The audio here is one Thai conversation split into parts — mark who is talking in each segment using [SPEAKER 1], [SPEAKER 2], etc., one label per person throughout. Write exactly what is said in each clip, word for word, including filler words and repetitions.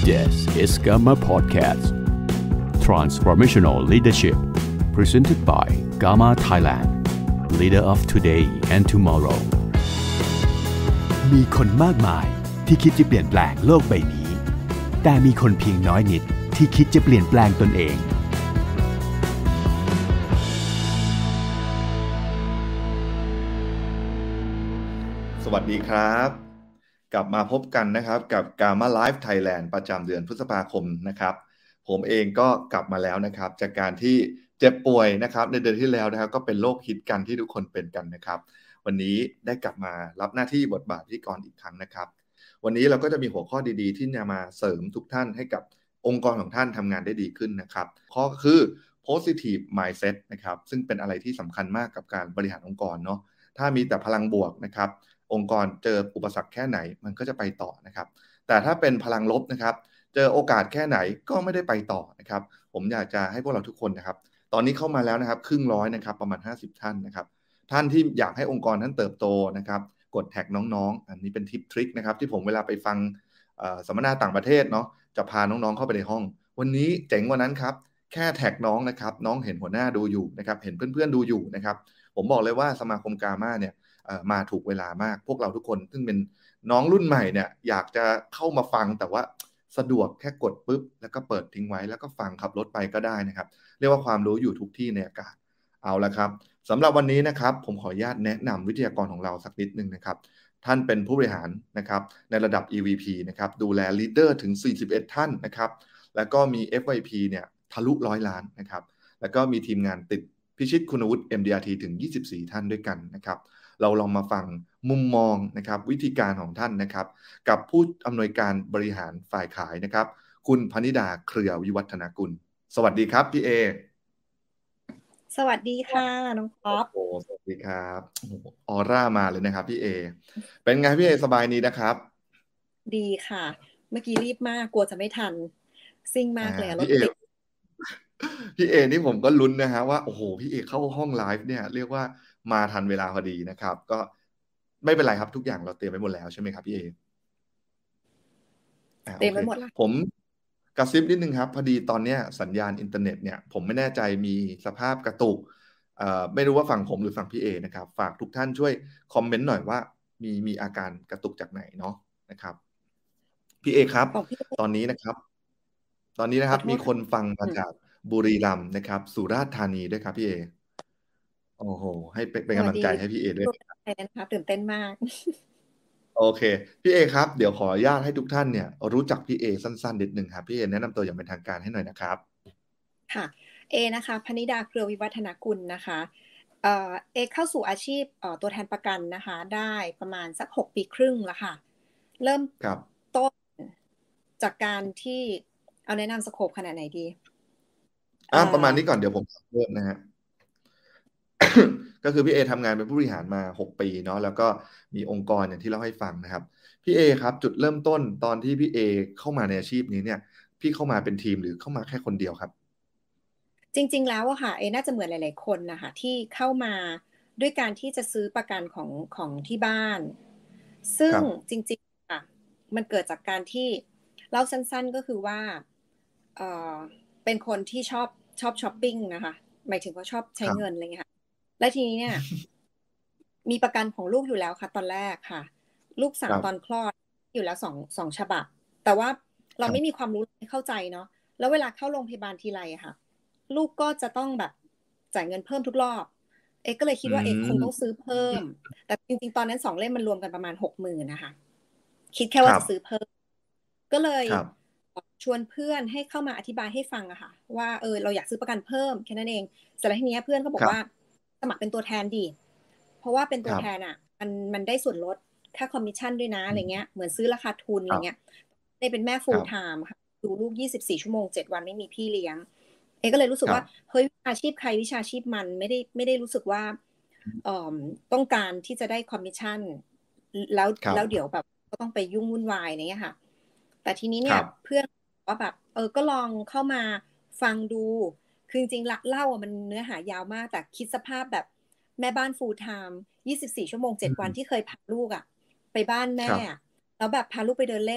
[SPEAKER 1] This is Gamma Podcast Transformational Leadership Presented by Gamma Thailand Leader of Today and Tomorrow มีคนมากมายที่คิดจะเปลี่ยนแปลงโลกใบนี้แต่มีคนเพียงน้อยนิดที่คิดจะเปลี่ยนแปลงตนเอง
[SPEAKER 2] สวัสดีครับกลับมาพบกันนะครับกับ Gamma Live Thailand ประจำเดือนพฤษภาคมนะครับผมเองก็กลับมาแล้วนะครับจากการที่เจ็บป่วยนะครับในเดือนที่แล้วนะครับก็เป็นโรคฮิตกันที่ทุกคนเป็นกันนะครับวันนี้ได้กลับมารับหน้าที่บทบาทพิธีกรอีกครั้งนะครับวันนี้เราก็จะมีหัวข้อดีๆที่จะมาเสริมทุกท่านให้กับองค์กรของท่านทำงานได้ดีขึ้นนะครับข้อคือ positive mindset นะครับซึ่งเป็นอะไรที่สำคัญมากกับการบริหารองค์กรเนาะถ้ามีแต่พลังบวกนะครับองค์กรเจออุปสรรคแค่ไหนมันก็จะไปต่อนะครับแต่ถ้าเป็นพลังลบนะครับเจอโอกาสแค่ไหนก็ไม่ได้ไปต่อนะครับผมอยากจะให้พวกเราทุกคนนะครับตอนนี้เข้ามาแล้วนะครับครึ่งร้อยนะครับประมาณห้าสิบท่านนะครับท่านที่อยากให้องค์กรท่านเติบโตนะครับกดแท็กน้องๆอันนี้เป็นทิปทริคนะครับที่ผมเวลาไปฟังสัมมนาต่างประเทศเนาะจะพาน้องๆเข้าไปในห้องวันนี้เจ๋งกว่านั้นครับแค่แท็กน้องนะครับน้องเห็นหัวหน้าดูอยู่นะครับเห็นเพื่อนๆดูอยู่นะครับผมบอกเลยว่าสมาคมกาม่าเนี่ยมาถูกเวลามากพวกเราทุกคนซึ่งเป็นน้องรุ่นใหม่เนี่ยอยากจะเข้ามาฟังแต่ว่าสะดวกแค่กดปุ๊บแล้วก็เปิดทิ้งไว้แล้วก็ฟังขับรถไปก็ได้นะครับเรียกว่าความรู้อยู่ทุกที่ในอากาศเอาละครับสำหรับวันนี้นะครับผมขออนุญาตแนะนำวิทยากรของเราสักนิดนึงนะครับท่านเป็นผู้บริหารนะครับในระดับ อี วี พี นะครับดูแลลีดเดอร์ถึงสี่สิบเอ็ดท่านนะครับแล้วก็มี เอฟ วาย พี เนี่ยทะลุร้อยล้านนะครับแล้วก็มีทีมงานติดพิชิตคุณวุฒิ เอ็ม ดี อาร์ ที ถึงยี่สิบสี่ท่านด้วยกันนะครับเราลองมาฟังมุมมองนะครับวิธีการของท่านนะครับกับผู้อำนวยการบริหารฝ่ายขายนะครับคุณพนิดาเครือวิวัฒนากุลสวัสดีครับพี่เอ
[SPEAKER 3] สวัสดีค่ะน้องป๊อป
[SPEAKER 2] โอ้สวัสดีครับออร่ามาเลยนะครับพี่เอเป็นไงพี่เอสบายดีนะครับ
[SPEAKER 3] ดีค่ะเมื่อกี้รีบมากกลัวจะไม่ทันซิ่งมากเลยรถติด
[SPEAKER 2] พี่เอนี่ผมก็ลุ้นนะฮะว่าโอ้โหพี่เอเข้าห้องไลฟ์เนี่ยเรียกว่ามาทันเวลาพอดีนะครับก็ไม่เป็นไรครับทุกอย่างเราเตรียมไว้หมดแล้วใช่ไหมครับพี่เอ
[SPEAKER 3] เตรียมไว้หมดแล้ว
[SPEAKER 2] ผมกระซิบนิดนึงครับพอดีตอนนี้สัญญาณอินเทอร์เน็ตเนี่ยผมไม่แน่ใจมีสภาพกระตุกเอ่อไม่รู้ว่าฝั่งผมหรือฝั่งพี่เอนะครับฝากทุกท่านช่วยคอมเมนต์หน่อยว่ามีมีอาการกระตุกจากไหนเนาะนะครับพี่เอครับตอนนี้นะครับตอนนี้นะครับมีคนฟังมาจากบุรีรัมย์นะครับสุราษฎร์ธานีด้วยครับพี่เอโอ้โหให้เป็นกำลังใจให้พี่เอด้วย
[SPEAKER 3] นะครับตื่นเต้นมาก
[SPEAKER 2] โอเคพี่เอครับเดี๋ยวขออนุญาตให้ทุกท่านเนี่ยรู้จักพี่เอสั้นๆนิดนึงครับพี่เอแนะนำตัวอย่างเป็นทางการให้หน่อยนะครับ
[SPEAKER 3] ค่ะเอนะคะพนิดาเครือวิวัฒนากุลนะคะเอ่อเอเข้าสู่อาชีพเอ่อตัวแทนประกันนะคะได้ประมาณสักหกปีครึ่งแล้วค่ะเริ่มต้นจากการที่เอาแนะนำสโคปขนาดไหนดี
[SPEAKER 2] อ่าประมาณนี้ก่อนเดี๋ยวผมเริ่มนะฮะ ก็คือพี่เอทำงานเป็นผู้บริหารมาหกปีเนาะแล้วก็มีองค์กรอย่างที่เล่าให้ฟังนะครับพี่เอครับจุดเริ่มต้นตอนที่พี่เอเข้ามาในอาชีพนี้เนี่ยพี่เข้ามาเป็นทีมหรือเข้ามาแค่คนเดียวครับ
[SPEAKER 3] จริงๆแล้วอะค่ะเอน่าจะเหมือนหลายๆคนนะคะที่เข้ามาด้วยการที่จะซื้อประกันของของที่บ้านซึ่งจริงๆค่ะมันเกิดจากการที่เล่าสั้นๆก็คือว่าเอ่อเป็นคนที่ชอบชอบช้อปปิ้งนะคะหมายถึงว่าชอบใช้เงินอะไรเงี้ยค่ะและทีนี้เนี่ยมีประกันของลูกอยู่แล้วค่ะตอนแรกค่ะลูกสาวตอนคลอดอยู่แล้วสองสองฉบับแต่ว่าเราไม่มีความรู้ไม่เข้าใจเนาะแล้วเวลาเข้าโรงพยาบาลทีไรอะค่ะลูกก็จะต้องแบบจ่ายเงินเพิ่มทุกรอบเอกก็เลยคิดว่าเอกคงต้องซื้อเพิ่มแต่จริงๆตอนนั้นสองเล่มมันรวมกันประมาณหกหมื่นนะคะคิดแค่ว่าจะซื้อเพิ่มก็เลยชวนเพื่อนให้เข้ามาอธิบายให้ฟังอะค่ะว่าเออเราอยากซื้อประกันเพิ่มแค่นั้นเองเสร็จแล้วทีนี้เพื่อนก็บอกว่าสมัครเป็นตัวแทนดีเพราะว่าเป็นตัวแทนอะมันมันได้ส่วนลดค่าคอมมิชชั่นด้วยนะอะไรเงี้ยเหมือนซื้อราคาทุนอะไรเงี้ยได้เป็นแม่ฟูลไทม์ค่ะดูลูกยี่สิบสี่ชั่วโมงเจ็ดวันไม่มีพี่เลี้ยงเอก็เลยรู้สึกว่าเฮ้ยวิชาชีพใครวิชาชีพมันไม่ได้ไม่ได้รู้สึกว่าเอ่อต้องการที่จะได้คอมมิชชั่นแล้วแล้วเดี๋ยวแบบก็ต้องไปยุ่งวุ่นวายอะไรเงี้ยค่ะแต่ทีนี้เนี่ยเพื่อนว่าแบบเออก็ลองเข้ามาฟังดูคือจริงๆเล่ามันเนื้อหายาวมากแต่คิดสภาพแบบแม่บ้านฟูลไทม์ยี่สิบสี่ชั่วโมงเจ็ดวันที่เคยพาลูกอ่ะไปบ้านแม่แล้วแบบพาลูกไปเดินเล่นอ่ะ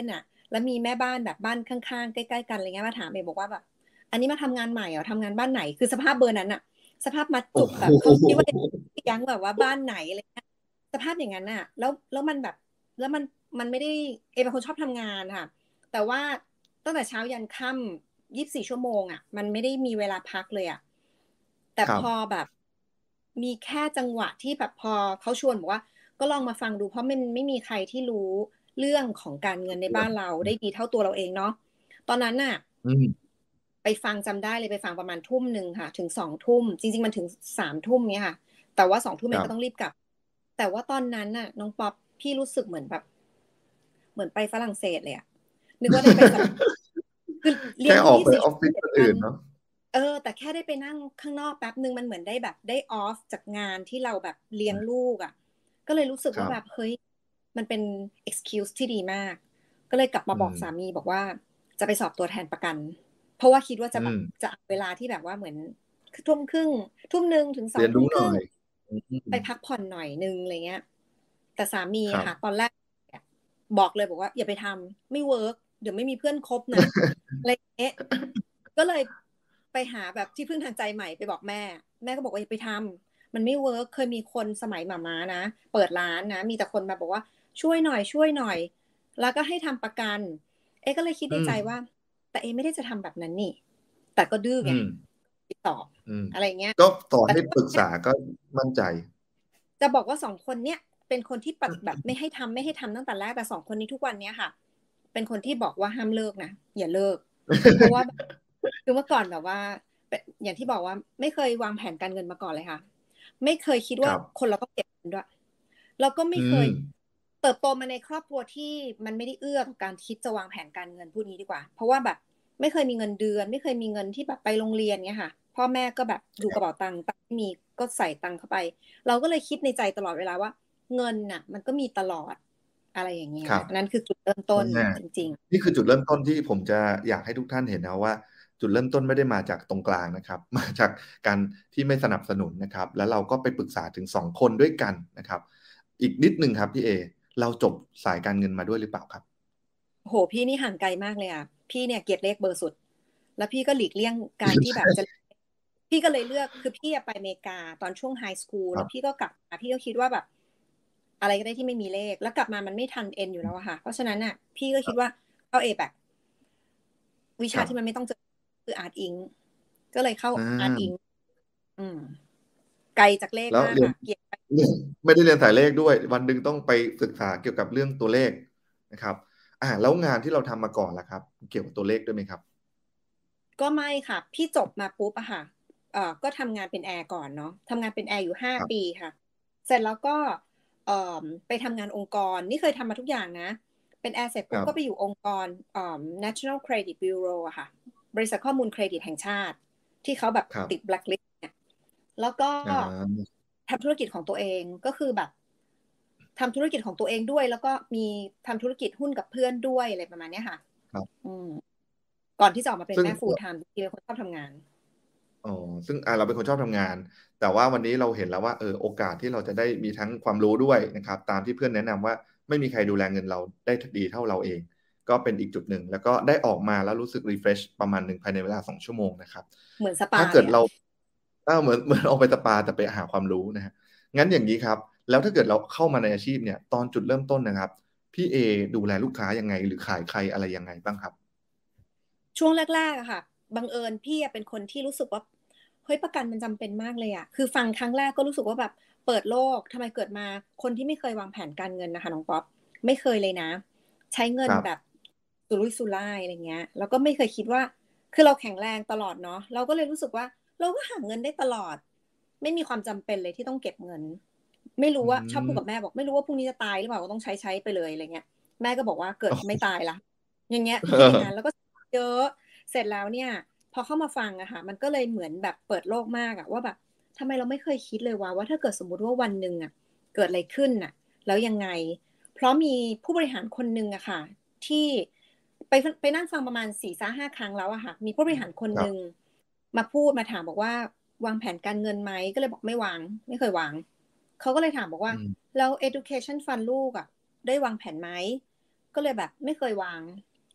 [SPEAKER 3] แล้วมีแม่บ้านแบบบ้านข้างๆใกล้ๆกันอะไรเงี้ยมาถามเอบอกว่าแบบอันนี้มาทำงานใหม่เหรอทำงานบ้านไหนคือสภาพเบอร์นั้นอะสภาพมัดจุกแบบเขาคิดว่ายังแบบว่าบ้านไหนอะไรเงี้ยสภาพอย่างนั้นอะแล้วแล้วมันแบบแล้วมันมันไม่ได้เอเป็นคนชอบทำงานค่ะแต่ว่าตั้งแต่เช้ายันค่ำยี่สิบสี่ชั่วโมงอะมันไม่ได้มีเวลาพักเลยอะแต่พอแบบมีแค่จังหวะที่แบบพอเขาชวนบอกว่าก็ลองมาฟังดูเพราะมันไม่มีใครที่รู้เรื่องของการเงินในบ้านเราได้ดีเท่าตัวเราเองเนาะตอนนั้นน่ะไปฟังจำได้เลยไปฟังประมาณทุ่มหนึ่งค่ะถึงสองทุ่มจริงๆมันถึงสามทุ่มเนี้ยค่ะแต่ว่าสองทุ่มเองก็ต้องรีบกลับแต่ว่าตอนนั้นน่ะน้องป๊อปพี่รู้สึกเหมือนแบบเหมือนไปฝรั่งเศสเลยอะนึกว่าได้ไปคือเรียนรู้ยี่สิบสี่ชั่วโมงอื่นเนาะเออแต่แค่ได้ไปนั่งข้างนอกแป๊บนึงมันเหมือนได้แบบได้ออฟจากงานที่เราแบบเลี้ยงลูกอ่ะก็เลยรู้สึกว่าแบบเฮ้ยมันเป็น excuse ที่ดีมากก็เลยกลับมาบอกสามีบอกว่าจะไปสอบตัวแทนประกันเพราะว่าคิดว่าจะแบบจะเวลาที่แบบว่าเหมือนทุ่มครึ่งทุ่มหนึ่งถึงสองทุ่มครึ่งไปพักผ่อนหน่อยนึงอะไรเงี้ยแต่สามีค่ะตอนแรกบอกเลยบอกว่าอย่าไปทำไม่เวิร์กเดี๋ยวไม่มีเพื่อนคบนะอะไรเงี้ยก็เลยไปหาแบบที่พึ่งทางใจใหม่ไปบอกแม่แม่ก็บอกว่าอย่าไปทำมันไม่เวิร์กเคยมีคนสมัยหม่าม้านะเปิดร้านนะมีแต่คนมาบอกว่าช่วยหน่อยช่วยหน่อยแล้วก็ให้ทำประกันเอ๊ก็เลยคิดในใจว่าแต่เอ๊ไม่ได้จะทำแบบนั้นนี่แต่ก็ดื้อไงติดต่ออะไรเงี้ย
[SPEAKER 2] ก็ต่อให้ปรึกษาก็มั่นใจ
[SPEAKER 3] จะบอกว่าสองคนเนี้ยเป็นคนที่แบบไม่ให้ทำไม่ให้ทำตั้งแต่แรกแต่สองคนนี้ทุกวันเนี้ยค่ะเป็นคนที่บอกว่าห้ามเลิกนะอย่าเลิกเพราะว่าคือเมื่อก่อนแบบว่าอย่างที่บอกว่าไม่เคยวางแผนการเงินมาก่อนเลยค่ะไม่เคยคิดว่าคนเราก็เก็บเงินด้วยเราก็ไม่เคยเติบโตมาในครอบครัวที่มันไม่ได้เอื้อต่อการคิดจะวางแผนการเงินพูดนี้ดีกว่าเพราะว่าแบบไม่เคยมีเงินเดือนไม่เคยมีเงินที่แบบไปโรงเรียนเงี้ยค่ะพ่อแม่ก็แบบดูกระเป๋าตังค์ตังค์ไม่มีก็ใส่ตังค์เข้าไปเราก็เลยคิดในใจตลอดเวลาว่าเงินน่ะมันก็มีตลอดอะไรอย่างเงี้ยนั่นคือจุดเริ่มต้นจริง
[SPEAKER 2] ๆนี่คือจุดเริ่มต้นที่ผมจะอยากให้ทุกท่านเห็นนะว่าจุดเริ่มต้นไม่ได้มาจากตรงกลางนะครับมาจากการที่ไม่สนับสนุนนะครับแล้วเราก็ไปปรึกษาถึงสองคนด้วยกันนะครับอีกนิดนึงครับพี่เอเราจบสายการเงินมาด้วยหรือเปล่าครับ
[SPEAKER 3] โหพี่นี่ห่างไกลมากเลยอ่ะพี่เนี่ยเกลียดเลขเบอร์สุดแล้วพี่ก็หลีกเลี่ยงการที่แบบจะพี่ก็เลยเลือกคือพี่ไปอเมริกาตอนช่วงไฮสคูลแล้วพี่ก็กลับมาพี่ก็คิดว่าแบบอะไรก็ได้ที่ไม่มีเลขแล้วกลับมามันไม่ทันเอ็นอยู่แล้วอะค่ะเพราะฉะนั้นน่ะพี่ก็คิดว่าเอาเอแบบวิชาที่มันไม่ต้องเจอคืออาร์ตอิงก็เลยเข้าอาร์ตอิงอืมไกลจากเลขมากค่ะเกลียด
[SPEAKER 2] ไม่ได้เรียนสายเลขด้วยวันหนึ่งต้องไปศึกษาเกี่ยวกับเรื่องตัวเลขนะครับอ่าแล้วงานที่เราทำมาก่อนล่ะครับเกี่ยวกับตัวเลขด้วยไหมครับ
[SPEAKER 3] ก็ไม่ค่ะพี่จบมาปุ๊บอะค่ะเอ่อก็ทำงานเป็นแอร์ก่อนเนาะทำงานเป็นแอร์อยู่ห้าปีค่ะเสร็จแล้วก็เอ่อไปทำงานองค์กรนี่เคยทำมาทุกอย่างนะเป็นแอร์เสร็จปุ๊บก็ไปอยู่องค์กรเอ่อ National Credit Bureau อะค่ะบริษัทข้อมูลเครดิตแห่งชาติที่เขาแบบติด blacklist เนี่ยแล้วก็ทำธุรกิจของตัวเองก็คือแบบทำธุรกิจของตัวเองด้วยแล้วก็มีทำธุรกิจหุ้นกับเพื่อนด้วยอะไรประมาณนี้ค่ะอืมก่อนที่จะออกมาเป็นแม่ฟูลไทม์ที่เป็นคนชอบทำงาน
[SPEAKER 2] อ๋อซึ่งอ่าเราเป็นคนชอบทำงานแต่ว่าวันนี้เราเห็นแล้วว่าเออโอกาสที่เราจะได้มีทั้งความรู้ด้วยนะครับตามที่เพื่อนแนะนำว่าไม่มีใครดูแลเงินเราได้ดีเท่าเราเองก็เป็นอีกจุดหนึ่งแล้วก็ได้ออกมาแล้วรู้สึกรีเฟรชประมาณหนึ่งภายในเวลาสองชั่วโมงนะครับ
[SPEAKER 3] เหมือนสปา
[SPEAKER 2] ถ้าเกิดเราเออเหมือนเหมือนออกไปสปาแต่ไปหาความรู้นะฮะงั้นอย่างนี้ครับแล้วถ้าเกิดเราเข้ามาในอาชีพเนี่ยตอนจุดเริ่มต้นนะครับพี่เอดูแลลูกค้ายังไงหรือขายใครอะไรยังไงบ้างครับ
[SPEAKER 3] ช่วงแรกๆอะค่ะบังเอิญพี่เป็นคนที่รู้สึกว่าเฮ้ยประกันมันจำเป็นมากเลยอะคือฟังครั้งแรกก็รู้สึกว่าแบบเปิดโลกทำไมเกิดมาคนที่ไม่เคยวางแผนการเงินนะคะน้องป๊อปไม่เคยเลยนะใช้เงินแบบสุรุ่ยสุร่ายอะไรเงี้ยแล้วก็ไม่เคยคิดว่าคือเราแข็งแรงตลอดเนาะเราก็เลยรู้สึกว่าเราก็หาเงินได้ตลอดไม่มีความจำเป็นเลยที่ต้องเก็บเงินไม่รู้ว่าชอบพูดกับแม่บอกไม่รู้ว่าพรุ่งนี้จะตายหรือเปล่าก็ต้องใช้ใช้ไปเลยอะไรเงี้ยแม่ก็บอกว่าเกิดไม่ตายละอย่างเงี้ยคิดอย่างนั้นแล้วก็เยอะเสร็จแล้วเนี่ยพอเข้ามาฟังอะค่ะมันก็เลยเหมือนแบบเปิดโลกมากอะว่าแบบทำไมเราไม่เคยคิดเลยว่าว่าถ้าเกิดสมมุติว่าวันหนึ่งอะเกิดอะไรขึ้นอะแล้วยังไงเพราะมีผู้บริหารคนหนึ่งอะค่ะที่ไปไปนั่งฟังประมาณสี่ห้าครั้งแล้วอะค่ะมีผู้บริหารคนหนึ่งมาพูดมาถามบอกว่าวางแผนการเงินไหมก็เลยบอกไม่วางไม่เคยวางเขาก็เลยถามบอกว่าแล้ว education fund ลูกอะได้วางแผนไหมก็เลยแบบไม่เคยวาง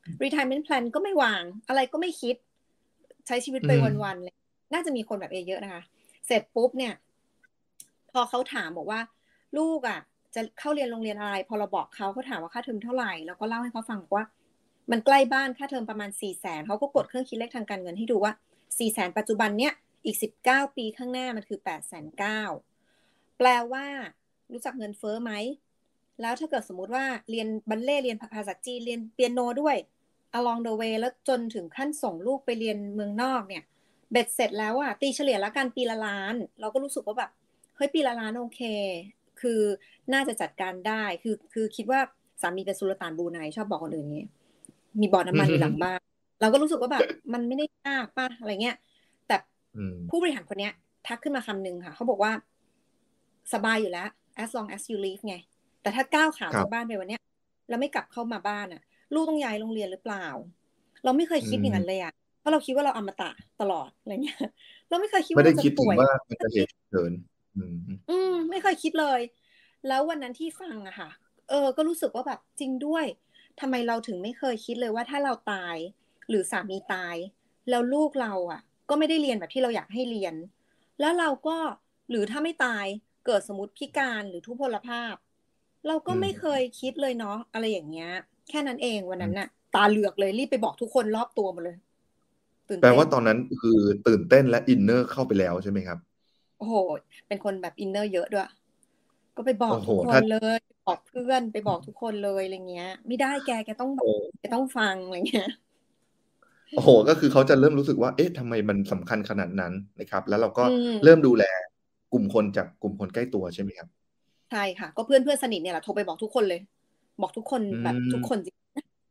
[SPEAKER 3] retirement plan ก็ไม่วางอะไรก็ไม่คิดใช้ชีวิตไปวันๆเลยน่าจะมีคนแบบเอเยอะนะคะเสร็จปุ๊บเนี่ยพอเขาถามบอกว่าลูกอ่ะจะเข้าเรียนโรงเรียนอะไรพอเราบอกเขาเขาถามว่าค่าเทอมเท่าไหร่แล้วก็เล่าให้เขาฟังว่ามันใกล้บ้านค่าเทอมประมาณสี่แสนเขาก็กดเครื่องคิดเลขทางการเงินให้ดูว่าสี่แสนปัจจุบันเนี้ยอีกสิบเก้าปีข้างหน้ามันคือแปดแสนเก้าแปลว่ารู้จักเงินเฟ้อไหมแล้วถ้าเกิดสมมุติว่าเรียนบัลเล่เรียนภาษาจีนเรียนเปียโนด้วย along the way แล้วจนถึงขั้นส่งลูกไปเรียนเมืองนอกเนี่ยเบ็ดเสร็จแล้วอ่ะตีเฉลี่ยแล้วกันปีละล้านเราก็รู้สึกว่าแบบเฮ้ยปีละล้านโอเคคือน่าจะจัดการได้คือคือคิดว่าสามีเป็นสุลต่านบรูไนชอบบอกคนอื่นอย่างงี้มีบ่อน้ำมันอยู่หลังบ้านเราก็รู้สึกว่าแบบมันไม่ได้ยากป่ะอะไรเงี้ยแต่ผู้บริหารคนเนี้ยทักขึ้นมาคำนึงค่ะเขาบอกว่าสบายอยู่แล้ว as long as you leave ไงแต่ถ้าก้าวขาจากบ้านไปวันเนี้ยแล้วไม่กลับเข้ามาบ้านอ่ะลูกต้องย้ายโรงเรียนหรือเปล่าเราไม่เคยคิดอย่างนั้นเลยอ่ะเพราะเราคิดว่าเราอมตะตลอดอะไรเงี้ยเราไม่เคยคิดว่าเราจะป่วย
[SPEAKER 2] ไม่ได้คิดถึงว่ามันจะเหตุเกินอืม
[SPEAKER 3] อืมไม่เคยคิดเลยแล้ววันนั้นที่ฟังอะค่ะเออก็รู้สึกว่าแบบจริงด้วยทำไมเราถึงไม่เคยคิดเลยว่าถ้าเราตายหรือสามีตายแล้วลูกเราอะก็ไม่ได้เรียนแบบที่เราอยากให้เรียนแล้วเราก็หรือถ้าไม่ตายเกิดสมมติพิการหรือทุพพลภาพเราก็ไม่เคยคิดเลยเนาะอะไรอย่างเงี้ยแค่นั้นเองวันนั้นน่ะตาเหลือกเลยรีบไปบอกทุกคนรอบตัวหมดเลยตื่น
[SPEAKER 2] แปล
[SPEAKER 3] เต้น
[SPEAKER 2] ว่าตอนนั้นคือตื่นเต้นและอินเนอร์เข้าไปแล้วใช่ไหมครับ
[SPEAKER 3] โอ้โหเป็นคนแบบอินเนอร์เยอะด้วยก็ไปบอก
[SPEAKER 2] โอ้โห
[SPEAKER 3] ทุกคน
[SPEAKER 2] ถ้า
[SPEAKER 3] เลยบอกเพื่อนไปบอกทุกคนเลยอะไรเงี้ยไม่ได้แกแกต้องแบบแกต้องฟังอะไรเงี้ย
[SPEAKER 2] โอ้โหก็คือเขาจะเริ่มรู้สึกว่าเอ๊ะทำไมมันสำคัญขนาดนั้นนะครับแล้วเราก็
[SPEAKER 3] อื
[SPEAKER 2] เริ่ม
[SPEAKER 3] ม
[SPEAKER 2] ดูแลกลุ่มคนจากกลุ่มคนใกล้ตัวใช่ไหมครับ
[SPEAKER 3] ใช่ค่ะก็เพื่อนเพื่อนสนิทเนี่ยแหละโทรไปบอกทุกคนเลยบอกทุกคน
[SPEAKER 2] อื
[SPEAKER 3] แบบทุกคน
[SPEAKER 2] ม
[SPEAKER 3] จริง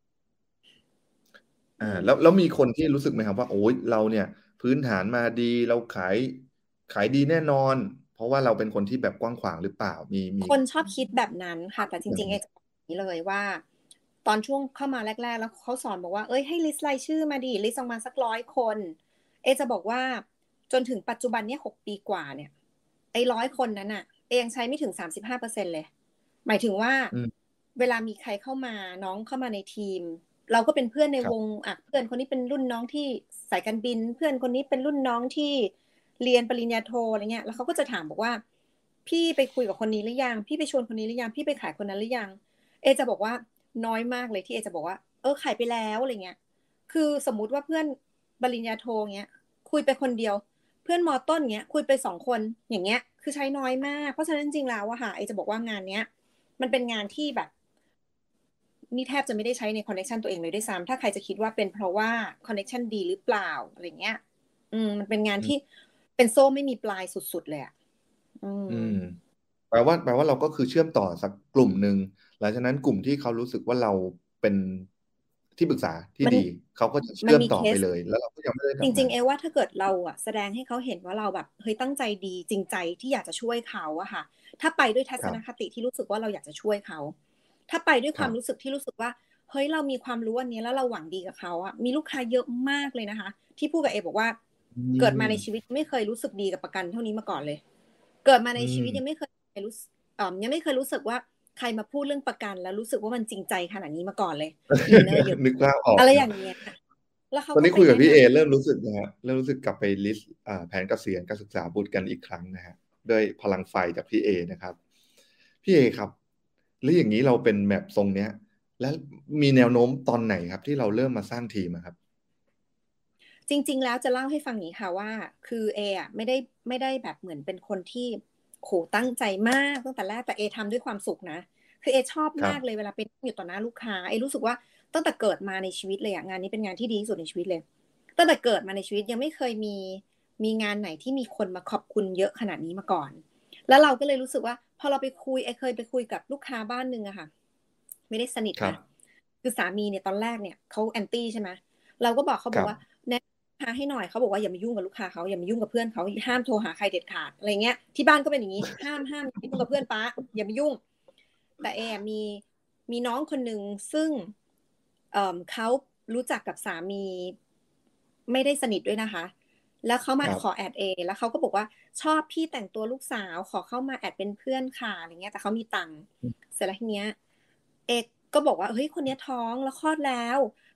[SPEAKER 3] อื
[SPEAKER 2] อ่า
[SPEAKER 3] ม
[SPEAKER 2] แล้วแล้วมีคนที่รู้สึกไหมครับว่าโอ้ยเราเนี่ยพื้นฐานมาดีเราขายขายดีแน่นอนเพราะว่าเราเป็นคนที่แบบกว้างขวางหรือเปล่ามีมี
[SPEAKER 3] คนชอบคิดแบบนั้นค่ะแต่จ
[SPEAKER 2] อย่างนี้
[SPEAKER 3] ริงๆเอจะบอกอย่างนี้เลยว่าตอนช่วงเข้ามาแรกๆแล้วเขาสอนบอกว่าเอ้ยให้ลิสต์รายชื่อมาดิลิสต์ออกมาสักร้อยคนเอจะบอกว่าจนถึงปัจจุบันเนี้ยหกปีกว่าเนี่ยไอ้ร้อยคนนั้นอ่ะเอยังใช้ไม่ถึงสามสิบห้าเปอร์เซ็นต์เลยหมายถึงว่า
[SPEAKER 2] อืม
[SPEAKER 3] เวลามีใครเข้ามาน้องเข้ามาในทีมเราก็เป็นเพื่อนในวง
[SPEAKER 2] ครับ
[SPEAKER 3] อ่ะเพื่อนคนนี้เป็นรุ่นน้องที่สายการบินเพื่อนคนนี้เป็นรุ่นน้องที่เรียนปริญญาโทอะไรเงี้ยแล้วเขาก็จะถามบอกว่าพี่ไปคุยกับคนนี้หรือยังพี่ไปชวนคนนี้หรือยังพี่ไปขายคนนั้นหรือยังเอจะบอกว่าน้อยมากเลยที่เอจะบอกว่าเออขายไปแล้วอะไรเงี้ยคือสมมุติว่าเพื่อนปริญญาโทเงี้ยคุยไปคนเดียวเพื่อนมอต้นเงี้ยคุยไปสองคนอย่างเงี้ยคือใช้น้อยมากเพราะฉะนั้นจริงๆแล้วอะค่ะเอจะบอกว่างานเนี้ยมันเป็นงานที่แบบนี่แทบจะไม่ได้ใช้ในคอนเนคชันตัวเองเลยด้วยซ้ำถ้าใครจะคิดว่าเป็นเพราะว่าคอนเนคชันดีหรือเปล่าอะไรเงี้ยอืมมันเป็นงานที่
[SPEAKER 2] อืม
[SPEAKER 3] เป็นโซ่ไม่มีปลายสุดๆเลยอะอื
[SPEAKER 2] อื
[SPEAKER 3] ม
[SPEAKER 2] มแปลว่าแปลว่าเราก็คือเชื่อมต่อสักกลุ่มหนึ่งหลังจากนั้นกลุ่มที่เขารู้สึกว่าเราเป็นที่ปรึกษาที่
[SPEAKER 3] มัน
[SPEAKER 2] ดีเขาก็จะ
[SPEAKER 3] มัน
[SPEAKER 2] เชื่อม
[SPEAKER 3] มีเคส
[SPEAKER 2] ต่อไปเลยแล้วเราก็ยังไม่ได้
[SPEAKER 3] จริงๆ
[SPEAKER 2] ทำงาน
[SPEAKER 3] เอว่าถ้าเกิดเราอะแสดงให้เขาเห็นว่าเราแบบเฮ้ยตั้งใจดีจริงใจที่อยากจะช่วยเขาอะค่ะถ้าไปด้วยทัศนค
[SPEAKER 2] ครับ
[SPEAKER 3] ติที่รู้สึกว่าเราอยากจะช่วยเขาถ้าไปด้วย
[SPEAKER 2] ครับ
[SPEAKER 3] ความรู้สึกที่รู้สึกว่าเฮ้ยเรามีความรู้อันนี้แล้วเราหวังดีกับเขาอะมีลูกค้าเยอะมากเลยนะคะที่พูดกับเอบอกว่า
[SPEAKER 2] อื
[SPEAKER 3] เกิดมาในชี
[SPEAKER 2] ม
[SPEAKER 3] วิตไม่เคยรู้สึกดีกับประกันเท่านี้มาก่อนเลยเกิดมาใน
[SPEAKER 2] อื
[SPEAKER 3] ชีวิตยัง
[SPEAKER 2] ม
[SPEAKER 3] ไม่เคยรู้สึกเอ่อยังไม่เคยรู้สึกว่าใครมาพูดเรื่องประกันแล้วรู้สึกว่ามันจริงใจขนาดนี้มาก่อนเลยอินเนอร์เยอะ
[SPEAKER 2] นึกภาพออก
[SPEAKER 3] อะไร
[SPEAKER 2] ครับ
[SPEAKER 3] อย่างเงี้ยแล้วเขา
[SPEAKER 2] ตอนนี้
[SPEAKER 3] ก็ไปแนะน
[SPEAKER 2] คุยกับพี่เอเริ่มรู้สึกนะฮะเริ่มรู้สึกกลับไปลิสต์อ่าแผนเกษียณการศึกษาบุตรกันอีกครั้งนะฮะด้วยพลังไฟจากพี่เอนะครับพี่เอครับแล้วอย่างนี้เราเป็นแบบทรงเนี้ยแล้วมีแนวโน้มตอนไหนครับที่เราเริ่มมาสร้างทีมอะครับ
[SPEAKER 3] ำจริงๆแล้วจะเล่าให้ฟังนี้ค่ะว่าคือเออะไม่ได้ไม่ได้แบบเหมือนเป็นคนที่โหตั้งใจมากตั้งแต่แรกแต่เอทำด้วยความสุขนะคือเอชอบ
[SPEAKER 2] ครับ
[SPEAKER 3] มากเลยเวลาเป็นอยู่ต่อหน้าลูกค้าเอรู้สึกว่าตั้งแต่เกิดมาในชีวิตเลยอะงานนี้เป็นงานที่ดีที่สุดในชีวิตเลยตั้งแต่เกิดมาในชีวิตยังไม่เคยมีมีงานไหนที่มีคนมาขอบคุณเยอะขนาดนี้มาก่อนแล้วเราก็เลยรู้สึกว่าพอเราไปคุยเอเคยไปคุยกับลูกค้าบ้านหนึ่งอะค่ะไม่ได้สนิท
[SPEAKER 2] ครับ
[SPEAKER 3] นะคือสามีเนี่ยตอนแรกเนี่ยเขาแอนตี้ใช่ไหมเราก็บอกเขา
[SPEAKER 2] ครับ
[SPEAKER 3] บอกว่า ค้าให้หน่อยเขาบอกว่าอย่ามายุ่งกับลูกค้าเขาอย่ามายุ่งกับเพื่อนเขาห้ามโทรหาใครเด็ดขาดอะไรเงี้ยที่บ้านก็เป็นอย่างนี้ห้ามห้ามอย่ามายุ่งกับเพื่อนป้าอย่ามายุ่งแต่แอมมีมีน้องคนหนึ่งซึ่งเอ่อเขารู้จักกับสามีไม่ได้สนิทด้วยนะคะแล้วเขา
[SPEAKER 2] ค
[SPEAKER 3] มา
[SPEAKER 2] รับ
[SPEAKER 3] ขอแอดเอแล้วเขาก็บอกว่าชอบพี่แต่งตัวลูกสาวขอเข้ามาแอดเป็นเพื่อนค่ะอะไรเงี้ยแต่เขามีตังค์เสร็จแล้วทีเนี้ยเอกก็บอกว่าเฮ้ยคนนี้ท้องแล้วคลอดแล้ว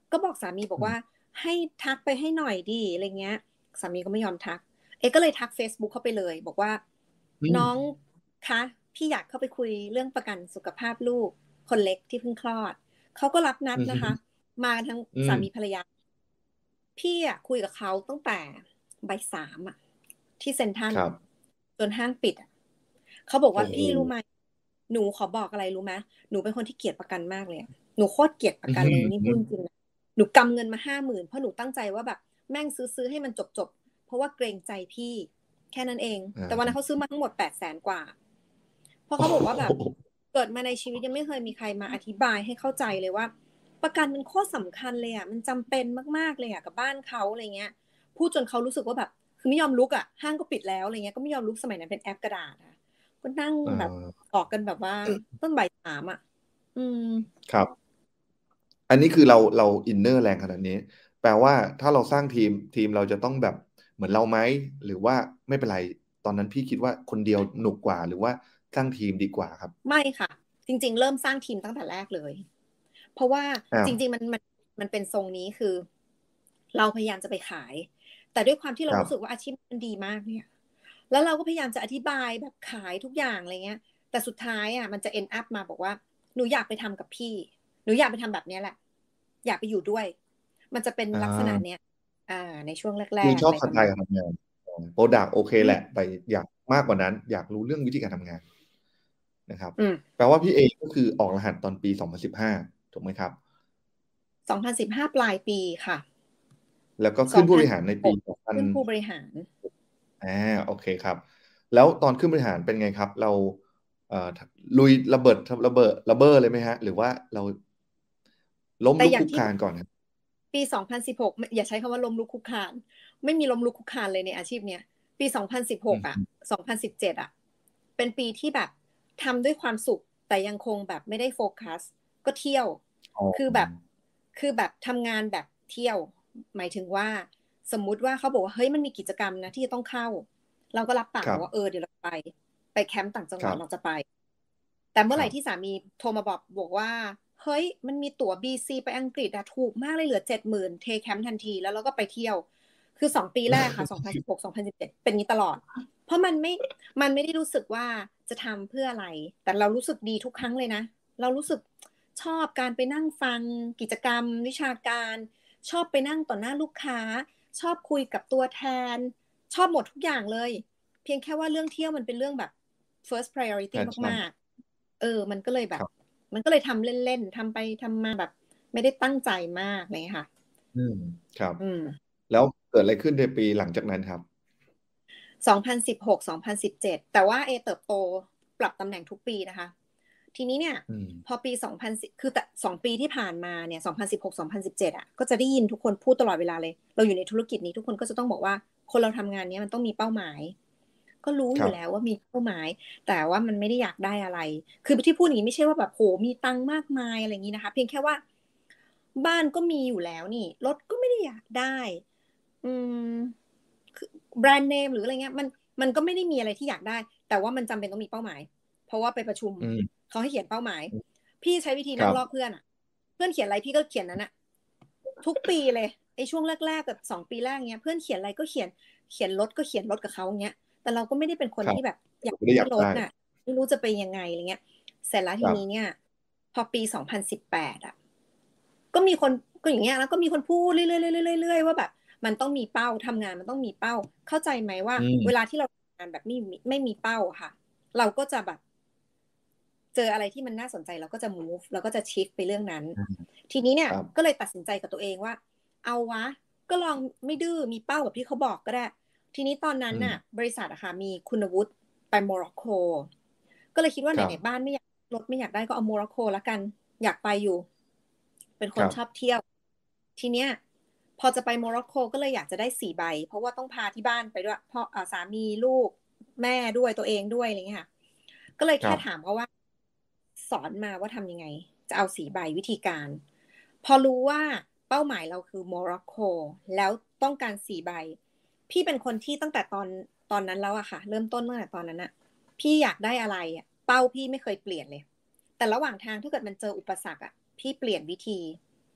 [SPEAKER 3] ก็บอกสามีบอกว่าให้ทักไปให้หน่อยดิอะไรเงี้ยสามีก็ไม่ยอมทักเอก็เลยทัก Facebook เข้าไปเลยบอกว่าน้องคะพี่อยากเข้าไปคุยเรื่องประกันสุขภาพลูกคนเล็กที่เพิ่งคลอดเขาก็รับนัดนะคะมาทั้งสามีภรรยาพี่อ่ะคุยกับเขาตั้งแต่บ่ายสามอ่ะที่เซ็นทรัลจนห้างปิดเขาบอกว่าพี่รู้ไหมหนูขอบอกอะไรรู้ไหมหนูเป็นคนที่เกลียดประกันมากเลยหนูโคตรเกลียดประกันเลยนี่พูดจริงนะหนูกำเงินมาห้าหมื่นเพราะหนูตั้งใจว่าแบบแม่งซื้อซื้อให้มันจบจบเพราะว่าเกรงใจพี่แค่นั้นเองแต่วันนั้นเขาซื้อมาทั้งหมดแปดแสนกว่าเพราะเขาบอกว่าแบบเกิดมาในชีวิตยังไม่เคยมีใครมาอธิบายให้เข้าใจเลยว่าประกันมันโคตรสำคัญเลยอ่ะมันจำเป็นมากๆเลยอ่ะกับบ้านเขาอะไรเงี้ยพูดจนเขารู้สึกว่าแบบคือไม่ยอมลุกอ่ะห้างก็ปิดแล้วอะไรเงี้ยก็ไม่ยอมลุกสมัยนั้นเป็นแอปกระดาษอ่ะก็นั่งแบบออกกันแบบว่าต้นบ่ายสามอ่ะอืม
[SPEAKER 2] ครับอันนี้คือเราเราอินเนอร์แรงขนาดนี้แปลว่าถ้าเราสร้างทีมทีมเราจะต้องแบบเหมือนเราไหมหรือว่าไม่เป็นไรตอนนั้นพี่คิดว่าคนเดียวหนุกกว่าหรือว่าสร้างทีมดีกว่าครับ
[SPEAKER 3] ไม่ค่ะจริงๆเริ่มสร้างทีมตั้งแต่แรกเลยเพราะว่าจริงๆมันมันมันเป็นทรงนี้คือเราพยายามจะไปขายแต่ด้วยความที่เรารู้สึกว่าอาชีพมันดีมากเนี่ยแล้วเราก็พยายามจะอธิบายแบบขายทุกอย่างอะไรเงี้ยแต่สุดท้ายอ่ะมันจะ end up มาบอกว่าหนูอยากไปทำกับพี่หนูอยากไปทำแบบนี้แหละอยากไปอยู่ด้วยมันจะเป็นลักษณะเนี้ยอ่าในช่วงแรกๆ
[SPEAKER 2] คือชอบสไตล์การทำงานโปรดักต์โอเคแหละแต่อยากมากกว่านั้นอยากรู้เรื่องวิธีการทำงานนะครับแปลว่าพี่เอก็คือออกรหัสตอนปีสองพันสิบห้าถูกไหมครับ
[SPEAKER 3] สองพันสิบห้าปลายปีค่ะ
[SPEAKER 2] แล้วก็ขึ้นผู้บริหารในปีสองพัน
[SPEAKER 3] ขึ้นผู้บริหาร
[SPEAKER 2] อ่าโอเคครับแล้วตอนขึ้นบริหารเป็นไงครับเราเอ่อลุยระเบิดระเบิดระเบ้อเลยไหมฮะหรือว่าเราล้มลุกคลุกคลานก่อนครับ
[SPEAKER 3] ปีสองพันสิบหกอย่าใช้คำว่าล้มลุกคลุกคลานไม่มีล้มลุกคลุกคลานเลยในอาชีพเนี้ยปีสองพันสิบหกอ่ะสองพันสิบเจ็ดอ่ะเป็นปีที่แบบทำด้วยความสุขแต่ยังคงแบบไม่ได้โฟกัสก็เที่ยวคือแบบคือแบบทำงานแบบเที่ยวหมายถึงว่าสมมุติว่าเขาบอกว่าเฮ้ยมันมีกิจกรรมนะที่จะต้องเข้าเราก็รับปากว่าเออเดี๋ยวเราไปไปแคมป์ต่างจังหวัดเราจะไปแต่เมื่อไหร่ที่สามีโทรมาบอกบอกว่าเฮ้ยมันมีตั๋ว บี ซี ไปอังกฤษอะถูกมากเลยเหลือ เจ็ดหมื่น เทแคมป์ทันทีแล้วเราก็ไปเที่ยวคือสองปีแรกค่ะสองพันสิบหก สองพันสิบเจ็ดเป็นงี้ตลอดเพราะมันไม่มันไม่ได้รู้สึกว่าจะทำเพื่ออะไรแต่เรารู้สึกดีทุกครั้งเลยนะเรารู้สึกชอบการไปนั่งฟังกิจกรรมวิชาการชอบไปนั่งต่อหน้าลูกค้าชอบคุยกับตัวแทนชอบหมดทุกอย่างเลยเพียงแค่ว่าเรื่องเที่ยวมันเป็นเรื่องแบบ first priority มากๆเออมันก็เลยแบบมันก็เลยทำเล่นๆทำไปทำมาแบบไม่ได้ตั้งใจมากเลยค่ะ
[SPEAKER 2] อืมครับอืมแล้วเกิดอะไรขึ้นในปีหลังจากนั้นครับ
[SPEAKER 3] สองพันสิบหก สองพันสิบเจ็ดแต่ว่าเอเติบโตปรับตำแหน่งทุกปีนะคะทีนี้เนี่ยพอปีสองพันสิบคือแต่สองปีที่ผ่านมาเนี่ยสองพันสิบหก สองพันสิบเจ็ดอ่ะก็จะได้ยินทุกคนพูดตลอดเวลาเลยเราอยู่ในธุรกิจนี้ทุกคนก็จะต้องบอกว่าคนเราทำงานนี้มันต้องมีเป้าหมายก็รู้อยู่แล้วว่ามีเป้าหมายแต่ว่ามันไม่ได้อยากได้อะไรคือที่พูดอย่างนี้ไม่ใช่ว่าแบบโหมีตังค์มากมายอะไรอย่างนี้นะคะเพียงแค่ว่าบ้านก็มีอยู่แล้วนี่รถก็ไม่ได้อยากได้อืมแบรนด์เนมหรืออะไรเงี้ยมันมันก็ไม่ได้มีอะไรที่อยากได้แต่ว่ามันจำเป็นต้องมีเป้าหมายเพราะว่าไปประชุมเขาให้เขียนเป้าหมายพี่ใช้วิธีนั่งลอกเพื่อนอ่ะเพื่อนเขียนอะไรพี่ก็เขียนนั้นอ่ะทุกปีเลยไอ้ช่วงแรกๆกับสองปีแรกเนี้ยเพื่อนเขียนอะไรก็เขียนเขียนรถก็เขียนรถกับเขาเงี้ยแต่เราก็ไม่ได้เป็นคนที่แบบอยากได้รถน่ะไม่รู้จะไปยังไงอะไรเงี้ยเสร็จแล้วทีนี้เนี่ยพอปีสองพันสิบแปดอ่ะก็มีคนก็อย่างเงี้ยแล้วก็มีคนพูดเรื่อยๆๆๆว่าแบบมันต้องมีเป้าทำงานมันต้องมีเป้าเข้าใจไหมว่าเวลาที่เราทำงานแบบไม่ไม่มีเป้าค่ะเราก็จะแบบเจออะไรที่มันน่าสนใจเราก็จะ move เราก็จะ shift ไปเรื่องนั้นทีนี้เนี่ยก็เลยตัดสินใจกับตัวเองว่าเอาวะก็ลองไม่ดื้อมีเป้าแบบที่เขาบอกก็ได้ทีนี้ตอนนั้นน่ะบริษัทอะค่ะมีคุณวุฒิไปโมร็อกโกก็เลยคิดว่าไหนๆบ้านไม่อยากรถไม่อยากได้ก็เอาโมร็อกโกละกันอยากไปอยู่เป็นคนชอบเที่ยวทีเนี้ยพอจะไปโมร็อกโกก็เลยอยากจะได้สี่ใบเพราะว่าต้องพาที่บ้านไปด้วยพ่อสามีลูกแม่ด้วยตัวเองด้วยอะไรเงี้ยค่ะก็เลยแค่ถามเขาว่าสอนมาว่าทำยังไงจะเอาสี่ใบวิธีการพอรู้ว่าเป้าหมายเราคือโมร็อกโกแล้วต้องการสี่ใบพี่เป็นคนที่ตั้งแต่ตอนตอนนั้นแล้วอะค่ะเริ่มต้นเมื่อตอนนั้นอะพี่อยากได้อะไรอะเป้าพี่ไม่เคยเปลี่ยนเลยแต่ระหว่างทางถ้าเกิดมันเจออุปสรรคอะพี่เปลี่ยนวิธี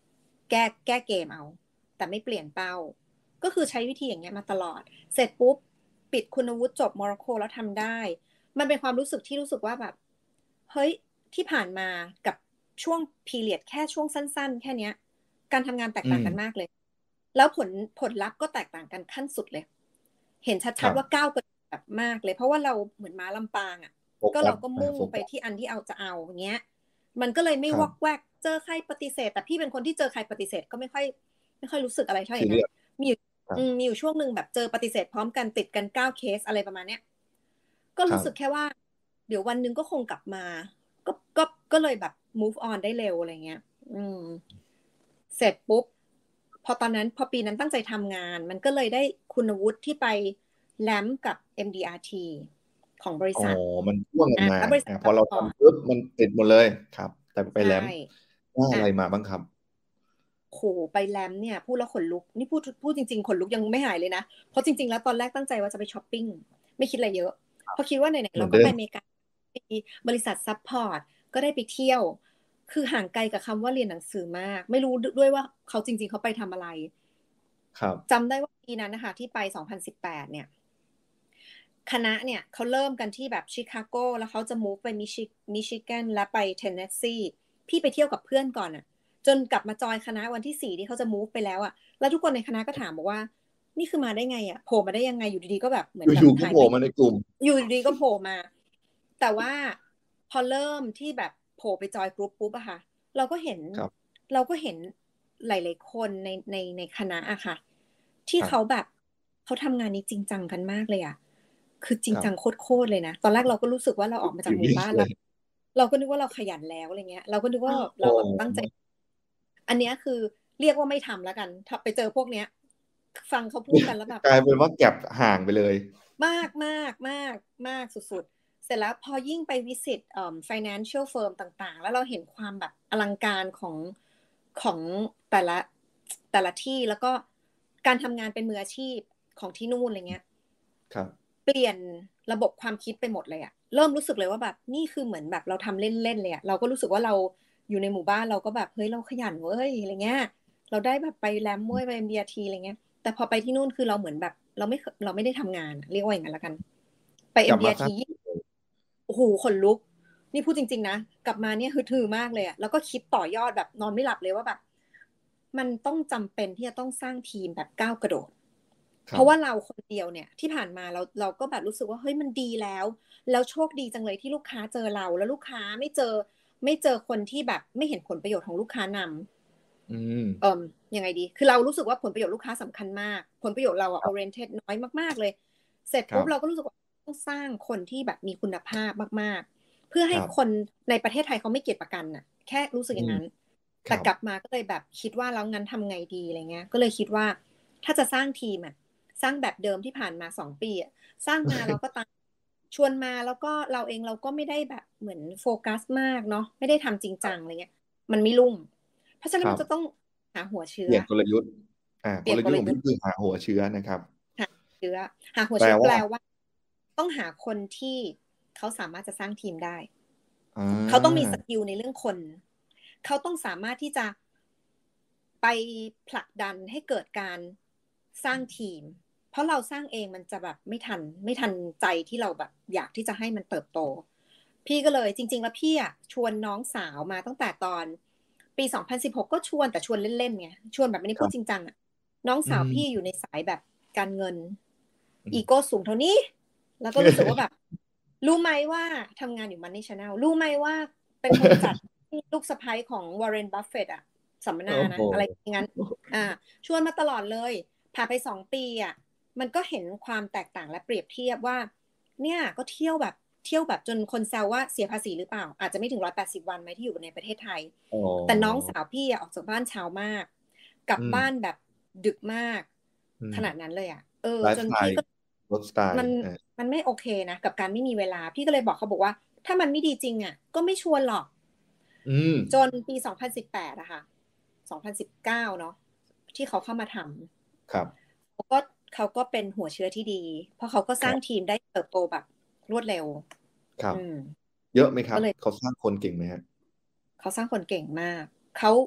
[SPEAKER 3] แก้แก้เกมเอาแต่ไม่เปลี่ยนเป้าก็คือใช้วิธีอย่างเงี้ยมาตลอดเสร็จปุ๊บปิดคุณวุฒิจบโมร็อกโกแล้วทำได้มันเป็นความรู้สึกที่รู้สึกว่าแบบเฮ้ยที่ผ่านมากับช่วงพีเรียดแค่ช่วงสั้นๆแค่เนี้ยการทำงานแตกต่างกันมากเลยแล้วผลผลลัพธ์ก็แตกต่างกันขั้นสุดเลยเห็นชัดๆว่าก้าวกระโดดแบบมากเลยเพราะว่าเราเหมือนม้าลำปางอ่ะก็เราก็มุ่งไปที่อันที่เอาจะเอาอย่างเงี้ยมันก็เลยไม่วอกแวกเจอใครปฏิเสธแต่พี่เป็นคนที่เจอใครปฏิเสธก็ไม่ค่อยไม่ค่อยรู้สึกอะไรเท่าไหร่นะมีอยู่มีอยู่ช่วงนึงแบบเจอปฏิเสธพร้อมกันติดกันเก้าเคสอะไรประมาณเนี้ยก็รู้สึกแค่ว่าเดี๋ยววันนึงก็คงกลับมาก็ก็ก็เลยแบบ move on ได้เร็วอะไรเงี้ยอืมเสร็จปุ๊บพอตอนนั้นพอปีนั้นตั้งใจทำงานมันก็เลยได้คุณวุฒิที่ไปแลมกับ เอ็ม ดี อาร์ ที ของบริษัท
[SPEAKER 2] อ๋อมันพ่วงกันมาพอเราทำปุ๊บมันติดหมดเลยครับแต่ไปแลมได้อะไรมาบ้างครับ
[SPEAKER 3] โหไปแลมเนี่ยพูดแล้วขนลุกนี่พูดพูดจริงๆขนลุกยังไม่หายเลยนะเพราะจริงๆแล้วตอนแรกตั้งใจว่าจะไปช้อปปิ้งไม่คิดอะไรเยอะเพราะคิดว่าไหนๆเราก็ไปอเมริกาบริษัทซัพพอร์ตก็ได้ไปเที่ยวคือห่างไกลกับคำว่าเรียนหนังสือมากไม่รู้ด้วยว่าเขาจริงๆเขาไปทำอะไร
[SPEAKER 2] ครับ
[SPEAKER 3] จำได้ว่าปีนั้นนะคะที่ไปสองพันสิบแปดเนี่ยคณะเนี่ยเขาเริ่มกันที่แบบชิคาโกแล้วเขาจะ move ไปมิชิมิชิแกนและไปเทนเนสซีพี่ไปเที่ยวกับเพื่อนก่อนอะจนกลับมาจอยคณะวันที่สี่ที่เขาจะ move ไปแล้วอะแล้วทุกคนในคณะก็ถามบอกว่านี่คือมาได้ไงอะโผล่มาได้ยังไงอยู่ดีๆก็แบบเหมือนแบบ
[SPEAKER 2] อยู่ๆก็โผล่มาในกลุ่ม
[SPEAKER 3] อยู่ดีๆก็โผล่มาแต่ว่าพอเริ่มที่แบบโผล่ไปจอยกรุ๊ปปุ๊บอะค่ะเราก็เห็นเราก็เห็นหลายๆคนในในในคณะอะค่ะที่เขาแบบเขาทำงานนี้จริงจังกันมากเลยอะคือจริงจังโคตรๆเลยนะตอนแรกเราก็รู้สึกว่าเราออกมาจากหมู่บ้านเราเราก็นึกว่าเราขยันแล้วอะไรเงี้ยเราก็นึกว่าเราแบบตั้งใจอันนี้คือเรียกว่าไม่ทำแล้วกันถ้าไปเจอพวกเนี้ยฟังเขาพูดกันแล้วแบบ
[SPEAKER 2] กลายเป็นว่าแก็บห่างไปเลย
[SPEAKER 3] มากมากมากมากสุดๆเสร็จแล้วพอยิ่งไปวิสิตเอ่อ financial firm ต่างๆแล้วเราเห็นความแบบอลังการของของแต่ละแต่ละที่แล้วก็การทำงานเป็นมืออาชีพของที่นู่นอะไรเงี้ย
[SPEAKER 2] ครับ
[SPEAKER 3] เปลี่ยนระบบความคิดไปหมดเลยอะเริ่มรู้สึกเลยว่าแบบนี่คือเหมือนแบบเราทำเล่นๆเลยอะเราก็รู้สึกว่าเราอยู่ในหมู่บ้านเราก็แบบเฮ้ยเราขยันเว้ยอะไรเงี้ยเราได้แบบไปแลมเว้ยไป เอ็ม ดี อาร์ ที อะไรเงี้ยแต่พอไปที่นู่นคือเราเหมือนแบบเราไม่เราไม่ได้ทำงานเรียกว่าอย่างนั้นละกันไป เอ็ม ดี อาร์ ที โอ้โหขนลุกนี่พูดจริงๆนะกลับมาเนี่ยฮึดหือมากเลยอะแล้วก็คิดต่อยอดแบบนอนไม่หลับเลยว่าแบบมันต้องจำเป็นที่จะต้องสร้างทีมแบบก้าวกระโดดเพราะว่าเราคนเดียวเนี่ยที่ผ่านมาเราเราก็แบบรู้สึกว่าเฮ้ยมันดีแล้วแล้วโชคดีจังเลยที่ลูกค้าเจอเราแล้วลูกค้าไม่เจอไม่เจอคนที่แบบไม่เห็นผลประโยชน์ของลูกค้านำอืมเอ่อยังไงดีคือเรารู้สึกว่าผลประโยชน์ลูกค้าสำคัญมากผลประโยชน์เราอะ oriented น้อยมากๆเลยเสร็จปุ๊บเราก็รู้สึกว่าต้องสร้างคนที่แบบมีคุณภาพมากๆเพื่อให้คนในประเทศไทยเขาไม่เกลียดประกันน่ะแค่รู้สึกอย่างนั้นแต่กลับมาก็เลยแบบคิดว่าแล้วงั้นทำไงดีอะไรเงี้ยก็เลยคิดว่าถ้าจะสร้างทีมอะสร้างแบบเดิมที่ผ่านมาสองปีอะสร้างมาเราก็ตามชวนมาแล้วก็เราเองเราก็ไม่ได้แบบเหมือนโฟกัสมากเนาะไม่ได้ทำจริงจังอะไรเงี้ยมันไม่รุ่งเพราะฉะนั้นมันจะต้องหาหัวเชื้อ
[SPEAKER 2] เปลี่ยนกลยุทธ์อ่ากลยุทธ์ของพี่คือหาหัวเชื้อนะครับ
[SPEAKER 3] หาเชื้อหาหัวเชื้อแปลว่าต้องหาคนที่เขาสามารถจะสร้างทีมได้เขาต้องมีสกิลในเรื่องคนเขาต้องสามารถที่จะไปผลักดันให้เกิดการสร้างทีมเพราะเราสร้างเองมันจะแบบไม่ทันไม่ทันใจที่เราแบบอยากที่จะให้มันเติบโตพี่ก็เลยจริงๆแล้วพี่อ่ะชวนน้องสาวมาตั้งแต่ตอนปีสองพันสิบหกก็ชวนแต่ชวนเล่นๆไงชวนแบบไม่ได้พูดจริงจังอ่ะน้องสาวพี่อยู่ในสายแบบการเงินอีโก้สูงเท่านี้แล้วก็รู้สึกว่าแบบรู้ไหมว่าทำงานอยู่มันนี่ชาแนลรู้ไหมว่าเป็นคนจัดลูกสะใภ้ของวอร์เรนบัฟเฟตต์อ่ะสัมมนานะอะไรอย่างนั้นอ่าชวนมาตลอดเลยผ่านไปสองปีอ่ะมันก็เห็นความแตกต่างและเปรียบเทียบว่าเนี่ยก็เที่ยวแบบเที่ยวแบบจนคนแซวว่าเสียภาษีหรือเปล่าอาจจะไม่ถึงหนึ่งร้อยแปดสิบวันไหมที่อยู่ในประเทศไทยแต่น้องสาวพี่ออกจากบ้านเช้ามากกลับบ้านแบบดึกมากขนาดนั้นเลยอ่ะเออจนพี่ก็มันมันไม่โอเคนะกับการไม่มีเวลาพี่ก็เลยบอกเขาบอกว่าถ้ามันไม่ดีจริงอ่ะก็ไม่ชวนหรอกจนปีสองพันสิบแปดอะค่ะสองพันสิบเก้าเนาะที่เขาเข้ามาทำ
[SPEAKER 2] ครับ
[SPEAKER 3] เขาก็เขาก็เป็นหัวเชื้อที่ดีเพราะเขาก็สร้างทีมได้เติบโตแบบรวดเร็ว
[SPEAKER 2] ครับเยอะไหมครับเขาสร้างคนเก่งไหมฮะ
[SPEAKER 3] เขาสร้างคนเก่งมากเขา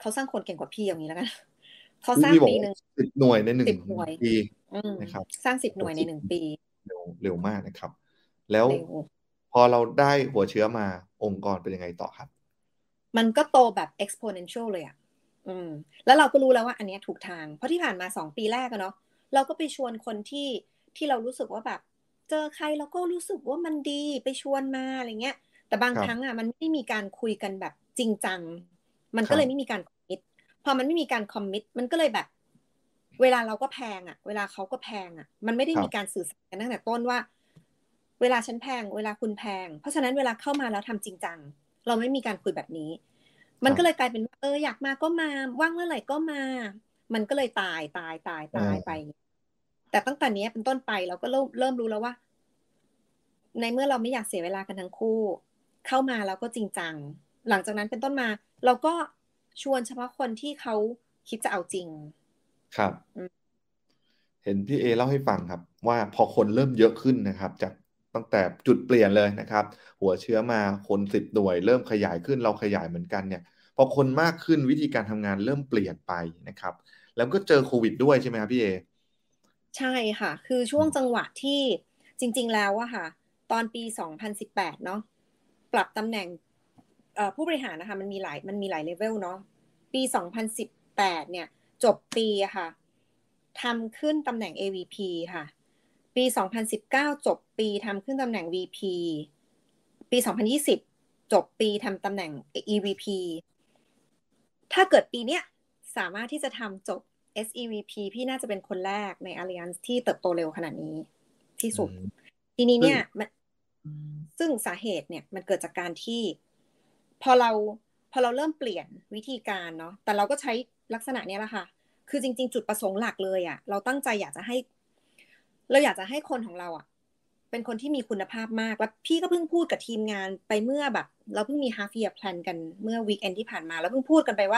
[SPEAKER 3] เขาสร้างคนเก่งกว่าพี่อย่างนี้แล้วกันเขาสร้าง
[SPEAKER 2] พี่บอก
[SPEAKER 3] ปีหนึ่ง
[SPEAKER 2] สิบหน่วยในหนึ่ง
[SPEAKER 3] สิบหน่วย
[SPEAKER 2] ปี
[SPEAKER 3] อืม
[SPEAKER 2] นะครับ
[SPEAKER 3] สร้างสิบห
[SPEAKER 2] โอ้
[SPEAKER 3] น่วยใน
[SPEAKER 2] สิบ
[SPEAKER 3] หนึ่งปี
[SPEAKER 2] เร็วเร็วมากนะครับแล้ว
[SPEAKER 3] เร็ว
[SPEAKER 2] พอเราได้หัวเชื้อมาองค์กรเป็นยังไงต่อครับ
[SPEAKER 3] มันก็โตแบบ exponential เลยอ่ะอืมแล้วเราก็รู้แล้วว่าอันเนี้ยถูกทางเพราะที่ผ่านมาสองปีแรกอะเนาะเราก็ไปชวนคนที่ที่เรารู้สึกว่าแบบเจอใครเราก็รู้สึกว่ามันดีไปชวนมาอะไรเงี้ยแต่บาง
[SPEAKER 2] ครับ
[SPEAKER 3] ครั้งอ่ะมันไม่ได้มีการคุยกันแบบจริงจังมัน
[SPEAKER 2] ครับ
[SPEAKER 3] ก็เลยไม่มีการคอมมิตพอมันไม่มีการคอมมิตมันก็เลยแบบเวลาเราก็แพงอ่ะเวลาเขาก็แพงอ่ะมันไม่ได้
[SPEAKER 2] ครับ
[SPEAKER 3] มีการสื่อสารกันตั้งแต่ต้นว่าเวลาฉันแพงเวลาคุณแพงเพราะฉะนั้นเวลาเข้ามาแล้วทำจริงจังเราไม่มีการคุยแบบนี้มันก็เลยกลายเป็นว่าเอออยากมาก็มาว่างเมื่อไหร่ก็มามันก็เลยตายตายตายตายไปแต่ตั้งแต่นี้เป็นต้นไปเราก็เริ่มเริ่มรู้แล้วว่าในเมื่อเราไม่อยากเสียเวลากันทั้งคู่เข้ามาแล้วก็จริงจังหลังจากนั้นเป็นต้นมาเราก็ชวนเฉพาะคนที่เขาคิดจะเอาจริง
[SPEAKER 2] ครับเห็นพี่เอเล่าให้ฟังครับว่าพอคนเริ่มเยอะขึ้นนะครับจากตั้งแต่จุดเปลี่ยนเลยนะครับหัวเชื้อมาคนสิบหน่วยเริ่มขยายขึ้นเราขยายเหมือนกันเนี่ยพอคนมากขึ้นวิธีการทำงานเริ่มเปลี่ยนไปนะครับแล้วก็เจอโควิดด้วยใช่ไหมครับพี่เอ
[SPEAKER 3] ใช่ค่ะคือช่วงจังหวะที่จริงๆแล้วอะค่ะตอนปีสองพันสิบแปดเนาะปรับตำแหน่งผู้บริหารนะคะมันมีหลายมันมีหลายเลเวลเนาะปีสองพันสิบแปดเนี่ยจบปีอะค่ะทำขึ้นตำแหน่ง เอ วี พี ค่ะปีสองพันสิบเก้าจบปีทำขึ้นตำแหน่ง วี พี ปีสองพันยี่สิบจบปีทำตำแหน่ง อี วี พี ถ้าเกิดปีเนี้ยสามารถที่จะทำจบ เอส อี วี พี พี่น่าจะเป็นคนแรกใน Alliance ที่เติบโตเร็วขนาดนี้ที่สุดทีนี้เนี่ยมันซึ่งสาเหตุเนี่ยมันเกิดจากการที่พอเราพอเราเริ่มเปลี่ยนวิธีการเนาะแต่เราก็ใช้ลักษณะนี้แหละค่ะคือจริงๆจุดประสงค์หลักเลยอะเราตั้งใจอยากจะให้เราอยากจะให้คนของเราอะเป็นคนที่มีคุณภาพมากแล้วพี่ก็เพิ่งพูดกับทีมงานไปเมื่อแบบเราเพิ่งมี half year plan กันเมื่อ weekend ที่ผ่านมาแล้วเพิ่งพูดกันไปว่า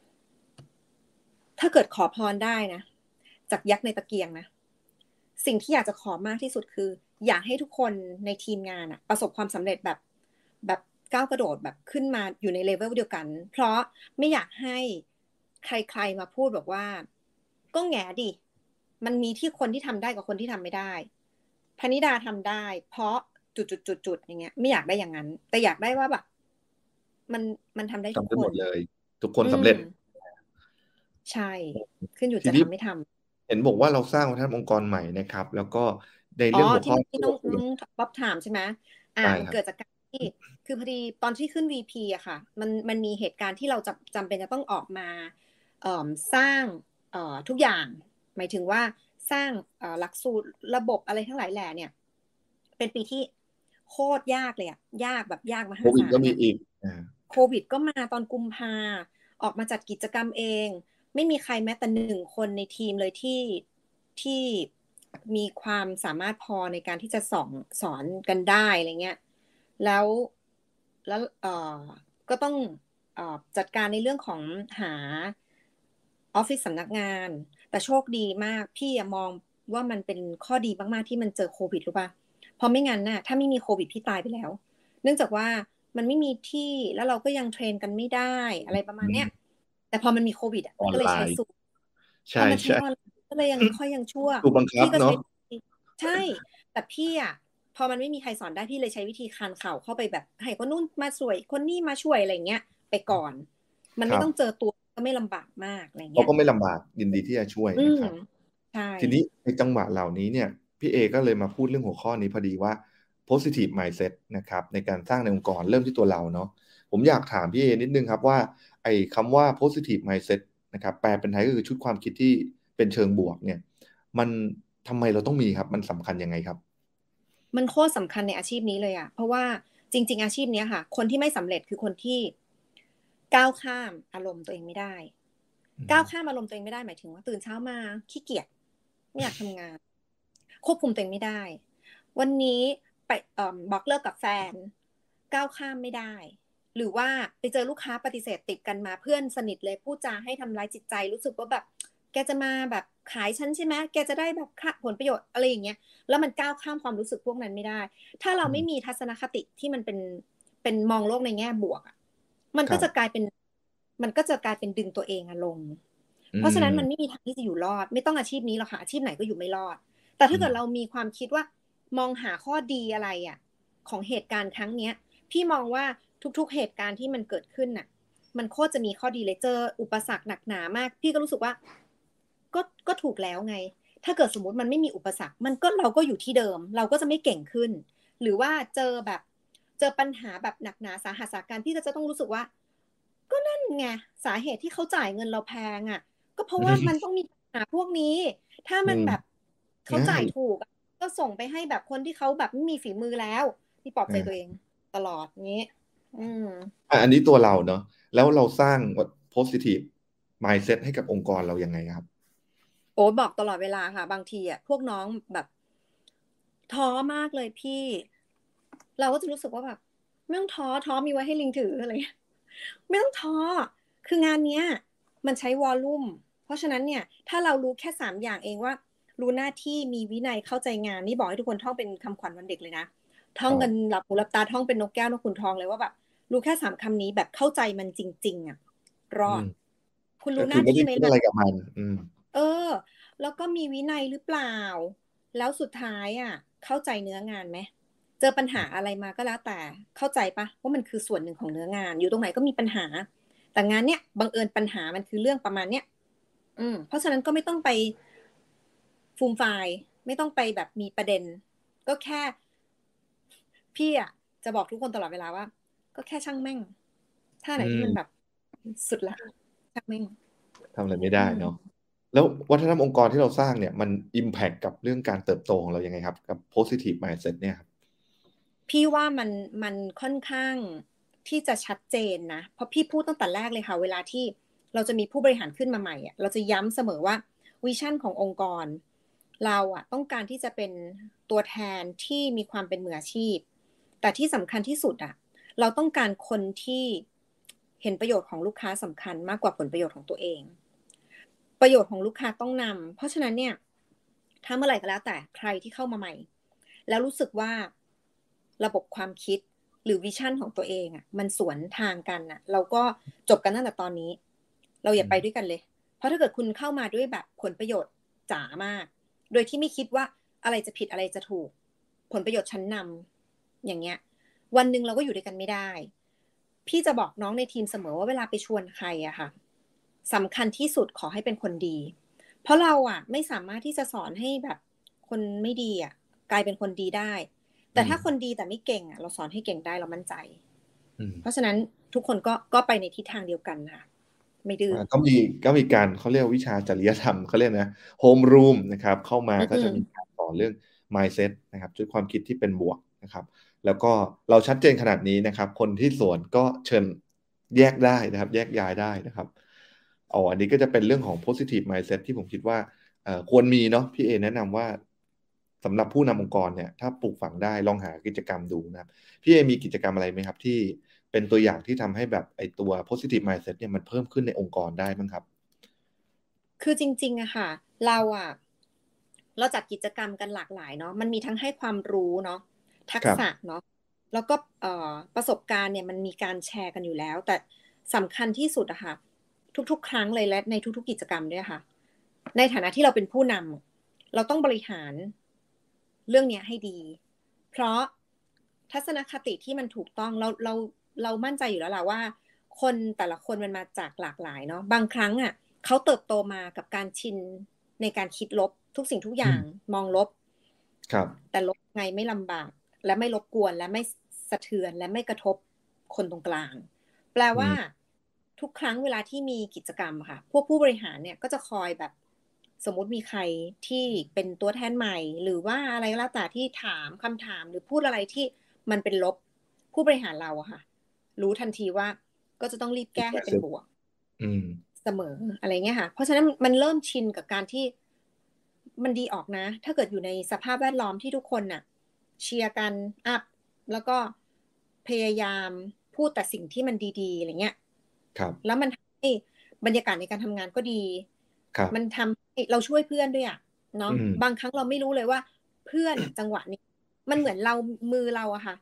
[SPEAKER 3] ถ้าเกิดขอพรได้นะจากยักษ์ในตะเกียงนะสิ่งที่อยากจะขอมากที่สุดคืออยากให้ทุกคนในทีมงานอะประสบความสำเร็จแบบแบบก้าวกระโดดแบบขึ้นมาอยู่ในเลเวลเดียวกันเพราะไม่อยากให้ใครๆมาพูดบอกว่าก็แง่ดิมันมีที่คนที่ทำได้กับคนที่ทำไม่ได้พนิดาทำได้เพราะจุดๆๆๆอย่างเงี้ยไม่อยากได้อย่างนั้นแต่อยากได้ว่าแบบมันมันทำได้ทุก
[SPEAKER 2] ทำได้
[SPEAKER 3] คน
[SPEAKER 2] หมดเลยทุกคนสำเร็จ
[SPEAKER 3] ใช่ขึ้นอยู่
[SPEAKER 2] ทีนี้
[SPEAKER 3] จะทำไม่ทำ
[SPEAKER 2] เห็นบอกว่าเราสร้างวัฒนธรรมองค์กรใหม่นะครับแล้วก็ใน
[SPEAKER 3] อ๋อ
[SPEAKER 2] เรื่องหัวข้อ
[SPEAKER 3] ที่เมื่อกี้
[SPEAKER 2] ที่เราคุย
[SPEAKER 3] น้องน้องป๊อบถามใช่ไหมอ่า
[SPEAKER 2] ได้ครับ
[SPEAKER 3] มันเกิดจากการที่คือพอดีตอนที่ขึ้น วี พี อะค่ะมันมันมีเหตุการณ์ที่เราจำจำเป็นจะต้องออกมาเอ่อสร้างเอ่อทุกอย่างหมายถึงว่าสร้างเอ่อหลักสูตรระบบอะไรทั้งหลายแหล่เนี่ยเป็นปีที่โคตรยากเลยอะยากแบบยากม
[SPEAKER 2] โควิด
[SPEAKER 3] หาศาลอะ
[SPEAKER 2] ก็มีอีกอ่า
[SPEAKER 3] โควิดก็มาตอนกุมภาออกมาจัดกิจกรรมเองไม่มีใครแม้แต่หนึ่งคนในทีมเลยที่ที่มีความสามารถพอในการที่จะสอนสอนกันได้อะไรเงี้ยแล้วแล้วเอ่อก็ต้องเอ่อจัดการในเรื่องของหาออฟฟิศสำนักงานแต่โชคดีมากพี่มองว่ามันเป็นข้อดีมากๆที่มันเจอโควิดรู้ป่ะเพราะไม่งั้นน่ะถ้าไม่มีโควิดพี่ตายไปแล้วเนื่องจากว่ามันไม่มีที่แล้วเราก็ยังเทรนกันไม่ได้อะไรประมาณเนี้ยแต่พอมันมีโควิดอ่ะ
[SPEAKER 2] ออนไล
[SPEAKER 3] ก็เลยใช้
[SPEAKER 2] น์
[SPEAKER 3] สูตรพ
[SPEAKER 2] ใช่
[SPEAKER 3] อมันใช้
[SPEAKER 2] ใช่
[SPEAKER 3] ออนไลน์ก็เลยยังค่อยยังชั่ว
[SPEAKER 2] ถูกบังคับ
[SPEAKER 3] พี่ก็ใช้
[SPEAKER 2] เนาะ
[SPEAKER 3] ใช่แต่พี่อ่ะพอมันไม่มีใครสอนได้พี่เลยใช้วิธีคานเข่าเข้าไปแบบให้คนนู้นมาช่วยคนนี้มาช่วยอะไรเงี้ยไปก่อนมัน
[SPEAKER 2] ครับ
[SPEAKER 3] ไม่ต้องเจอตัวก็ไม่ลำบากมากอะไร
[SPEAKER 2] เรา
[SPEAKER 3] เงี้ย
[SPEAKER 2] ก็ไม่ลำบากยินดีที่จะช่วย
[SPEAKER 3] อืม
[SPEAKER 2] นะครับ
[SPEAKER 3] ใช่
[SPEAKER 2] ทีนี้ในจังหวะเหล่านี้เนี่ยพี่เอก็เลยมาพูดเรื่องหัวข้อนี้พอดีว่า positive mindset นะครับในการสร้างในองค์กรเริ่มที่ตัวเราเนาะผมอยากถามพี่เอนิดนึงครับว่าไอ้คำว่า positive mindset นะครับแปลเป็นไทยก็คือชุดความคิดที่เป็นเชิงบวกเนี่ยมันทำไมเราต้องมีครับมันสำคัญยังไงครับ
[SPEAKER 3] มันโคตรสำคัญในอาชีพนี้เลยอะเพราะว่าจริงๆอาชีพนี้ค่ะคนที่ไม่สำเร็จคือคนที่ก้าวข้ามอารมณ์ตัวเองไม่ได้ก้าวข้ามอารมณ์ตัวเองไม่ได้หมายถึงว่าตื่นเช้ามาขี้เกียจไม่อยากทำงานควบคุมตัวเองไม่ได้วันนี้ไปเอ่อบอกเลิกกับแฟนก้าวข้ามไม่ได้หรือว่าไปเจอลูกค้าปฏิเสธติดกันมาเพื่อนสนิทเลยพูดจาให้ทำร้ายจิตใจรู้สึกว่าแบบแกจะมาแบบขายฉันใช่ไหมแกจะได้แบบค่าผลประโยชน์อะไรอย่างเงี้ยแล้วมันก้าวข้ามความรู้สึกพวกนั้นไม่ได้ถ้าเราไม่มีทัศนคติที่มันเป็นเป็นมองโลกในแง่บวกอ่ะมันก็จะกลายเป็นมันก็จะกลายเป็นดึงตัวเองอะลงเพราะฉะนั้นมันไม่มีทางที่จะอยู่รอดไม่ต้องอาชีพนี้หรอกค่ะอาชีพไหนก็อยู่ไม่รอดแต่ถ้าเกิดเรามีความคิดว่ามองหาข้อดีอะไรอ่ะของเหตุการณ์ครั้งเนี้ยพี่มองว่าทุกๆเหตุการณ์ที่มันเกิดขึ้นน่ะมันโคตรจะมีข้อดีเลยเจออุปสรรคหนักหนามากพี่ก็รู้สึกว่าก็ก็ถูกแล้วไงถ้าเกิดสมมติมันไม่มีอุปสรรคมันก็เราก็อยู่ที่เดิมเราก็จะไม่เก่งขึ้นหรือว่าเจอแบบเจอปัญหาแบบหนักหนาสาหัสสาการพี่ก็จะต้องรู้สึกว่าก็นั่นไงสาเหตุที่เขาจ่ายเงินเราแพงอ่ะก็เพราะว่ามันต้องมีปัญหาพวกนี้ถ้ามันแบบเขาจ่ายถูกก็ส่งไปให้แบบคนที่เขาแบบไม่มีฝีมือแล้วที่ปลอบใจตัวเองตลอดงี้อืม
[SPEAKER 2] อันนี้ตัวเราเนาะแล้วเราสร้าง positive mindset ให้กับองค์กรเรายังไงครับ
[SPEAKER 3] โอ้บอกตลอดเวลาค่ะบางทีอ่ะพวกน้องแบบท้อมากเลยพี่เราก็จะรู้สึกว่าแบบไม่ต้องท้อท้อมีไว้ให้ลิงถืออะไรไม่ต้องท้อคืองานเนี้ยมันใช้วอลลุ่มเพราะฉะนั้นเนี่ยถ้าเรารู้แค่สามอย่างเองว่ารู้หน้าที่มีวินัยเข้าใจงานนี่บอกให้ทุกคนท่องเป็นคำขวัญวันเด็กเลยนะท่องกันหลับหูหลับตาท่องเป็นนกแก้วนกขุนทองเลยว่าแบบรู้แค่สามคำนี้แบบเข้าใจมันจริงๆอ่ะรอดคุณรู้หน้าที่ไหมล่ะ
[SPEAKER 2] อะไรกับมัน
[SPEAKER 3] เออแล้วก็มีวินัยหรือเปล่าแล้วสุดท้ายอ่ะเข้าใจเนื้องานไหมเจอปัญหาอะไรมาก็แล้วแต่เข้าใจปะว่ามันคือส่วนหนึ่งของเนื้องานอยู่ตรงไหนก็มีปัญหาแต่งานเนี้ยบังเอิญปัญหามันคือเรื่องประมาณเนี้ยอืมเพราะฉะนั้นก็ไม่ต้องไปฟูมไฟล์ไม่ต้องไปแบบมีประเด็นก็แค่พี่อ่ะจะบอกทุกคนตลอดเวลาว่าก็แค่ช่างแม่งถ้าไหนที่มันแบบสุดละช่างแม่ง
[SPEAKER 2] ทำอะไรไม่ได้เนาะแล้ววัฒนธรรมองค์กรที่เราสร้างเนี่ยมัน impact กับเรื่องการเติบโตของเรายังไงครับกับ positive mindset เนี่ยครับ
[SPEAKER 3] พี่ว่ามันมันค่อนข้างที่จะชัดเจนนะเพราะพี่พูดตั้งแต่แรกเลยค่ะเวลาที่เราจะมีผู้บริหารขึ้นมาใหม่อ่ะเราจะย้ำเสมอว่าวิชั่นขององค์กรเราอ่ะต้องการที่จะเป็นตัวแทนที่มีความเป็นมืออาชีพแต่ที่สำคัญที่สุดอ่ะเราต้องการคนที่เห็นประโยชน์ของลูกค้าสำคัญมากกว่าผลประโยชน์ของตัวเองประโยชน์ของลูกค้าต้องนำเพราะฉะนั้นเนี่ยถ้าเมื่อไหร่ก็แล้วแต่ใครที่เข้ามาใหม่แล้วรู้สึกว่าระบบความคิดหรือวิชั่นของตัวเองอ่ะมันสวนทางกันอ่ะเราก็จบกันตั้งแต่ตอนนี้เราอย่าไปด้วยกันเลยเพราะถ้าเกิดคุณเข้ามาด้วยแบบผลประโยชน์จ๋ามากโดยที่ไม่คิดว่าอะไรจะผิดอะไรจะถูกผลประโยชน์ชั้นนำอย่างเงี้ยวันหนึ่งเราก็อยู่ด้วยกันไม่ได้พี่จะบอกน้องในทีมเสมอว่าเวลาไปชวนใครอะค่ะสำคัญที่สุดขอให้เป็นคนดีเพราะเราอะไม่สามารถที่จะสอนให้แบบคนไม่ดีอะกลายเป็นคนดีได้แต่ถ้าคนดีแต่ไม่เก่งอ่ะเราสอนให้เก่งได้เรามั่นใจเพราะฉะนั้นทุกคนก็ก็ไปในทิศทางเดียวกันค่ะไม่ดื้อ
[SPEAKER 2] ก็มีก็มีการเขาเรียกวิชาจริยธรรมเขาเรียกนะโฮมรูมนะครับเข้ามาก็จะมีการสอนเรื่อง mindset นะครับจุดความคิดที่เป็นบวกนะครับแล้วก็เราชัดเจนขนาดนี้นะครับคนที่สวนก็เชิญแยกได้นะครับแยกย้ายได้นะครับอ๋ออันนี้ก็จะเป็นเรื่องของ positive mindset ที่ผมคิดว่าควรมีเนาะพี่เอแนะนำว่าสำหรับผู้นำองค์กรเนี่ยถ้าปลูกฝังได้ลองหากิจกรรมดูนะครับพี่เอมีกิจกรรมอะไรไหมครับที่เป็นตัวอย่างที่ทำให้แบบไอตัว positive mindset เนี่ยมันเพิ่มขึ้นในองค์กรได้มั้งครับ
[SPEAKER 3] คือจริงๆอะค่ะเราอะเราจัดกิจกรรมกันหลากหลายเนาะมันมีทั้งให้ความรู้เนาะทักษะเนาะแล้วก็ประสบการณ์เนี่ยมันมีการแชร์กันอยู่แล้วแต่สำคัญที่สุดอะค่ะทุกๆครั้งเลยและในทุกๆกิจกรรมด้วยค่ะในฐานะที่เราเป็นผู้นำเราต้องบริหารเรื่องนี้ให้ดีเพราะทัศนคติที่มันถูกต้องเราเราเรามั่นใจอยู่แล้วล่ะว่าคนแต่ละคนมันมาจากหลากหลายเนาะบางครั้งอ่ะเขาเติบโตมากับการชินในการคิดลบทุกสิ่งทุกอย่างมองลบ
[SPEAKER 2] ครับ
[SPEAKER 3] แต่ลบไงไม่ลำบากและไม่รบกวนและไม่สะเทือนและไม่กระทบคนตรงกลางแปลว่าทุกครั้งเวลาที่มีกิจกรรมค่ะพวกผู้บริหารเนี่ยก็จะคอยแบบสมมุติมีใครที่เป็นตัวแทนใหม่หรือว่าอะไรก็แล้วแต่ที่ถามคำถามหรือพูดอะไรที่มันเป็นลบผู้บริหารเราอะค่ะรู้ทันทีว่าก็จะต้องรีบแก้ให้เป็นบวกเสมออะไรเงี้ยค่ะเพราะฉะนั้นมันเริ่มชินกับการที่มันดีออกนะถ้าเกิดอยู่ในสภาพแวดล้อมที่ทุกคนน่ะเชียร์กันอัพแล้วก็พยายามพูดแต่สิ่งที่มันดีๆอะไรเงี้ยแล้วมันให้บรรยากาศในการทำงานก็ดีมันทำให้เราช่วยเพื่อนด้วยอ่ะเนาะบางครั้งเราไม่รู้เลยว่าเพื่อนจังหวะนี้มันเหมือนเรามือเราอะค่ะ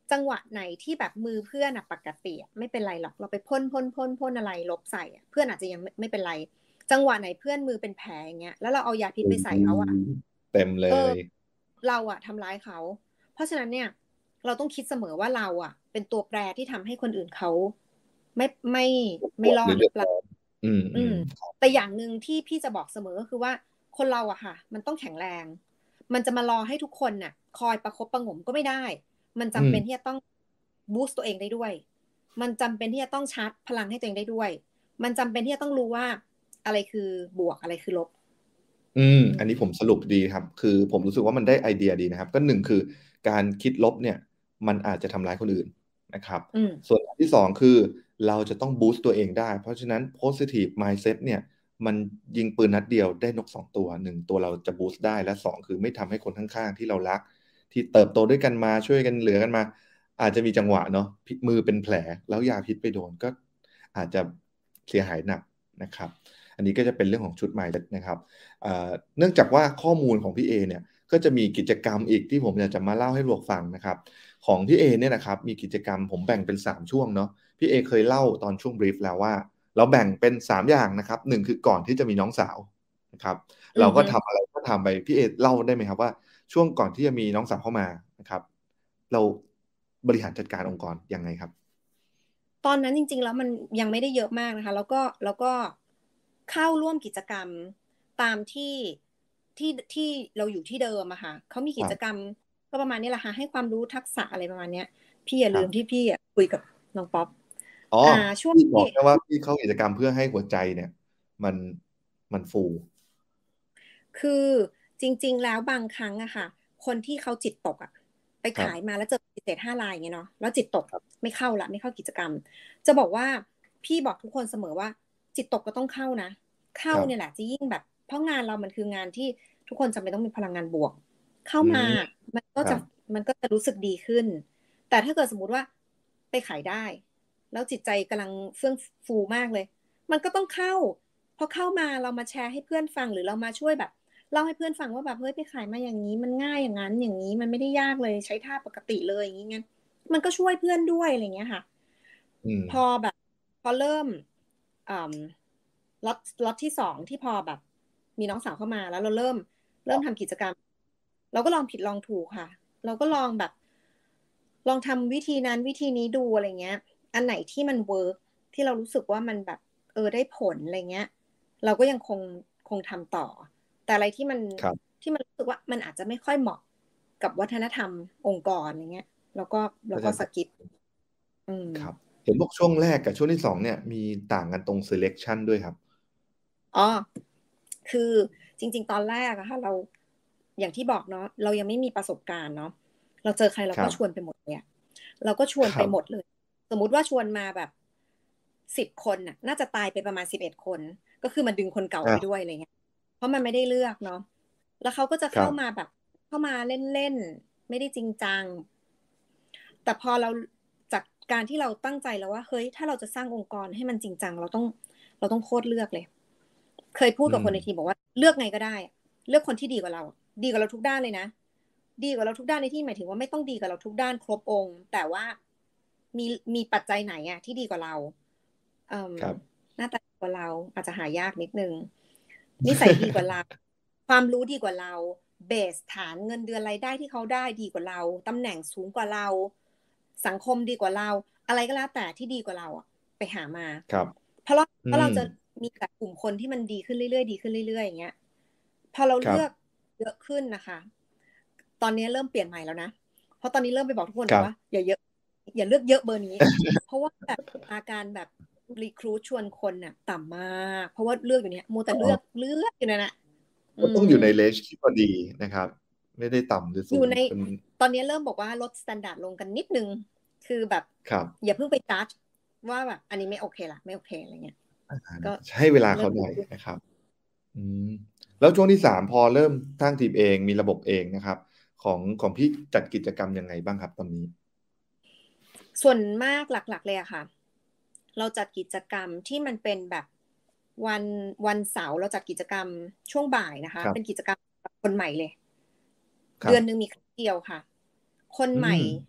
[SPEAKER 3] จังหวะไหนที่แบบมือเพื่อนอะปกติไม่เป็นไรหรอกเราไปพ่นพ่นพ่นพ่นอะไรลบใส่เพื่อนอาจจะยังไม่เป็นไรจังหวะไหนเพื่อนมือเป็นแผลอย่างเงี้ยแล้วเราเอายาพิษไปใส่เขาอะ
[SPEAKER 2] เต็มเล
[SPEAKER 3] เออย เราอะทำร้ายเขาเพราะฉะนั้นเนี่ยเราต้องคิดเสมอว่าเราอะเป็นตัวแปรที่ทำให้คนอื่นเขาไม่ไม่ไม่รอดหรือเปล่า
[SPEAKER 2] อืมอืม
[SPEAKER 3] แต่อย่างหนึ่งที่พี่จะบอกเสมอก็คือว่าคนเราอะค่ะมันต้องแข็งแรงมันจะมารอให้ทุกคนน่ะคอยประคบประหงมก็ไม่ได้มันจำเป็นที่จะต้องบูสต์ตัวเองได้ด้วยมันจำเป็นที่จะต้องชาร์จพลังให้ตัวเองได้ด้วยมันจำเป็นที่จะต้องรู้ว่าอะไรคือบวกอะไรคือลบ
[SPEAKER 2] อืมอันนี้ผมสรุปดีครับคือผมรู้สึกว่ามันได้ไอเดียดีนะครับก็หนึ่งคือการคิดลบเนี่ยมันอาจจะทำร้ายคนอื่นนะครับส่วนที่สองคือเราจะต้องบูสต์ตัวเองได้เพราะฉะนั้น positive mindset เนี่ยมันยิงปืนนัดเดียวได้นกสองตัวหนึ่งตัวเราจะบูสต์ได้และสองคือไม่ทำให้คนข้างๆที่เรารักที่เติบโตด้วยกันมาช่วยกันเหลือกันมาอาจจะมีจังหวะเนาะมือเป็นแผลแล้วยาพิษไปโดนก็อาจจะเสียหายหนักนะครับอันนี้ก็จะเป็นเรื่องของชุด mindset นะครับเนื่องจากว่าข้อมูลของพี่เอเนี่ยก็จะมีกิจกรรมอีกที่ผมอยากจะมาเล่าให้พวกฟังนะครับของพี่เอเนี่ยนะครับมีกิจกรรมผมแบ่งเป็นสามช่วงเนาะพี่เอเคยเล่าตอนช่วงบรีฟแล้วว่าเราแบ่งเป็นสามอย่างนะครับหนึ่งคือก่อนที่จะมีน้องสาวนะครับเราก็ทำอะไรก็ทำไปพี่เอเล่าได้ไหมครับว่าช่วงก่อนที่จะมีน้องสาวเข้ามานะครับเราบริหารจัดการองค์กรยังไงครับ
[SPEAKER 3] ตอนนั้นจริงๆแล้วมันยังไม่ได้เยอะมากนะคะแล้วก็แล้วก็เข้าร่วมกิจกรรมตามที่ที่ที่เราอยู่ที่เดิมอะค่ะเขามีกิจกรรมก็ประมาณนี้แหละค่ะให้ความรู้ทักษะอะไรประมาณนี้พี่อย่าลืมที่พี่คุยกับน้องป๊อป
[SPEAKER 2] อ๋อช่วงที่บอกแค่ว่าพี่เข้ากิจกรรมเพื่อให้หัวใจเนี่ยมันมันฟู
[SPEAKER 3] คือจริงๆแล้วบางครั้งอะค่ะคนที่เขาจิตตกอะไปขายมาแล้วเจอปฏิเสธห้ารายอย่างเงี้ยเนาะแล้วจิตตกไม่เข้าละไม่เข้ากิจกรรมจะบอกว่าพี่บอกทุกคนเสมอว่าจิตตกก็ต้องเข้านะเข้าเนี่ยแหละจะยิ่งแบบเพราะงานเรามันคืองานที่ทุกคนจำเป็นต้องมีพลังงานบวกเข้ามามันก็จะมันก็จะรู้สึกดีขึ้นแต่ถ้าเกิดสมมุติว่าไปขายได้แล้วจิตใจกำลังเฟื่องฟูมากเลยมันก็ต้องเข้าพอเข้ามาเรามาแชร์ให้เพื่อนฟังหรือเรามาช่วยแบบเล่าให้เพื่อนฟังว่าแบบเฮ้ยไปขายมาอย่างนี้มันง่ายอย่างนั้นอย่างนี้มันไม่ได้ยากเลยใช้ท่าปกติเลยอย่างนี้งั้นมันก็ช่วยเพื่อนด้วยอะไรเงี้ยค่ะพอแบบพอเริ่มล็อตล็อตที่สองที่พอแบบมีน้องสาวเข้ามาแล้วเราเริ่มเริ่มทำกิจกรรมเราก็ลองผิดลองถูกค่ะเราก็ลองแบบลองทำวิธีนั้นวิธีนี้ดูอะไรเงี้ยอันไหนที่มันเวิร์กที่เรารู้สึกว่ามันแบบเออได้ผลอะไรเงี้ยเราก็ยังคงคงทำต่อแต่อะไรที่มันที่มันรู้สึกว่ามันอาจจะไม่ค่อยเหมาะกับวัฒนธรรมองค์กรอย่างเงี้ยแล้วก็แล้วก็สกิป
[SPEAKER 2] ครับเห็นบอกช่วงแรกกับช่วงที่สองเนี่ยมีต่างกันตรง selection ด้วยครับ
[SPEAKER 3] อ๋อคือจริงๆตอนแรกอะค่ะเราอย่างที่บอกเนาะเรายังไม่มีประสบการณ์เนาะเราเจอใครเราก็ชวนไปหมดเนี่ยเราก็ชวนไปหมดเลยสมมุติว่าชวนมาแบบสิบคนน่ะน่าจะตายไปประมาณสิบเอ็ดคนก็คือมันดึงคนเก่าไปด้วยอะไรเงี้ยเพราะมันไม่ได้เลือกเนาะแล้วเขาก็จะเข้ามาแบบเข้ามาเล่นๆไม่ได้จริงจังแต่พอเราจากการที่เราตั้งใจแล้วว่าเฮ้ยถ้าเราจะสร้างองค์กรให้มันจริงจังเราต้องเราต้องโคตรเลือกเลยเคยพูดกับคนในทีมบอกว่าเลือกไงก็ได้เลือกคนที่ดีกว่าเราดีกว่าเราทุกด้านเลยนะดีกว่าเราทุกด้านในที่หมายถึงว่าไม่ต้องดีกว่าเราทุกด้านครบองค์แต่ว่ามีมีปัจจัยไหนอะที่ดีกว่าเราเอ่อหน้าตาดีกว่าเราอาจจะหายากนิดนึงนิสัยดีกว่าเราความรู้ดีกว่าเราเบสฐานเงินเดือนรายได้ที่เขาได้ดีกว่าเราตำแหน่งสูงกว่าเราสังคมดีกว่าเราอะไรก็แล้วแต่ที่ดีกว่าเราอะไปหามาเพราะเราเพราะเราจะมีแต่กลุ่มคนที่มันดีขึ้นเรื่อยๆดีขึ้นเรื่อยๆอย่างเงี้ยพอเราเลือกเยอะขึ้นนะคะตอนนี้เริ่มเปลี่ยนใหม่แล้วนะเพราะตอนนี้เริ่มไปบอกทุกคนว่าอย่าเยอะอย่าเลือกเยอะเบอร์นี้เพราะว่าแบบอาการแบบรีครูทชวนคนน่ะต่ำมากเพราะว่าเลือกอยู่เนี้ยมัวแต่เลือกเลือกอยู่นั่นแหละ
[SPEAKER 2] ก็ต้องอยู่ในเลนจ์ที่พอดีนะครับไม่ได้ต่ำหรือสูง
[SPEAKER 3] อยู่ในตอนนี้เริ่มบอกว่าลดสแตนดาร์ดลงกันนิดนึงคือแบบอย่าเพิ่งไปจัดว่าแบบอันนี้ไม่โอเคละไม่โอเคอะไรเงี้ย
[SPEAKER 2] ก็ให้เวลาเขาหน่อยนะครับอืมแล้วช่วงที่สามพอเริ่มสร้างทีมเองมีระบบเองนะครับของของพี่จัดกิจกรรมยังไงบ้างครับตอนนี้
[SPEAKER 3] ส่วนมากหลักๆเลยอะค่ะเราจัดกิจกรรมที่มันเป็นแบบวันวันเสาร์เราจัดกิจกรรมช่วงบ่ายนะคะเป็นกิจกรรมคนใหม่เลยเดือนนึงมีครั้งเดียวค่ะคนใหม่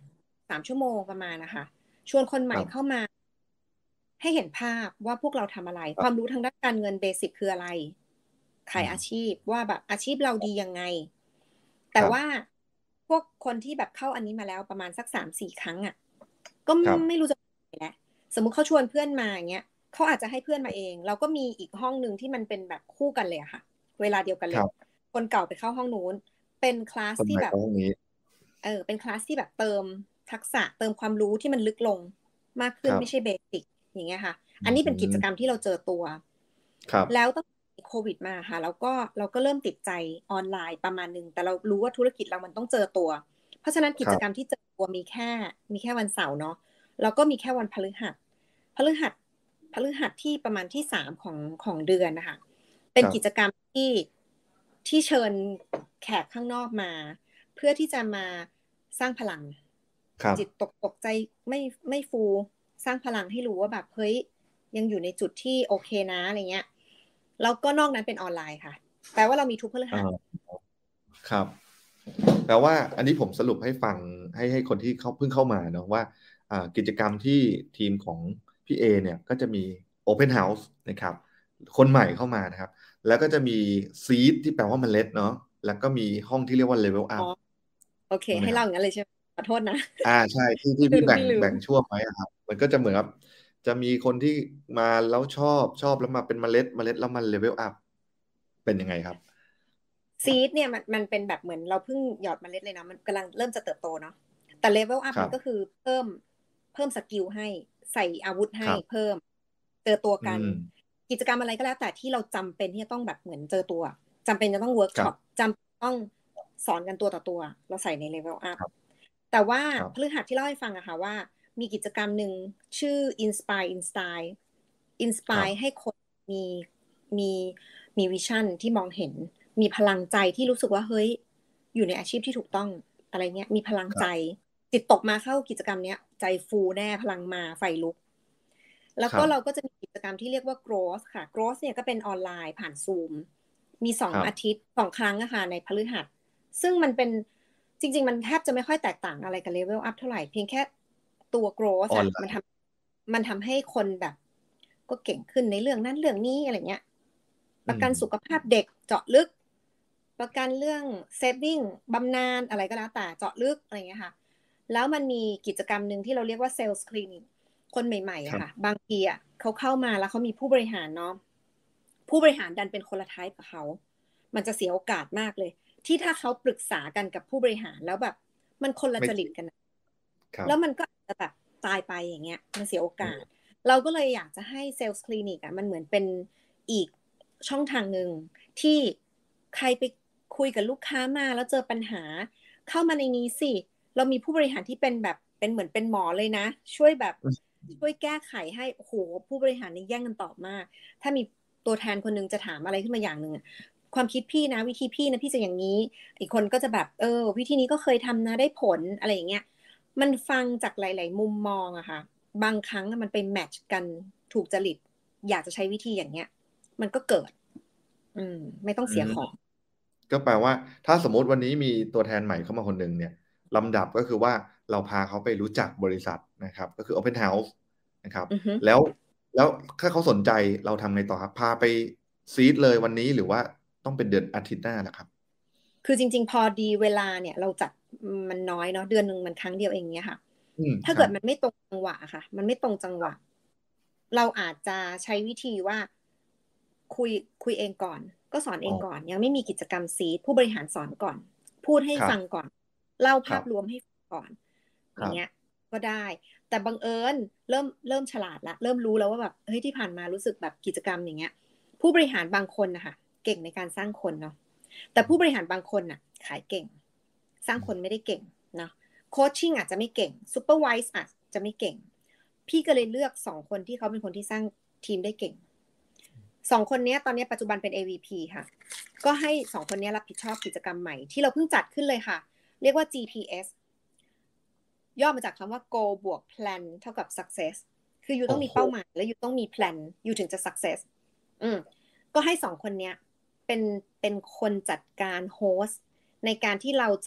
[SPEAKER 3] สามชั่วโมงประมาณนะคะชวนคนใหม่เข้ามาให้เห็นภาพว่าพวกเราทำอะไรความรู้ทางด้านการเงินเบสิกคืออะไรขายอาชีพว่าแบบอาชีพเราดียังไงแต่ว่าพวกคนที่แบบเข้าอันนี้มาแล้วประมาณสัก สามสี่ ครั้งอ่ะก็ไม่รู้จะไปแล้วสมมุติเขาชวนเพื่อนมาอย่างเงี้ยเขาอาจจะให้เพื่อนมาเองเราก็มีอีกห้องนึงที่มันเป็นแบบคู่กันเลยอะค่ะเวลาเดียวกันเลยคนเก่าไปเข้าห้องนู้นเป็นคลาสที่แบบเออเป็นคลาสที่แบบเติมทักษะเติมความรู้ที่มันลึกลงมากขึ้นไม่ใช่เบสิกอย่างเงี้ยค่ะอันนี้เป็นกิจกรรมที่เราเจอตัวแล้วตั้งแต่โควิดมาค่ะแล้วก็เราก็เริ่มติดใจออนไลน์ประมาณนึงแต่เรารู้ว่าธุรกิจเรามันต้องเจอตัวเพราะฉะนั้นกิจกรรมที่เจอตัวมีแค่มีแค่วันเสาร์เนาะแล้วก็มีแค่วันพฤหัสพฤหัสพฤหัสที่ประมาณที่สามของของเดือนนะคะเป็นกิจกรรมที่ที่เชิญแขกข้างนอกมาเพื่อที่จะมาสร้างพลังจิตตกตกใจไม่ไม่ฟูสร้างพลังให้รู้ว่าแบบเฮ้ยยังอยู่ในจุดที่โอเคนะอะไรเงี้ยแล้วก็นอกนั้นเป็นออนไลน์ค่ะแปลว่าเรามีทุกพฤหัส
[SPEAKER 2] ครับแปลว่าอันนี้ผมสรุปให้ฟังให้ให้คนที่เขาเพิ่งเข้ามาเนาะว่ากิจกรรมที่ทีมของพี่เอเนี่ยก็จะมี Open House นะครับคนใหม่เข้ามานะครับแล้วก็จะมี Seed ที่แปลว่าเมล็ดเนาะแล้วก็มีห้องที่เรียกว่า Level Up
[SPEAKER 3] โอเคให้เล่าอย่างนั้นเลยใช่ไหมขอโทษนะ
[SPEAKER 2] อ่าใช่ที่ที่พี่แบ่งแบ่งช่วงไว้ครับมันก็จะเหมือนกับจะมีคนที่มาแล้วชอบชอบแล้วมาเป็นเมล็ดเมล็ดแล้วมัน Level Up เป็นยังไงครับ
[SPEAKER 3] ซีดเนี่ยมันมันเป็นแบบเหมือนเราเพิ่งหยอดเมล็ดเลยนะมันกำลังเริ่มจะเติบโตเนาะแต่เลเวลอัพมันก็คือเพิ่มเพิ่มสกิลให้ใส่อาวุธให้เพิ่มเจอตัวกันกิจกรรมอะไรก็แล้วแต่ที่เราจำเป็นที่จะต้องแบบเหมือนเจอตัวจำเป็นจะต้องเวิร์กช็อปจำต้องสอนกันตัวต่อตัวเราใส่ในเลเวลอัพแต่ว่าพฤหัสที่เล่าให้ฟังอะค่ะว่ามีกิจกรรมหนึ่งชื่อ Inspire Inspire Inspire ให้คนมีมีมีวิชั่นที่มองเห็นมีพลังใจที่รู้สึกว่าเฮ้ยอยู่ในอาชีพที่ถูกต้องอะไรเงี้ยมีพลังใจจิตตกมาเข้ากิจกรรมเนี้ยใจฟูแน่พลังมาไฟลุกแล้วก็เราก็จะมีกิจกรรมที่เรียกว่า growth ค่ะ growth เนี่ยก็เป็นออนไลน์ผ่านซูมมีสองอาทิตย์สองครั้งอะค่ะในพฤหัสซึ่งมันเป็นจริงๆมันแทบจะไม่ค่อยแตกต่างอะไรกับ level up เท่าไหร่เพียงแค่ตัว growth อะมันทำมันทำให้คนแบบก็เก่งขึ้นในเรื่องนั้นเรื่องนี้อะไรเงี้ยประกันสุขภาพเด็กเจาะลึกประกันเรื่อง saving บำนาญอะไรก็แล้วแต่เจาะลึกอะไรเงี้ยค่ะแล้วมันมีกิจกรรมหนึ่งที่เราเรียกว่า sales clinic คนใหม่ๆอะค่ะบางทีอะเขาเข้ามาแล้วเขามีผู้บริหารเนาะผู้บริหารดันเป็นคนละไทป์กับเขามันจะเสียโอกาสมากเลยที่ถ้าเขาปรึกษากันกับผู้บริหารแล้วแบบมันคนละจริตกันแล้วมันก็จะแบบตายไปอย่างเงี้ยมันเสียโอกาสเราก็เลยอยากจะให้ sales clinic อะมันเหมือนเป็นอีกช่องทางหนึ่งที่ใครไปคุยกับลูกค้ามาแล้วเจอปัญหาเข้ามาในนี้สิเรามีผู้บริหารที่เป็นแบบเป็นเหมือนเป็นหมอเลยนะช่วยแบบช่วยแก้ไขให้โอ้โหผู้บริหารนี่แย่งกันตอบมากถ้ามีตัวแทนคนนึงจะถามอะไรขึ้นมาอย่างนึงความคิดพี่นะวิธีพี่นะพี่จะอย่างนี้อีกคนก็จะแบบเออวิธีนี้ก็เคยทำนะได้ผลอะไรอย่างเงี้ยมันฟังจากหลายๆมุมมองอะค่ะบางครั้งมันไปแมทช์กันถูกจริตอยากจะใช้วิธีอย่างเงี้ยมันก็เกิดอืมไม่ต้องเสียของ
[SPEAKER 2] ก็แปลว่าถ้าสมมติวันนี้มีตัวแทนใหม่เข้ามาคนหนึ่งเนี่ยลำดับก็คือว่าเราพาเขาไปรู้จักบริษัทนะครับก็คือ Open House นะครับ
[SPEAKER 3] uh-huh.
[SPEAKER 2] แล้วแล้วถ้าเขาสนใจเราทำไงต่อครับพาไปซีดเลยวันนี้หรือว่าต้องเป็นเดือนอาทิตย์หน้าล่ะครับ
[SPEAKER 3] คือจริงๆพอดีเวลาเนี่ยเราจัดมันน้อยเนาะเดือนหนึ่งมันครั้งเดียวเองเนี่ยค่ะถ้าเกิดมันไม่ตรงจังหวะค่ะมันไม่ตรงจังหวะเราอาจจะใช้วิธีว่าคุยคุยเองก่อนก็สอนเองก่อนยังไม่มีกิจกรรมซีดผู้บริหารสอนก่อนพูดให้ฟังก่อนเล่าภาพรวมให้ฟังก่อนอย่างเงี้ยก็ได้แต่บังเอิญเริ่มเริ่มฉลาดละเริ่มรู้แล้วว่าแบบเฮ้ยที่ผ่านมารู้สึกแบบกิจกรรมอย่างเงี้ยผู้บริหารบางคนนะคะเก่งในการสร้างคนเนาะแต่ผู้บริหารบางคนน่ะขายเก่งสร้างคนไม่ได้เก่งเนาะโคชชิ่งอาจจะไม่เก่งซูเปอร์ไวส์อาจจะไม่เก่งพี่ก็เลยเลือกสองคนที่เขาเป็นคนที่สร้างทีมได้เก่งสองคนนี้ตอนนี้ปัจจุบันเป็น เอ วี พี ค่ะก็ให้สองคนนี้รับผิดชอบกิจกรรมใหม่ที่เราเพิ่งจัดขึ้นเลยค่ะเรียกว่า จี พี เอส ย่อมาจากคำว่า goal บวก plan เท่ากับ success คืออยู่ต้องมีเป้าหมายและอยู่ต้องมี plan อยู่ถึงจะ success อืมก็ให้สองคนนี้เป็นเป็นคนจัดการโฮสต์ในการที่เราจะ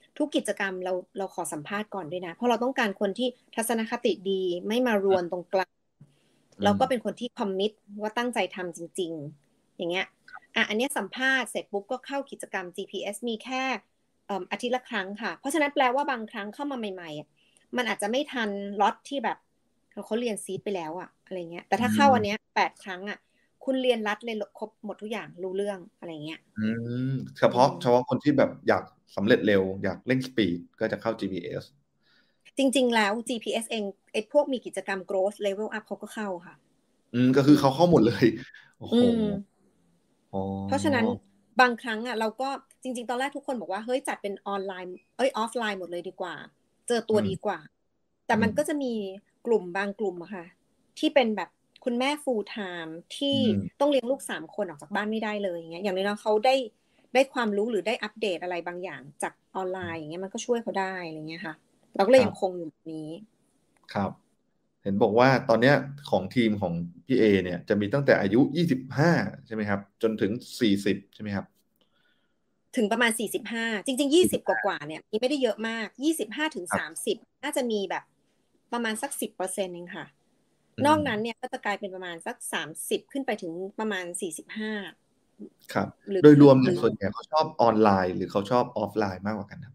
[SPEAKER 3] ทุกกิจกรรมเราเราขอสัมภาษณ์ก่อนด้วยนะเพราะเราต้องการคนที่ทัศนคติดีไม่มารวนตรงกลางแล้วก็เป็นคนที่คอมมิตว่าตั้งใจทำจริงๆอย่างเงี้ยอ่ะอันนี้สัมภาษณ์เสร็จปุ๊บก็เข้ากิจกรรม จี พี เอส มีแค่อาทิตย์ละครั้งค่ะเพราะฉะนั้นแปลว่าบางครั้งเข้ามาใหม่ๆมันอาจจะไม่ทันล็อตที่แบบเขาเรียนซีดไปแล้วอะอะไรเงี้ยแต่ถ้าเข้าอันเนี้ยแปดครั้งอะคุณเรียนรัดเลยครบหมดทุกอย่างรู้เรื่องอะไรเงี้ย
[SPEAKER 2] อืมเฉพาะเฉพาะคนที่แบบอยากสำเร็จเร็วอยากเร่งสปีดก็จะเข้า จี พี เอส
[SPEAKER 3] จริงๆแล้ว จี พี เอส เองไอ้พวกมีกิจกรรม growth level up เขาก็เข้าค่ะ
[SPEAKER 2] อืมก็คือเขาเข้าหมดเลยโอ้โห
[SPEAKER 3] เพราะฉะนั้นบางครั้งอ่ะเราก็จริงๆตอนแรกทุกคนบอกว่าเฮ้ยจัดเป็นออนไลน์เอ้ยออฟไลน์หมดเลยดีกว่าเจอตัวดีกว่าแต่มันก็จะมีกลุ่มบางกลุ่มอะค่ะที่เป็นแบบคุณแม่ full time ที่ต้องเลี้ยงลูกสามคนออกจากบ้านไม่ได้เลยอย่างเงี้ยอย่างน้อยๆเขาได้ได้ความรู้หรือได้อัปเดตอะไรบางอย่างจากออนไลน์อย่างเงี้ยมันก็ช่วยเขาได้อะไรเงี้ยค่ะเราก็เลยยังคงอยู่แบบนี้
[SPEAKER 2] ครับเห็นบอกว่าตอนเนี้ยของทีมของพี่เอเนี่ยจะมีตั้งแต่อายุยี่สิบห้าใช่ไหมครับจนถึงสี่สิบใช่ไหมครับ
[SPEAKER 3] ถึงประมาณสี่สิบห้าจริงๆยี่สิบกว่าๆเนี่ยมีไม่ได้เยอะมากยี่สิบห้าถึงสามสิบน่าจะมีแบบประมาณสักสิบเปอร์เซ็นต์เองค่ะนอกนั้นเนี่ยก็จะกลายเป็นประมาณสักสามสิบขึ้นไปถึงประมาณสี่สิบห้า
[SPEAKER 2] ครับโดยรวมเนี่ยส่วนใหญ่เขาชอบออนไลน์หรือเขาชอบออฟไลน์มากกว่ากันครับ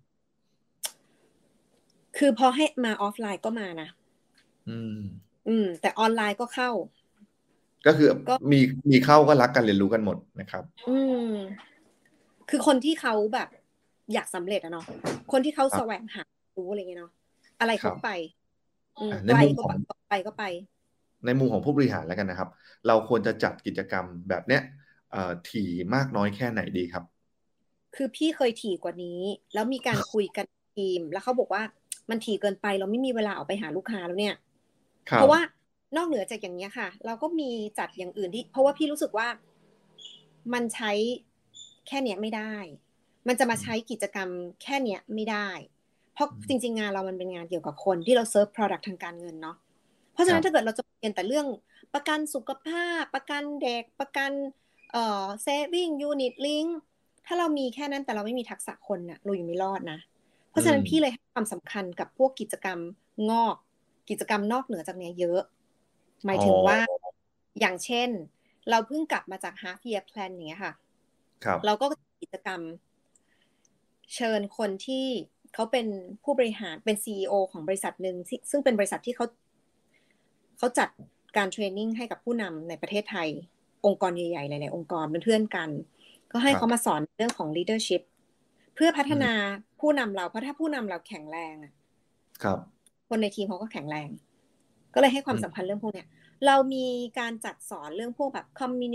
[SPEAKER 3] คือพอให้มาออฟไลน์ก็มานะ
[SPEAKER 2] อืม
[SPEAKER 3] อืมแต่ออนไลน์ก็เข้า
[SPEAKER 2] ก็คือมีมีเข้าก็รักกันเรียนรู้กันหมดนะครับ
[SPEAKER 3] อืมคือคนที่เขาแบบอยากสำเร็จอะเนาะคนที่เขาแสวงหารู้อะไรเงี้ยเนาะอะไรเขาไป
[SPEAKER 2] ในมุมของ
[SPEAKER 3] ไปก็ไป
[SPEAKER 2] ในมุมของผู้บริหารแล้วกันนะครับเราควรจะจัดกิจกรรมแบบเนี้ยถี่มากน้อยแค่ไหนดีครับ
[SPEAKER 3] คือพี่เคยถี่กว่านี้แล้วมีการคุยกันทีมแล้วเขาบอกว่ามันถี่เกินไปเราไม่มีเวลาออกไปหาลูกค้าแล้วเนี่ยเพราะว่านอกเหนือจากอย่างนี้ค่ะเราก็มีจัดอย่างอื่นที่เพราะว่าพี่รู้สึกว่ามันใช้แค่เนี้ยไม่ได้มันจะมาใช้กิจกรรมแค่เนี้ยไม่ได้เพราะจริงๆงานเรามันเป็นงานเกี่ยวกับคนที่เราเซิร์ฟ product ทางการเงินเนาะเพราะฉะนั้นถ้าเกิดเราจะเรียนแต่เรื่องประกันสุขภาพประกันเด็กประกันเอ่อ saving unit link ถ้าเรามีแค่นั้นแต่เราไม่มีทักษะคนน่ะเราอยู่ไม่รอดนะเพราะฉะนั้นพี่เลยให้ความสำคัญกับพวกกิจกรรมงอกกิจกรรมนอกเหนือจากนี้เยอะหมายถึงว่าอย่างเช่นเราเพิ่งกลับมาจาก half year plan อย่างเงี้ยค่ะเราก็กิจกรรมเชิญคนที่เขาเป็นผู้บริหารเป็น ซี อี โอ ของบริษัทหนึ่งซึ่งเป็นบริษัทที่เขาเขาจัดการเทรนนิ่งให้กับผู้นำในประเทศไทยองค์กรใหญ่ๆหลายๆองค์กรเป็นเพื่อนกันก็ให้เขามาสอนเรื่องของ leadership เพื่อพัฒนาผู้นำเราเพราะถ้าผู้นำเราแข็งแรงอ่ะคนในทีมเขาก็แข็งแรงก็เลยให้ความสำคัญเรื่องพวกเนี้ยเรามีการจัดสอนเรื่องพวกแบบ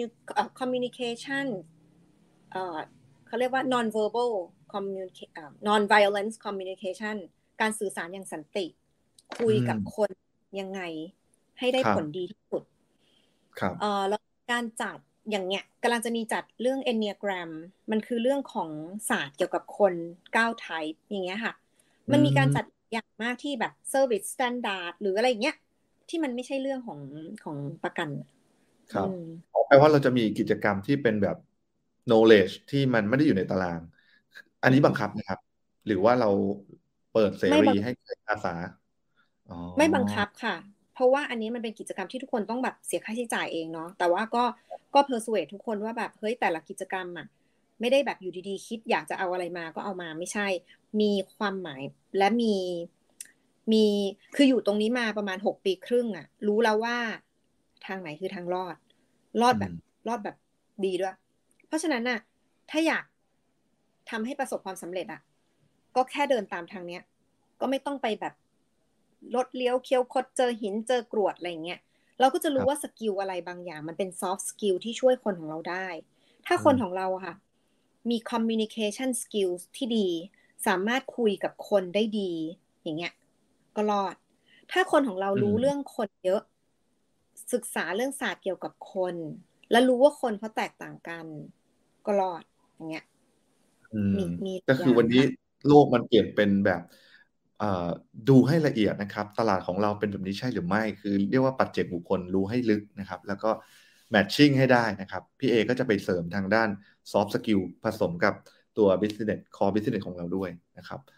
[SPEAKER 3] communication เอ่อเขาเรียกว่า non verbal communication non violence communication การสื่อสารอย่างสันติคุยกับคนยังไงให้ได้ผลดีที่สุดเอ่อแล้วการจัดอย่างเงี้ยกำลังจะมีจัดเรื่อง Enneagram มันคือเรื่องของศาสตร์เกี่ยวกับคนเก้า type อย่างเงี้ยค่ะมันมีการจัดอย่างมากที่แบบ service standard หรืออะไรเงี้ยที่มันไม่ใช่เรื่องของของประกัน
[SPEAKER 2] ครับแปลว่าเราจะมีกิจกรรมที่เป็นแบบ knowledge ที่มันไม่ได้อยู่ในตารางอันนี้บังคับนะครับหรือว่าเราเปิดเสรีให้เกิดอาสา
[SPEAKER 3] ไม่บังคับค่ะเพราะว่าอันนี้มันเป็นกิจกรรมที่ทุกคนต้องแบบเสียค่าใช้จ่ายเองเนาะแต่ว่าก็ก็เพอร์สุเอททุกคนว่าแบบเฮ้ยแต่ละกิจกรรมอ่ะไม่ได้แบบอยู่ดีๆคิดอยากจะเอาอะไรมาก็เอามาไม่ใช่มีความหมายและมีมีคืออยู่ตรงนี้มาประมาณหกปีครึ่งอ่ะรู้แล้วว่าทางไหนคือทางรอดรอดแบบรอดแบบดีด้วยเพราะฉะนั้นน่ะถ้าอยากทำให้ประสบความสำเร็จอ่ะก็แค่เดินตามทางเนี้ยก็ไม่ต้องไปแบบรถเลี้ยวเคี้ยวคดเจอหินเจอกรวดอะไรเงี้ยเราก็จะรู้ว่าสกิลอะไรบางอย่างมันเป็นซอฟต์สกิลที่ช่วยคนของเราได้ถ้าคนของเราอะค่ะมี communication skills ที่ดีสามารถคุยกับคนได้ดีอย่างเงี้ยก็รอดถ้าคนของเรารู้เรื่องคนเยอะศึกษาเรื่องศาสตร์เกี่ยวกับคนและรู้ว่าคนเขาแตกต่างกันก็รอดอย่างเงี้ย
[SPEAKER 2] มีก็คือวันนี้โลกมันเปลี่ยนเป็นแบบดูให้ละเอียดนะครับตลาดของเราเป็นแบบนี้ใช่หรือไม่คือเรียกว่าปัจเจกบุคคลรู้ให้ลึกนะครับแล้วก็แมทชิ่งให้ได้นะครับพี่เอก็จะไปเสริมทางด้านซอฟต์สกิลผสมกับตัว business core business ของเราด้วยนะครับ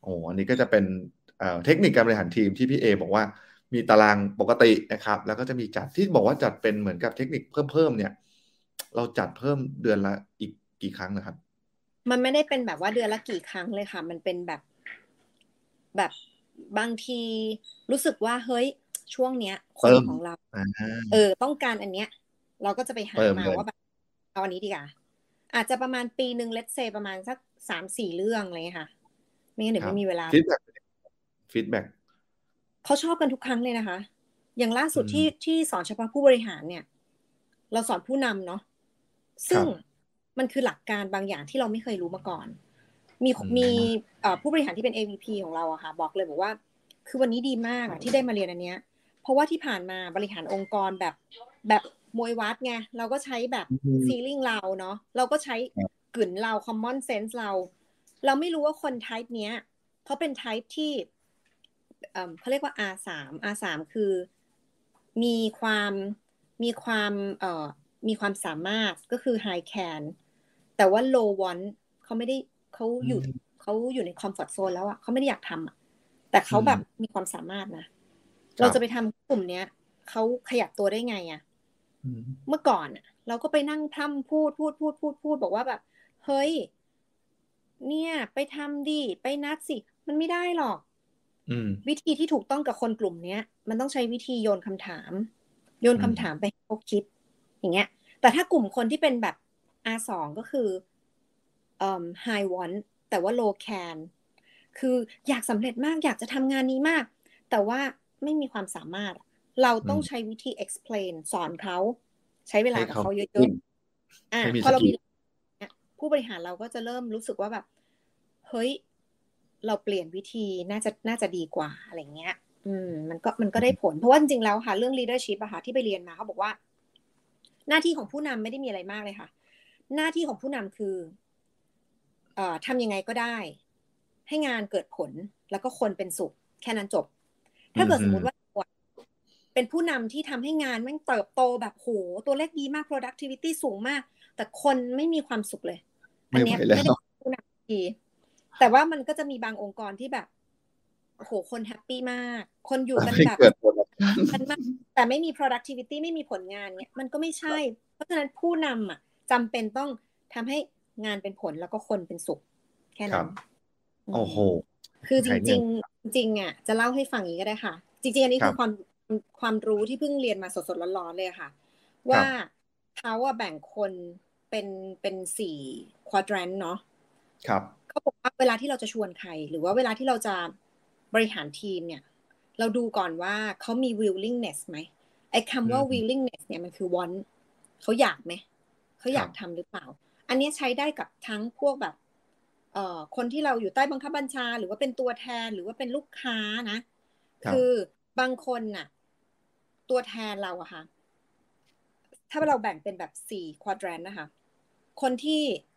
[SPEAKER 2] โอ้อันนี้ก็จะเป็นเทคนิคการบริหารทีมที่พี่เอบอกว่ามีตารางปกตินะครับแล้วก็จะมีจัดที่บอกว่าจัดเป็นเหมือนกับเทคนิคเพิ่มเพิ่มเนี่ยเราจัดเพิ่มเดือนละอีกกี่ครั้งนะครับ
[SPEAKER 3] มันไม่ได้เป็นแบบว่าเดือนละกี่ครั้งเลยค่ะมันเป็นแบบแบบบางทีรู้สึกว่าเฮ้ยช่วงเนี้ยคนของเราเออต้องการอันเนี้ยเราก็จะไปหามาว่าแบบเอาอันนี้ดีกว่าอาจจะประมาณปีหนึ่งเลทเซประมาณสักสามสี่เรื่องอะไรเงี้ยค่ะไม่งั้นเดี๋ยวไม่มีเวลา
[SPEAKER 2] ฟีดแบ็กฟีดแบ็ก
[SPEAKER 3] เขาชอบกันทุกครั้งเลยนะคะอย่างล่าสุดที่ที่สอนเฉพาะผู้บริหารเนี่ยเราสอนผู้นำเนาะซึ่งมันคือหลักการบางอย่างที่เราไม่เคยรู้มาก่อนมีมีผู้บริหารที่เป็น เอ วี พี ของเราอะค่ะบอกเลยบอกว่าคือวันนี้ดีมากอะที่ได้มาเรียนอันเนี้ยเพราะว่าที่ผ่านมาบริหารองค์กรแบบแบบมวยวัดไงเราก็ใช้แบบ feeling เราเนาะเราก็ใช้กลืนเรา common sense เราเราไม่รู้ว่าคน type เนี้ยเขาเป็น type ที่เขาเรียกว่า อาร์ สาม อาร์ สาม คือมีความมีความเอ่อมีความสามารถก็คือ high can แต่ว่า low want เขาไม่ได้เขาอยู่เขาอยู่ในคอมฟอร์ตโซนแล้วอ่ะเขาไม่ได้อยากทำอ่ะแต่เขาแบบมีความสามารถนะเราจะไปทำกลุ่มเนี้ยเขาขยับตัวได้ไงอ่ะเมื่อก่อนอ่ะเราก็ไปนั่งพร่ำพูดพูดพูดพูดพูดบอกว่าแบบเฮ้ยเนี่ยไปทำดิไปนัดสิมันไม่ได้หรอกวิธีที่ถูกต้องกับคนกลุ่มนี้มันต้องใช้วิธีโยนคำถามโยนคำถามไปให้เขาคิดอย่างเงี้ยแต่ถ้ากลุ่มคนที่เป็นแบบ อาร์ สอง ก็คือเอ่อ high want แต่ว่า low can คืออยากสำเร็จมากอยากจะทำงานนี้มากแต่ว่าไม่มีความสามารถเราต้องใช้วิธี explain สอนเขาใช้เวลากับเขาเยอะๆอ่ะพอเรามีผู้บริหารเราก็จะเริ่มรู้สึกว่าแบบเฮ้ยเราเปลี่ยนวิธีน่าจะน่าจะดีกว่าอะไรเงี้ยอืมมันก็มันก็ได้ผลเพราะว่าจริงๆแล้วค่ะเรื่อง leadership อะค่ะที่ไปเรียนมาเขาบอกว่าหน้าที่ของผู้นำไม่ได้มีอะไรมากเลยค่ะหน้าที่ของผู้นำคือเอ่อทำยังไงก็ได้ให้งานเกิดผลแล้วก็คนเป็นสุขแค่นั้นจบถ้าเกิดสมมติว่าเป็นผู้นำที่ทำให้งานแม่งเติบโตแบบโหตัวเลขดีมาก productivity สูงมากแต่คนไม่มีความสุขเลยอันนี้ไม่ได้ผู้นำดีแต่ว่ามันก็จะมีบางองค์กรที่แบบโอ้โหคนแฮปปี้มากคนอยู่กันแบบกันมากแต่ไม่มี productivity ไม่มีผลงานเนี่ยมันก็ไม่ใช่เพราะฉะนั้นผู้นำอ่ะจำเป็นต้องทำให้งานเป็นผลแล้วก็คนเป็นสุขแค่นั้น
[SPEAKER 2] โอ้โห
[SPEAKER 3] คือจริงๆจริงอ่ะจะเล่าให้ฟังอย่างนี้ก็ได้ค่ะจริงๆอันนี้คือความความรู้ที่เพิ่งเรียนมาสดๆร้อนๆเลยค่ะว่าเขาอะแบ่งคนเป็นเป็นสี่ควอดแรนต์เนาะ
[SPEAKER 2] ครับ
[SPEAKER 3] เขาบอกว่าเวลาที่เราจะชวนใครหรือว่าเวลาที่เราจะบริหารทีมเนี่ยเราดูก่อนว่าเขามี willingness ไหมไอ้คำว่า willingness เนี่ยมันคือ want เขาอยากไหมเขาอยากทำหรือเปล่าอันนี้ใช้ได้กับทั้งพวกแบบเอ่อคนที่เราอยู่ใต้บังคับบัญชาหรือว่าเป็นตัวแทนหรือว่าเป็นลูกค้านะคือบางคนน่ะตัวแทนเราอะค่ะถ้าเราแบ่งเป็นแบบสี่ควอดแรนต์นะคะคนที่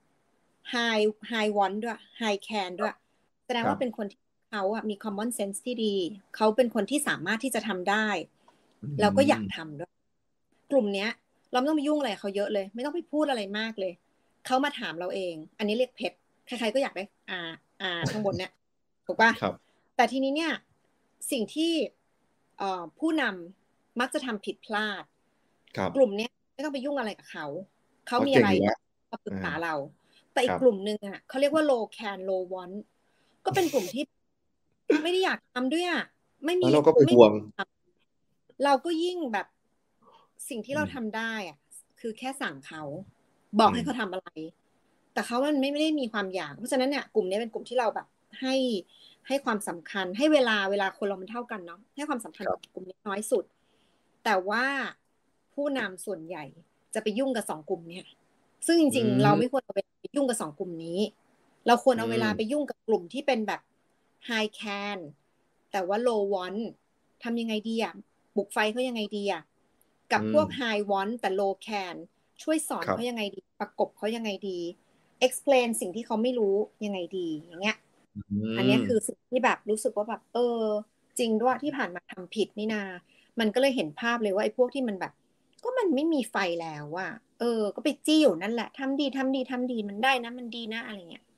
[SPEAKER 3] high high want ด้วย high can ด้วยแสดงว่าเป็นคนที่เขาอะมี common sense ที่ดีเขาเป็นคนที่สามารถที่จะทำได้แล้วก็อยากทำด้วยกลุ่มเนี้ยเราไม่ต้องไปยุ่งอะไรเขาเยอะเลยไม่ต้องไปพูดอะไรมากเลยเขามาถามเราเองอันนี้เรียกเพชรใครๆก็อยากได้อาอาข้างบนเนี้ยถูกป่ะแต่ทีนี้เนี่ยสิ่งที่ผู้นำมักจะทำผิดพลาดกลุ่มเนี้ยไม่ต้องไปยุ่งอะไรกับเขาเขามีอะไรมาปรึกษาเราแต่อีกกลุ่มนึงอ่ะเขาเรียกว่า low can low want ก็เป็นกลุ่มที่ไม่ได้อยากทำด้วยอ่ะไม่มี
[SPEAKER 2] เราก็ไปห่วง
[SPEAKER 3] เราก็ยิ่งแบบสิ่งที่เราทำได้อ่ะคือแค่สั่งเขาบอกให้เขาทำอะไรแต่เขามันไม่ได้มีความอยากเพราะฉะนั้นเนี่ยกลุ่มนี้เป็นกลุ่มที่เราแบบให้ให้ความสำคัญให้เวลาเวลาคนเรามันเท่ากันเนาะให้ความสำคัญกับกลุ่มนี้น้อยสุดแต่ว่าผู้นำส่วนใหญ่จะไปยุ่งกับสองกลุ่มเนี่ยซึ่งจริงๆเราไม่ควรเอาเวลาไปยุ่งกับสองกลุ่มนี้เราควรเอาเวลาไปยุ่งกับกลุ่มที่เป็นแบบ high can แต่ว่า low want ทำยังไงดีอ่ะบุกไฟเขายังไงดีอ่ะกับพวก high want แต่ low can ช่วยสอนเขายังไงดีประกบเขายังไงดี explain สิ่งที่เขาไม่รู้ยังไงดีอย่างเงี้ยอันนี้คือสิ่งที่แบบรู้สึกว่าแบบเออจริงด้วยที่ผ่านมาทำผิดนี่นามันก็เลยเห็นภาพเลยว่าไอ้พวกที่มันแบบก็มันไม่มีไฟแล้วอ่ะเออก็ไปจี้อยู่นั่นแหละทำดีทำดีทำดีมันได้นะมันดีนะอะไรเงี้ย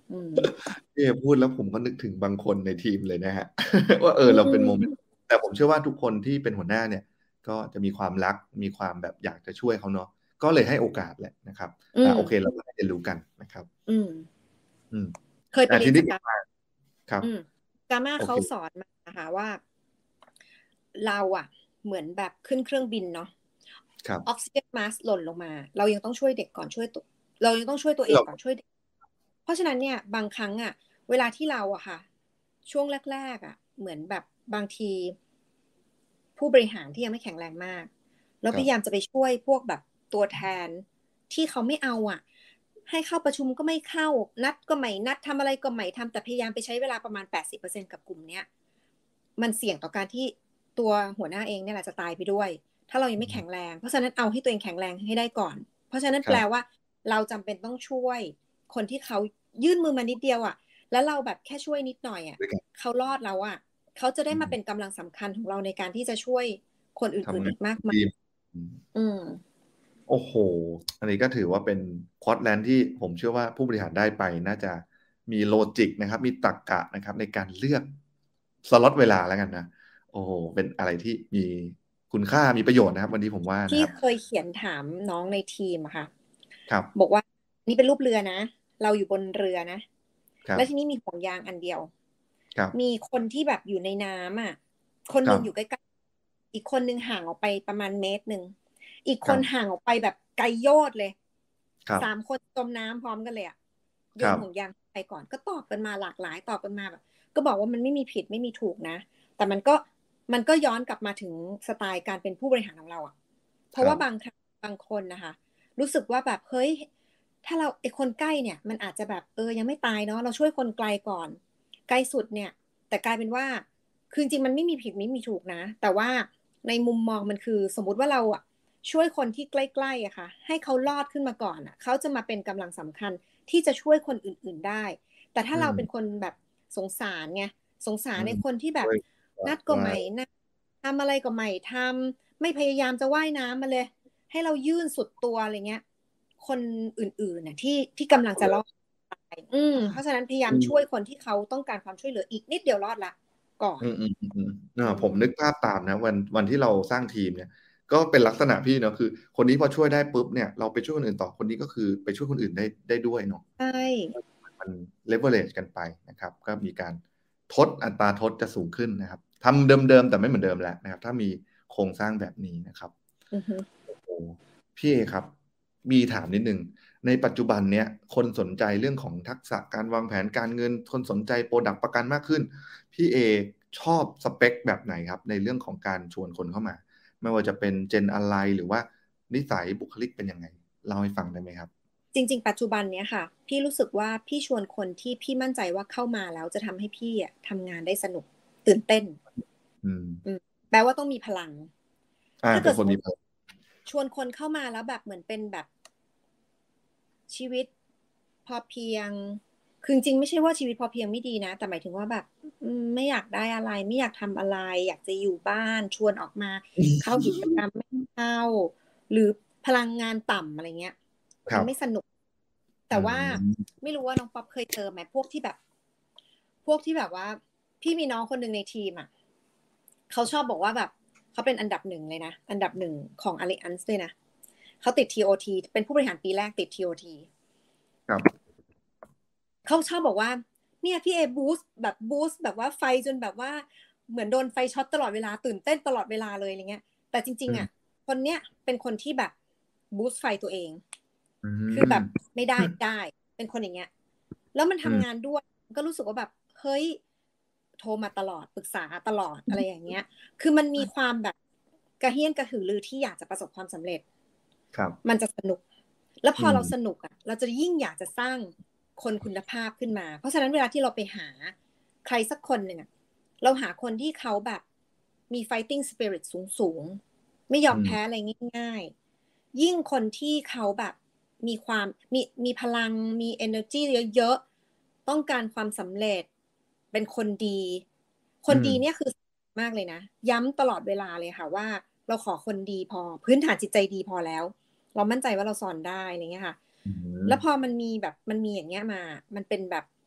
[SPEAKER 3] อืม
[SPEAKER 2] พี่พูดแล้วผมก็นึกถึงบางคนในทีมเลยนะฮะ ว่าเออเราเป็นโมเมนต์แต่ผมเชื่อว่าทุกคนที่เป็นหัวหน้าเนี่ยก็จะมีความรักมีความแบบอยากจะช่วยเขาเนาะก็เลยให้โอกาสแหละนะครับ
[SPEAKER 3] อืม
[SPEAKER 2] อ่าโอเคเราก็ได้เรียนรู้กันนะครับ
[SPEAKER 3] อืม
[SPEAKER 2] อืม
[SPEAKER 3] เคยไป
[SPEAKER 2] อ่าทีนี้
[SPEAKER 3] เรียนจากการ
[SPEAKER 2] มาครับ
[SPEAKER 3] อืมกาม่า
[SPEAKER 2] โอเค
[SPEAKER 3] เขาสอนมานะคะว่าเราอะเหมือนแบบขึ้นเครื่องบินเนาะ
[SPEAKER 2] ครับ
[SPEAKER 3] ออกซิเจนมาสก์หล่นลงมาเรายังต้องช่วยเด็กก่อนช่วยตัวเรายังต้องช่วยตัวเอง
[SPEAKER 2] เรา
[SPEAKER 3] ก่อนช่วยเด็กเพราะฉะนั้นเนี่ยบางครั้งอะเวลาที่เราอะค่ะช่วงแรกๆอะเหมือนแบบบางทีผู้บริหารที่ยังไม่แข็งแรงมากแล้ว
[SPEAKER 2] ครับ
[SPEAKER 3] พยายามจะไปช่วยพวกแบบตัวแทนที่เขาไม่เอาอะให้เข้าประชุมก็ไม่เข้านัดก็ไม่นัดทำอะไรก็ไม่ทำแต่พยายามไปใช้เวลาประมาณ แปดสิบเปอร์เซ็นต์ กับกลุ่มเนี้ยมันเสี่ยงต่อการที่ตัวหัวหน้าเองเนี่ยแหละจะตายไปด้วยถ้าเรายังไม่แข็งแรงเพราะฉะนั้นเอาให้ตัวเองแข็งแรงให้ได้ก่อนเพราะฉะนั้น
[SPEAKER 2] ครับ
[SPEAKER 3] แปลว่าเราจำเป็นต้องช่วยคนที่เขายื่นมือมานิดเดียวอ่ะแล้วเราแบบแค่ช่วยนิดหน่อยอ่ะ
[SPEAKER 2] ด้วยกัน
[SPEAKER 3] เขารอดแล้วอ่ะเขาจะได้
[SPEAKER 2] อื
[SPEAKER 3] มาเป็น
[SPEAKER 2] ม
[SPEAKER 3] กำลังสำคัญของเราในการที่จะช่วยคนอื่นๆ
[SPEAKER 2] ทำงาน
[SPEAKER 3] อีกมากมาย
[SPEAKER 2] ทีมอืม
[SPEAKER 3] อืม
[SPEAKER 2] โอ้โห อันนี้ก็ถือว่าเป็นควอตแลนด์ที่ผมเชื่อว่าผู้บริหารได้ไปน่าจะมีโลจิกนะครับ มีตรรกะนะครับในการเลือกสล็อตเวลาแล้วกันนะ โอ้โห เป็นอะไรที่มีคุณค่ามีประโยชน์นะครับวันนี้ผมว่านะ
[SPEAKER 3] พี่
[SPEAKER 2] ครับ
[SPEAKER 3] เคยเขียนถามน้องในทีมอะค่ะ
[SPEAKER 2] ครับ
[SPEAKER 3] บอกว่านี่เป็นรูปเรือนะเราอยู่บนเรือนะ
[SPEAKER 2] ครับ
[SPEAKER 3] แล้วทีนี้มีห่วงยางอันเดียว
[SPEAKER 2] ครับ
[SPEAKER 3] มีคนที่แบบอยู่ในน้ำอ่ะคน
[SPEAKER 2] ครับ
[SPEAKER 3] หนึ่งอยู่ใกล้ๆอีกคนหนึ่งห่างออกไปประมาณเมตรหนึ่งอีก
[SPEAKER 2] ครับ
[SPEAKER 3] คนห่างออกไปแบบไกลโยชน์เลย
[SPEAKER 2] ครับ
[SPEAKER 3] สามคนจมน้ำพร้อมกันเลยอ่ะโย
[SPEAKER 2] ครับ
[SPEAKER 3] นห่วงยางไปก่อนก็ตอบกันมาหลากหลายตอบกันมาแบบก็บอกว่ามันไม่มีผิดไม่มีถูกนะแต่มันก็มันก็ย้อนกลับมาถึงสไตล์การเป็นผู้บริหารของเราอ่ะเพ
[SPEAKER 2] ค
[SPEAKER 3] ราะ
[SPEAKER 2] รับ
[SPEAKER 3] ว่าบางครั้งบางคนนะคะรู้สึกว่าแบบเฮ้ยถ้าเราไอคนใกล้เนี่ยมันอาจจะแบบเออยังไม่ตายเนาะเราช่วยคนไกลก่อนไกลสุดเนี่ยแต่กลายเป็นว่าคือจริงมันไม่มีผิดไม่มีถูกนะแต่ว่าในมุมมองมันคือสมมุติว่าเราอ่ะช่วยคนที่ใกล้ๆอะค่ะให้เขารอดขึ้นมาก่อนอะเขาจะมาเป็นกำลังสำคัญที่จะช่วยคนอื่นๆได้แต่ถ้า
[SPEAKER 2] อืม
[SPEAKER 3] เราเป็นคนแบบสงสารไงสงสาร
[SPEAKER 2] อืม
[SPEAKER 3] ในคนที่แบบ
[SPEAKER 2] ด้วย
[SPEAKER 3] นัดก็
[SPEAKER 2] ว่า
[SPEAKER 3] ไม่นัดทำอะไรก็ไม่ทำไม่พยายามจะว่ายน้ำมาเลยให้เรายื่นสุดตัวอะไรเงี้ยคนอื่นๆน่ะที่ที่กำลังจะรอดตายอืมเพราะฉะนั้นพยายาม
[SPEAKER 2] อืม
[SPEAKER 3] ช่วยคนที่เขาต้องการความช่วยเหลืออีกนิดเดียวรอดละก่อน
[SPEAKER 2] อืมอืมอืมอืมอ่า
[SPEAKER 3] อืม
[SPEAKER 2] ผมนึกภาพตามนะวันวันที่เราสร้างทีมเนี่ยก็เป็นลักษณะพี่เนาะคือคนนี้พอช่วยได้ปุ๊บเนี่ยเราไปช่วยคนอื่นต่อคนนี้ก็คือไปช่วยคนอื่นได้ได้ด้วยเนาะ
[SPEAKER 3] ใช่
[SPEAKER 2] มันเลเวอเรจกันไปนะครับก็มีการทดอัตราทดจะสูงขึ้นนะครับทำเดิมๆแต่ไม่เหมือนเดิมแล้วนะครับถ้ามีโครงสร้างแบบนี้นะครับ
[SPEAKER 3] อือฮึ
[SPEAKER 2] โอ้โหพี่เอครับมีถามนิดนึงในปัจจุบันเนี้ยคนสนใจเรื่องของทักษะการวางแผนการเงินคนสนใจโปรดักต์ประกันมากขึ้นพี่เอชอบสเปคแบบไหนครับในเรื่องของการชวนคนเข้ามาไม่ว่าจะเป็นเจนอะไรหรือว่านิสัยบุคลิกเป็นยังไงเล่าให้ฟังได้ไหมครับ
[SPEAKER 3] จริงๆปัจจุบันเนี้ยค่ะพี่รู้สึกว่าพี่ชวนคนที่พี่มั่นใจว่าเข้ามาแล้วจะทำให้พี่อะทำงานได้สนุกตื่นเต้น
[SPEAKER 2] อืม
[SPEAKER 3] อืมแปลว่าต้องมีพลัง
[SPEAKER 2] อ่า
[SPEAKER 3] ถ้า
[SPEAKER 2] เป็นคนมี
[SPEAKER 3] เกิดสมมติชวนคนเข้ามาแล้วแบบเหมือนเป็นแบบชีวิตพอเพียงคือจริงๆไม่ใช่ว่าชีวิตพอเพียงไม่ดีนะแต่หมายถึงว่าแบบอืมไม่อยากได้อะไรไม่อยากทำอะไรอยากจะอยู่บ้านชวนออกมาเข้ากิจกรรมไม่เข้าหรือพลังงานต่ำอะไรเงี้ย
[SPEAKER 2] ครับ
[SPEAKER 3] มันไม่สนุก
[SPEAKER 2] อื
[SPEAKER 3] แต่ว่า
[SPEAKER 2] ม
[SPEAKER 3] ไม่รู้ว่าน้องป๊อปเคยเจอไหมพวกที่แบบพวกที่แบบว่าพี่มีน้องคนหนึ่งในทีมอ่ะเขาชอบบอกว่าแบบเขาเป็นอันดับหนึ่งเลยนะอันดับหนึ่งของ Allianz เลยนะเขาติด ที โอ ที เป็นผู้บริหารปีแรกติด ที โอ ที
[SPEAKER 2] ครับ
[SPEAKER 3] เขาชอบบอกว่าเนี่ยพี่เอบูสต์แบบบูสต์แบบว่าไฟจนแบบว่าเหมือนโดนไฟช็อตตลอดเวลาตื่นเต้นตลอดเวลาเลยอะไรเงี้ยแต่จริงๆอ่ะ
[SPEAKER 2] อืม
[SPEAKER 3] คนเนี้ยเป็นคนที่แบบบูสต์ไฟตัวเอง
[SPEAKER 2] อื
[SPEAKER 3] คือแบบ
[SPEAKER 2] ม
[SPEAKER 3] ไม่ได้ได้เป็นคนอย่างเงี้ยแล้วมัน
[SPEAKER 2] อื
[SPEAKER 3] ทำงาน
[SPEAKER 2] ม
[SPEAKER 3] ด้วยก็รู้สึกว่าแบบเฮ้ยโทรมาตลอดปรึกษาตลอดอะไรอย่างเงี้ยคือมันมีความแบบกระเฮี้ยนกระหือรือที่อยากจะประสบความสำเร็จ
[SPEAKER 2] ครับ
[SPEAKER 3] มันจะสนุกแล้วพ
[SPEAKER 2] อืม
[SPEAKER 3] อเราสนุกอ่ะเราจะยิ่งอยากจะสร้างคนคุณภาพขึ้นมาเพราะฉะนั้นเวลาที่เราไปหาใครสักคนหนึ่งอ่ะเราหาคนที่เขาแบบมี fighting spirit สูงสูงไม่ยอ
[SPEAKER 2] อืม
[SPEAKER 3] มแพ้อะไรง่ายๆยิ่งคนที่เขาแบบมีความมีมีพลังมี energy เยอะๆต้องการความสำเร็จเป็นคนดีคน
[SPEAKER 2] อืม
[SPEAKER 3] ดีเนี่ยคือมากเลยนะย้ำตลอดเวลาเลยค่ะว่าเราขอคนดีพอพื้นฐานจิตใจดีพอแล้วเรามั่นใจว่าเราสอนได้อะไรเงี้ยค่ะ
[SPEAKER 2] อืม
[SPEAKER 3] แล้วพอมันมีแบบมันมีอย่างเงี้ยมามันเป็นแบบ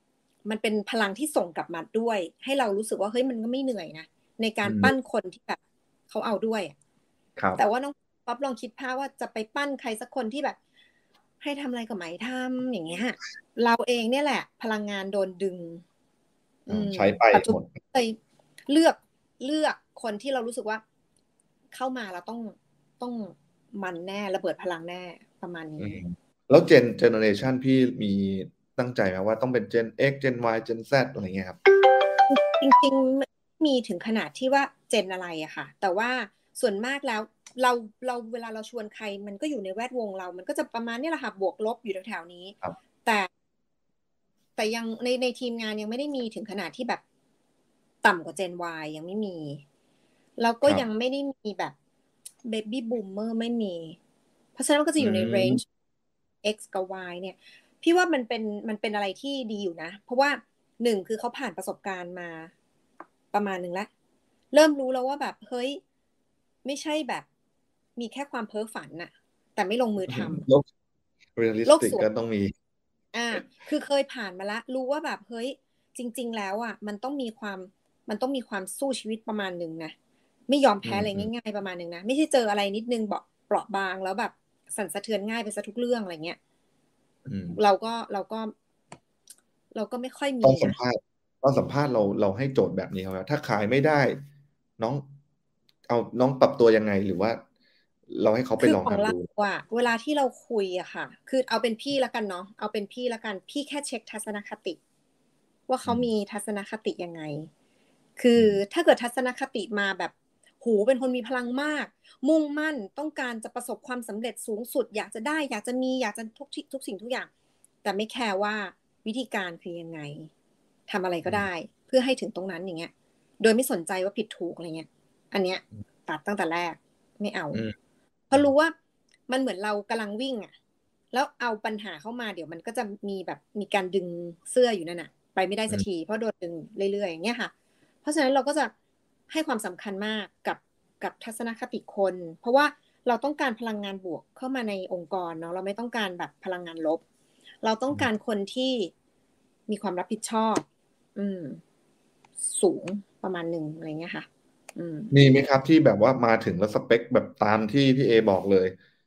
[SPEAKER 3] มันเป็นพลังที่ส่งกลับมาด้วยให้เรารู้สึกว่าเฮ้ยมันก็ไม่เหนื่อยนะในการปั้นคนที่แบบเขาเอาด้วยแต่ว่าน้องป๊อปลองคิดภาพว่าจะไปปั้นใครสักคนที่แบบให้ทำอะไรก็ไม่ทำอย่างเงี้ยเราเองเนี่ยแหละพลังงานโดนดึง
[SPEAKER 2] ใช้ไปหมด
[SPEAKER 3] เลยเลือกเลือกคนที่เรารู้สึกว่าเข้ามาเราต้องต้องมันแน่ระเบิดพลังแน่ประมาณนี้
[SPEAKER 2] แล้วเจนเจเนอเรชันพี่มีตั้งใจไหมว่าต้องเป็นเจน X เจน Y เจน Z อะไรเงี้ยครับ
[SPEAKER 3] จริงๆมีถึงขนาดที่ว่าเจนอะไรอะค่ะแต่ว่าส่วนมากแล้วเราเราเวลาเราชวนใครมันก็อยู่ในแวดวงเรามันก็จะประมาณนี้แหละค่ะบวกลบอยู่แถวๆนี้แต่แต่ยังในในทีมงานยังไม่ได้มีถึงขนาดที่แบบต่ำกว่าเจน Y ยังไม่มีแล้วก็ยังไม่ได้มีแบบเบบี้บูมเมอร์ไม่มีเพราะฉะนั้นก็จะอยู่ในเรนจ์ X กับ Y เนี่ยพี่ว่ามันเป็นมันเป็นอะไรที่ดีอยู่นะเพราะว่าหนึ่งคือเขาผ่านประสบการณ์มาประมาณนึงแล้วเริ่มรู้แล้วว่าแบบเฮ้ยไม่ใช่แบบมีแค่ความเพ้อฝันน่ะแต่ไม่ลงมือทำ
[SPEAKER 2] โลกเรียลลิสติกก็ต้องมี
[SPEAKER 3] อ่าคือเคยผ่านมาแล้วรู้ว่าแบบเฮ้ยจริงๆแล้วอ่ะมันต้องมีความมันต้องมีความสู้ชีวิตประมาณนึงนะไม่ยอมแพ้อะไรง่ายๆประมาณนึงนะไม่ใช่เจออะไรนิดนึงเบาเปราะบางแล้วแบบสั่นสะเทือนง่ายไปซะทุกเรื่องอะไรเงี้ยเราก็เราก็เราก็ไม่ค่อยมี
[SPEAKER 2] ตอนสัมภาษณ์ตอนสัมภาษณ์เราเราให้โจทย์แบบนี้ครับถ้าขายไม่ได้น้องเอาน้องปรับตัวยังไงหรือว่าเราให้เขาไปลองทำดู
[SPEAKER 3] ว่าเวลาที่เราคุยอะค่ะคือเอาเป็นพี่ละกันเนาะเอาเป็นพี่ละกันพี่แค่เช็คทัศนคติว่าเขามีทัศนคติยังไงคือถ้าเกิดทัศนคติมาแบบหูเป็นคนมีพลังมากมุ่งมั่นต้องการจะประสบความสำเร็จสูงสุดอยากจะได้อยากจะมีอยากจะทุกทุกสิ่งทุกอย่างแต่ไม่แคร์ว่าวิธีการคือยังไงทำอะไรก็ได้เพื่อให้ถึงตรงนั้นอย่างเงี้ยโดยไม่สนใจว่าผิดถูกอะไรเงี้ยอันเนี้ยตัดตั้งแต่แรกไม่เอาเพราะรู้ว่ามันเหมือนเรากำลังวิ่งอ่ะแล้วเอาปัญหาเข้ามาเดี๋ยวมันก็จะมีแบบมีการดึงเสื้ออยู่นั่นน่ะไปไม่ได้สักทีเพราะโดนดึงเรื่อยๆอย่างเงี้ยค่ะเพราะฉะนั้นเราก็จะให้ความสำคัญมากกับกับทัศนคติคนเพราะว่าเราต้องการพลังงานบวกเข้ามาในองค์กรเนาะเราไม่ต้องการแบบพลังงานลบเราต้องการคนที่มีความรับผิดชอบอืมสูงประมาณหนึ่งอะไรเงี้ยค่ะ
[SPEAKER 2] มีไหมครับที่แบบว่ามาถึงแล้วสเปคแบบตามที่พี่เอบอกเลย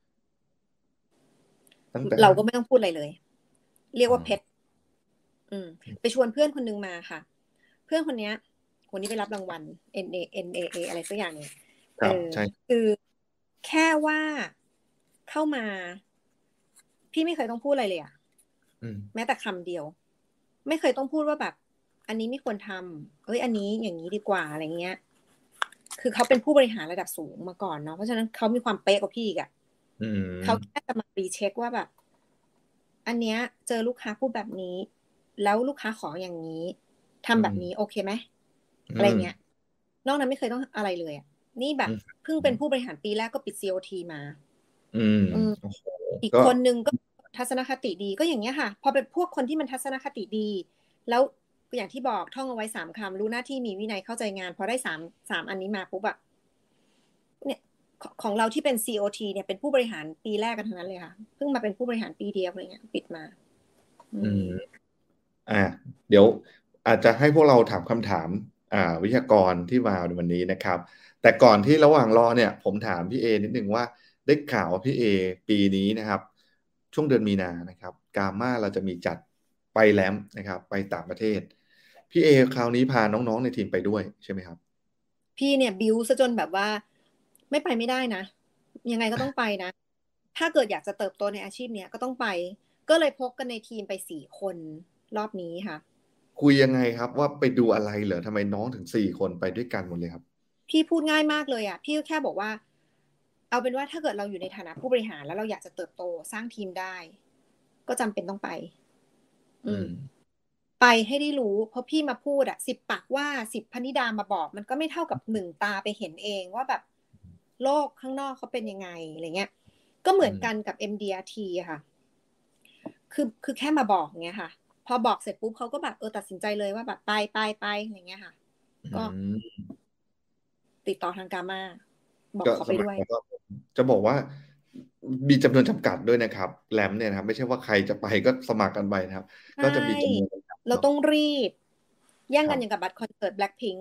[SPEAKER 3] เราก็ไม่ต้องพูดอะไรเลยเรียกว่าเพชรอืมไปชวนเพื่อนคนนึงมาค่ะเพื่อนคนนี้คนนี้ไปรับรางวัล N A N A A อะไรสักอย่างเนี่ยเออคือแค่ว่าเข้ามาพี่ไม่เคยต้องพูดอะไรเลยอ่ะแม้แต่คำเดียวไม่เคยต้องพูดว่าแบบอันนี้ไม่ควรทำเอ้ยอันนี้อย่างนี้ดีกว่าอะไรเงี้ยคือเขาเป็นผู้บริหารระดับสูงมาก่อนเนาะเพราะฉะนั้นเขามีความเป๊ะกว่าพี่อีกอ่ะเขาแค่จะมารีเช็คว่าแบบอันเนี้ยเจอลูกค้าพูดแบบนี้แล้วลูกค้าขออย่างนี้ทำแบบนี้โอเคไหมอะไรเงี้ยนอกนั้นไม่เคยต้องอะไรเลยอ่ะนี่แบบเพิ่งเป็นผู้บริหารปีแรกก็ปิด ซี โอ ที มา
[SPEAKER 2] อืม
[SPEAKER 3] อีกคนนึงก็ทัศนคติดีก็อย่างเงี้ยค่ะพอเป็นพวกคนที่มันทัศนคติดีแล้วอย่างที่บอกท่องเอาไว้สามคำรู้หน้าที่มีวินัยเข้าใจงานพอได้สามสามอันนี้มาปุ๊บอะเนี่ยของเราที่เป็น ซี โอ ที เนี่ยเป็นผู้บริหารปีแรกกันทั้งนั้นเลยค่ะเพิ่งมาเป็นผู้บริหารปีเดียวอะไรเงี้ยปิดมา
[SPEAKER 2] อืมอ่าเดี๋ยวอาจจะให้พวกเราถามคำถามอ่าวิทยากรที่มาในวันนี้นะครับแต่ก่อนที่ระหว่างรอเนี่ยผมถามพี่เอนิดนึงว่าได้ข่าวว่าพี่เอปีนี้นะครับช่วงเดือนมีนานะครับกาม่าเราจะมีจัดไปแลมนะครับไปต่างประเทศพี่เอคราวนี้พาน้องๆในทีมไปด้วยใช่ไหมครับ
[SPEAKER 3] พี่เนี่ยบิวซะจนแบบว่าไม่ไปไม่ได้นะยังไงก็ต้องไปนะถ้าเกิดอยากจะเติบโตในอาชีพเนี้ยก็ต้องไปก็เลยพกกันในทีมไปสี่คนรอบนี้ค่ะ
[SPEAKER 2] คุยยังไงครับว่าไปดูอะไรเหรอทำไมน้องถึงสี่คนไปด้วยกันหมดเลยครับ
[SPEAKER 3] พี่พูดง่ายมากเลยอ่ะพี่ก็แค่บอกว่าเอาเป็นว่าถ้าเกิดเราอยู่ในฐานะผู้บริหารแล้วเราอยากจะเติบโตสร้างทีมได้ก็จำเป็นต้องไปอืมไปให้ได้รู้เพราะพี่มาพูดอ่ะสิบปากว่าสิบพนิดามาบอกมันก็ไม่เท่ากับหนึ่งตาไปเห็นเองว่าแบบโลกข้างนอกเขาเป็นยังไงอะไรเงี้ยก็เหมือนกันกับ เอ็ม ดี อาร์ ที ค่ะคือคือแค่มาบอกเงี้ยค่ะพอบอกเสร็จปุ๊บเขาก็แบบเออตัดสินใจเลยว่าแบบไปไปไปอะไรเงี้ยค่ะก็ติดต่อทางกาม่าบอกเขาไปด้วย
[SPEAKER 2] จะบอกว่ามีจำนวนจำกัดด้วยนะครับแรมเนี่ยนะครับไม่ใช่ว่าใครจะไปก็สมัครกันไปนะครับก็จะมีจำนวน
[SPEAKER 3] เราต้องรีบแย่งกันอย่างกับบัตรคอนเสิร์ต Blackpink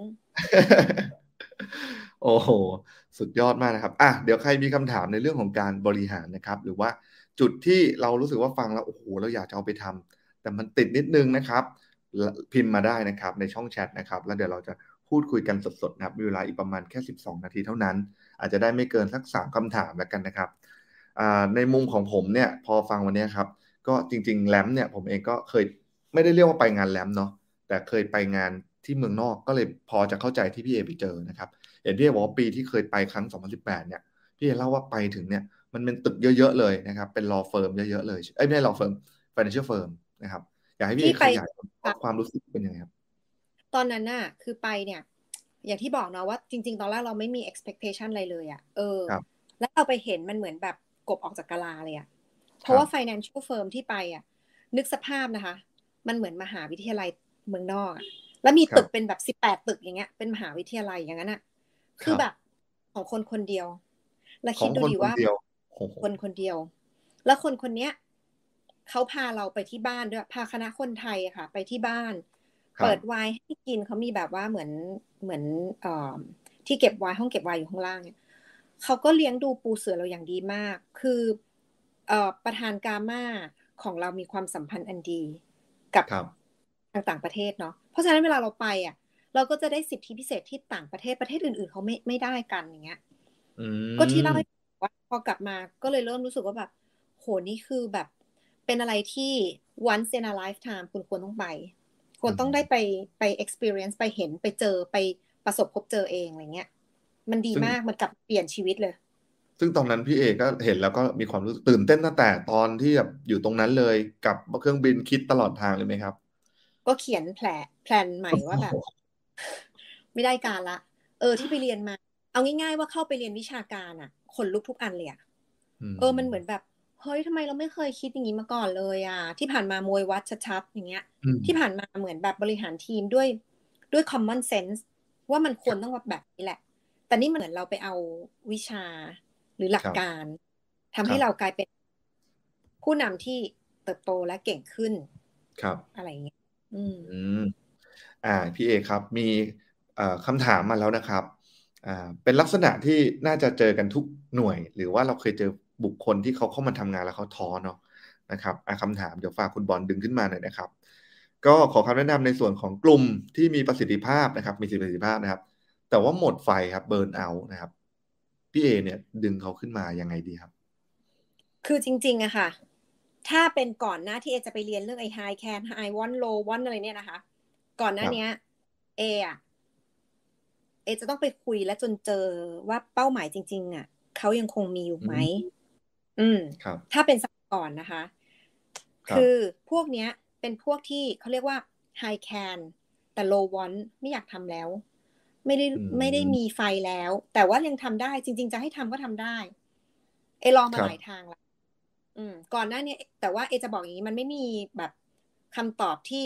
[SPEAKER 2] โอ้โหสุดยอดมากนะครับอ่ะเดี๋ยวใครมีคำถามในเรื่องของการบริหารนะครับหรือว่าจุดที่เรารู้สึกว่าฟังแล้วโอ้โหเราอยากจะเอาไปทำแต่มันติดนิดนึงนะครับพิมพ์มาได้นะครับในช่องแชทนะครับแล้วเดี๋ยวเราจะพูดคุยกันสดๆนะครับมีเวลาอีกประมาณแค่สิบสองนาทีเท่านั้นอาจจะได้ไม่เกินสักสามคำถามแล้วกันนะครับในมุมของผมเนี่ยพอฟังวันนี้ครับก็จริงๆแลมเนี่ยผมเองก็เคยไม่ได้เรียกว่าไปงานแลมเนาะแต่เคยไปงานที่เมืองนอกก็เลยพอจะเข้าใจที่พี่เอไปเจอนะครับเห็นพี่เอบอกว่าปีที่เคยไปครั้งสองพันสิบแปดเนี่ยพี่เอเล่าว่าไปถึงเนี่ยมันเป็นตึกเยอะๆเลยนะครับเป็น law firm เยอะๆเลยเอ้ยไม่ใช่ law firm financial firm นะครับอยากให้พี่เอขยายความรู้สึกเป็นยังไงครับ
[SPEAKER 3] ตอนนั้นน่ะคือไปเนี่ยอย่างที่บอกเนาะว่าจริงๆตอนแรกเราไม่มี expectation อะไรเลยอ่ะเออแล้วเราไปเห็นมันเหมือนแบบกบออกจากกะลาเลยอ่ะเพราะว่า financial firm ที่ไปอ่ะนึกสภาพนะคะมันเหมือนมหาวิทยาลัยเมืองนอกอ่ะแล้วมีตึกเป็นแบบสิบแปดตึกอย่างเงี้ยเป็นมหาวิทยาลัยอย่างนั้นอ่ะคือแบบของคนคนเดียวแล้วคิดดูดิว่าคนคนเดียวแล้วคนคนเนี้ยเขาพาเราไปที่บ้านด้วยพาคณะคนไทยอะค่ะไปที่บ้านเปิดไวน์ให้กินเขามีแบบว่าเหมือนเหมือนเอ่อที่เก็บไวน์ห้องเก็บไวน์อยู่ข้างล่างเนี่ยเขาก็เลี้ยงดูปูเสือเราอย่างดีมากคือเอ่อประธานกาม่าของเรามีความสัมพันธ์อันดีกับทางต่างประเทศเนาะเพราะฉะนั้นเวลาเราไปอ่ะเราก็จะได้สิทธิพิเศษที่ต่างประเทศประเทศอื่นๆเขาไม่ไม่ได้กันอย่างเงี้ยก็ที่เล่าให้ว่าพอกลับมาก็เลยเริ่มรู้สึกว่าแบบโหนี่คือแบบเป็นอะไรที่ once in a lifetime คุณควรต้องไปควรต้องได้ไปไป experience ไปเห็นไปเจอไปประสบพบเจอเองอะไรเงี้ยมันดีมากมันกลับเปลี่ยนชีวิตเลย
[SPEAKER 2] ซึ่งตอนนั้นพี่เอก็เห็นแล้วก็มีความรู้สึกตื่นเต้นตั้งแต่ตอนที่แบบอยู่ตรงนั้นเลยกับเครื่องบินคิดตลอดทางเลยไหมครับ
[SPEAKER 3] ก็เขียนแผลแพลนใหม่ว่าแบบไม่ได้การละเออที่ไปเรียนมาเอาง่ายๆว่าเข้าไปเรียนวิชาการอ่ะขนลุกทุกอันเลยอ่ะเออมันเหมือนแบบเฮ้ยทำไมเราไม่เคยคิดอย่างนี้มาก่อนเลยอ่ะที่ผ่านมามวยวัดชัดๆอย่างเงี้ยที่ผ่านมาเหมือนแบบบริหารทีมด้วยด้วย common sense ว่ามันควรต้องแบบนี้แหละแต่นี่มันเหมือนเราไปเอาวิชาหรือหลักการทำให้เรากลายเป็นผู้นำที่เติบโตและเก่งขึ้น
[SPEAKER 2] ครับ
[SPEAKER 3] อะไรอย่างเงี้ยอืม
[SPEAKER 2] อ่าพี่เอครับมีคำถามมาแล้วนะครับอ่าเป็นลักษณะที่น่าจะเจอกันทุกหน่วยหรือว่าเราเคยเจอบุคคลที่เขาเข้ามาทำงานแล้วเขาท้อเนาะนะครับอ่าคำถามเดี๋ยวฝากคุณบอลดึงขึ้นมาหน่อยนะครับก็ขอคำแนะนำในส่วนของกลุ่มที่มีประสิทธิภาพนะครับมีประสิทธิภาพนะครับแต่ว่าหมดไฟครับเบิร์นเอาท์นะครับพี่เอเนี่ยดึงเขาขึ้นมายังไงดีครับ
[SPEAKER 3] คือจริงๆอะค่ะถ้าเป็นก่อนหน้าที่เอจะไปเรียนเรื่องไอ้ high can high want low want อะไรเนี่ยนะคะก่อนหน้านี้เออะเอจะต้องไปคุยและจนเจอว่าเป้าหมายจริงๆอะเขายังคงมีอยู่ไหมอืมถ้าเป็นสมัยก่อนนะคะคือพวกเนี้ยเป็นพวกที่เขาเรียกว่า high can แต่ low want ไม่อยากทำแล้วไม่ได้ไม่ได้มีไฟแล้วแต่ว่ายังทำได้จริงๆจะให้ทำก็ทำได้เอลองมาหลายทางแล้วอืมก่อนหน้านี้แต่ว่าเอจะบอกอย่างนี้มันไม่มีแบบคำตอบที่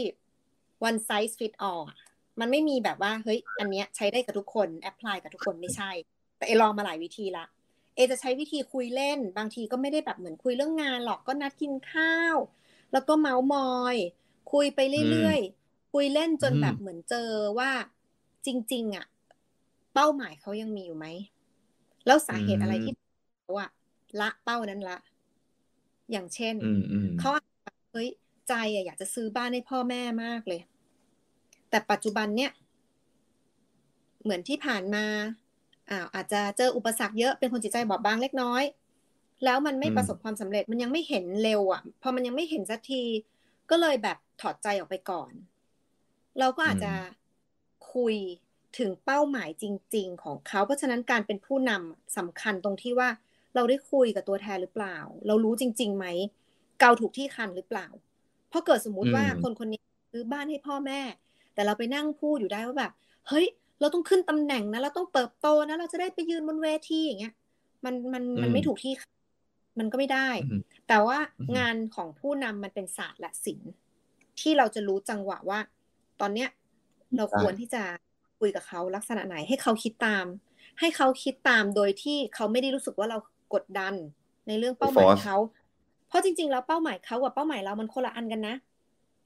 [SPEAKER 3] one size fit all มันไม่มีแบบว่าเฮ้ยอันเนี้ยใช้ได้กับทุกคนแอพพลายกับทุกคนไม่ใช่แต่เอลองมาหลายวิธีละเอจะใช้วิธีคุยเล่นบางทีก็ไม่ได้แบบเหมือนคุยเรื่องงานหรอกก็นัดกินข้าวแล้วก็เมาส์มอยคุยไปเรื่อยๆคุยเล่นจนแบบเหมือนเจอว่าจริงๆอ่ะเป้าหมายเขายังมีอยู่ไหมแล้วสาเหตุอะไรที่เขาอะละเป้านั้นละอย่างเช่นเขาเฮ้ยใจอะอยากจะซื้อบ้านให้พ่อแม่มากเลยแต่ปัจจุบันเนี่ยเหมือนที่ผ่านมาอ้าวอาจจะเจออุปสรรคเยอะเป็นคนจิตใจบอบบางเล็กน้อยแล้วมันไม่ประสบความสำเร็จมันยังไม่เห็นเร็วอ่ะพอมันยังไม่เห็นสักทีก็เลยแบบถอดใจออกไปก่อนเราก็อาจจะคุยถึงเป้าหมายจริงๆของเขาเพราะฉะนั้นการเป็นผู้นำสำคัญตรงที่ว่าเราได้คุยกับตัวแทนหรือเปล่าเรารู้จริงๆไหมเกาถูกที่คันหรือเปล่าเพราะเกิดสมมุติว่าคนคนนี้ซื้อบ้านให้พ่อแม่แต่เราไปนั่งพูดอยู่ได้ว่าแบบเฮ้ยเราต้องขึ้นตำแหน่งนะเราต้องเติบโตนะเราจะได้ไปยืนบนเวทีอย่างเงี้ยมันมันมันไม่ถูกที่มันก็ไม่ได้แต่ว่างานของผู้นำมันเป็นศาสตร์และศิลป์ที่เราจะรู้จังหวะว่าตอนเนี้ยเราควรที่จะคุยกับเขาลักษณะไหนให้เขาคิดตามให้เขาคิดตามโดยที่เขาไม่ได้รู้สึกว่าเรากดดันในเรื่องเป้าหมายเขาเพราะจริงๆแล้วเป้าหมายเขากับเป้าหมายเรามันคนละอันกันนะ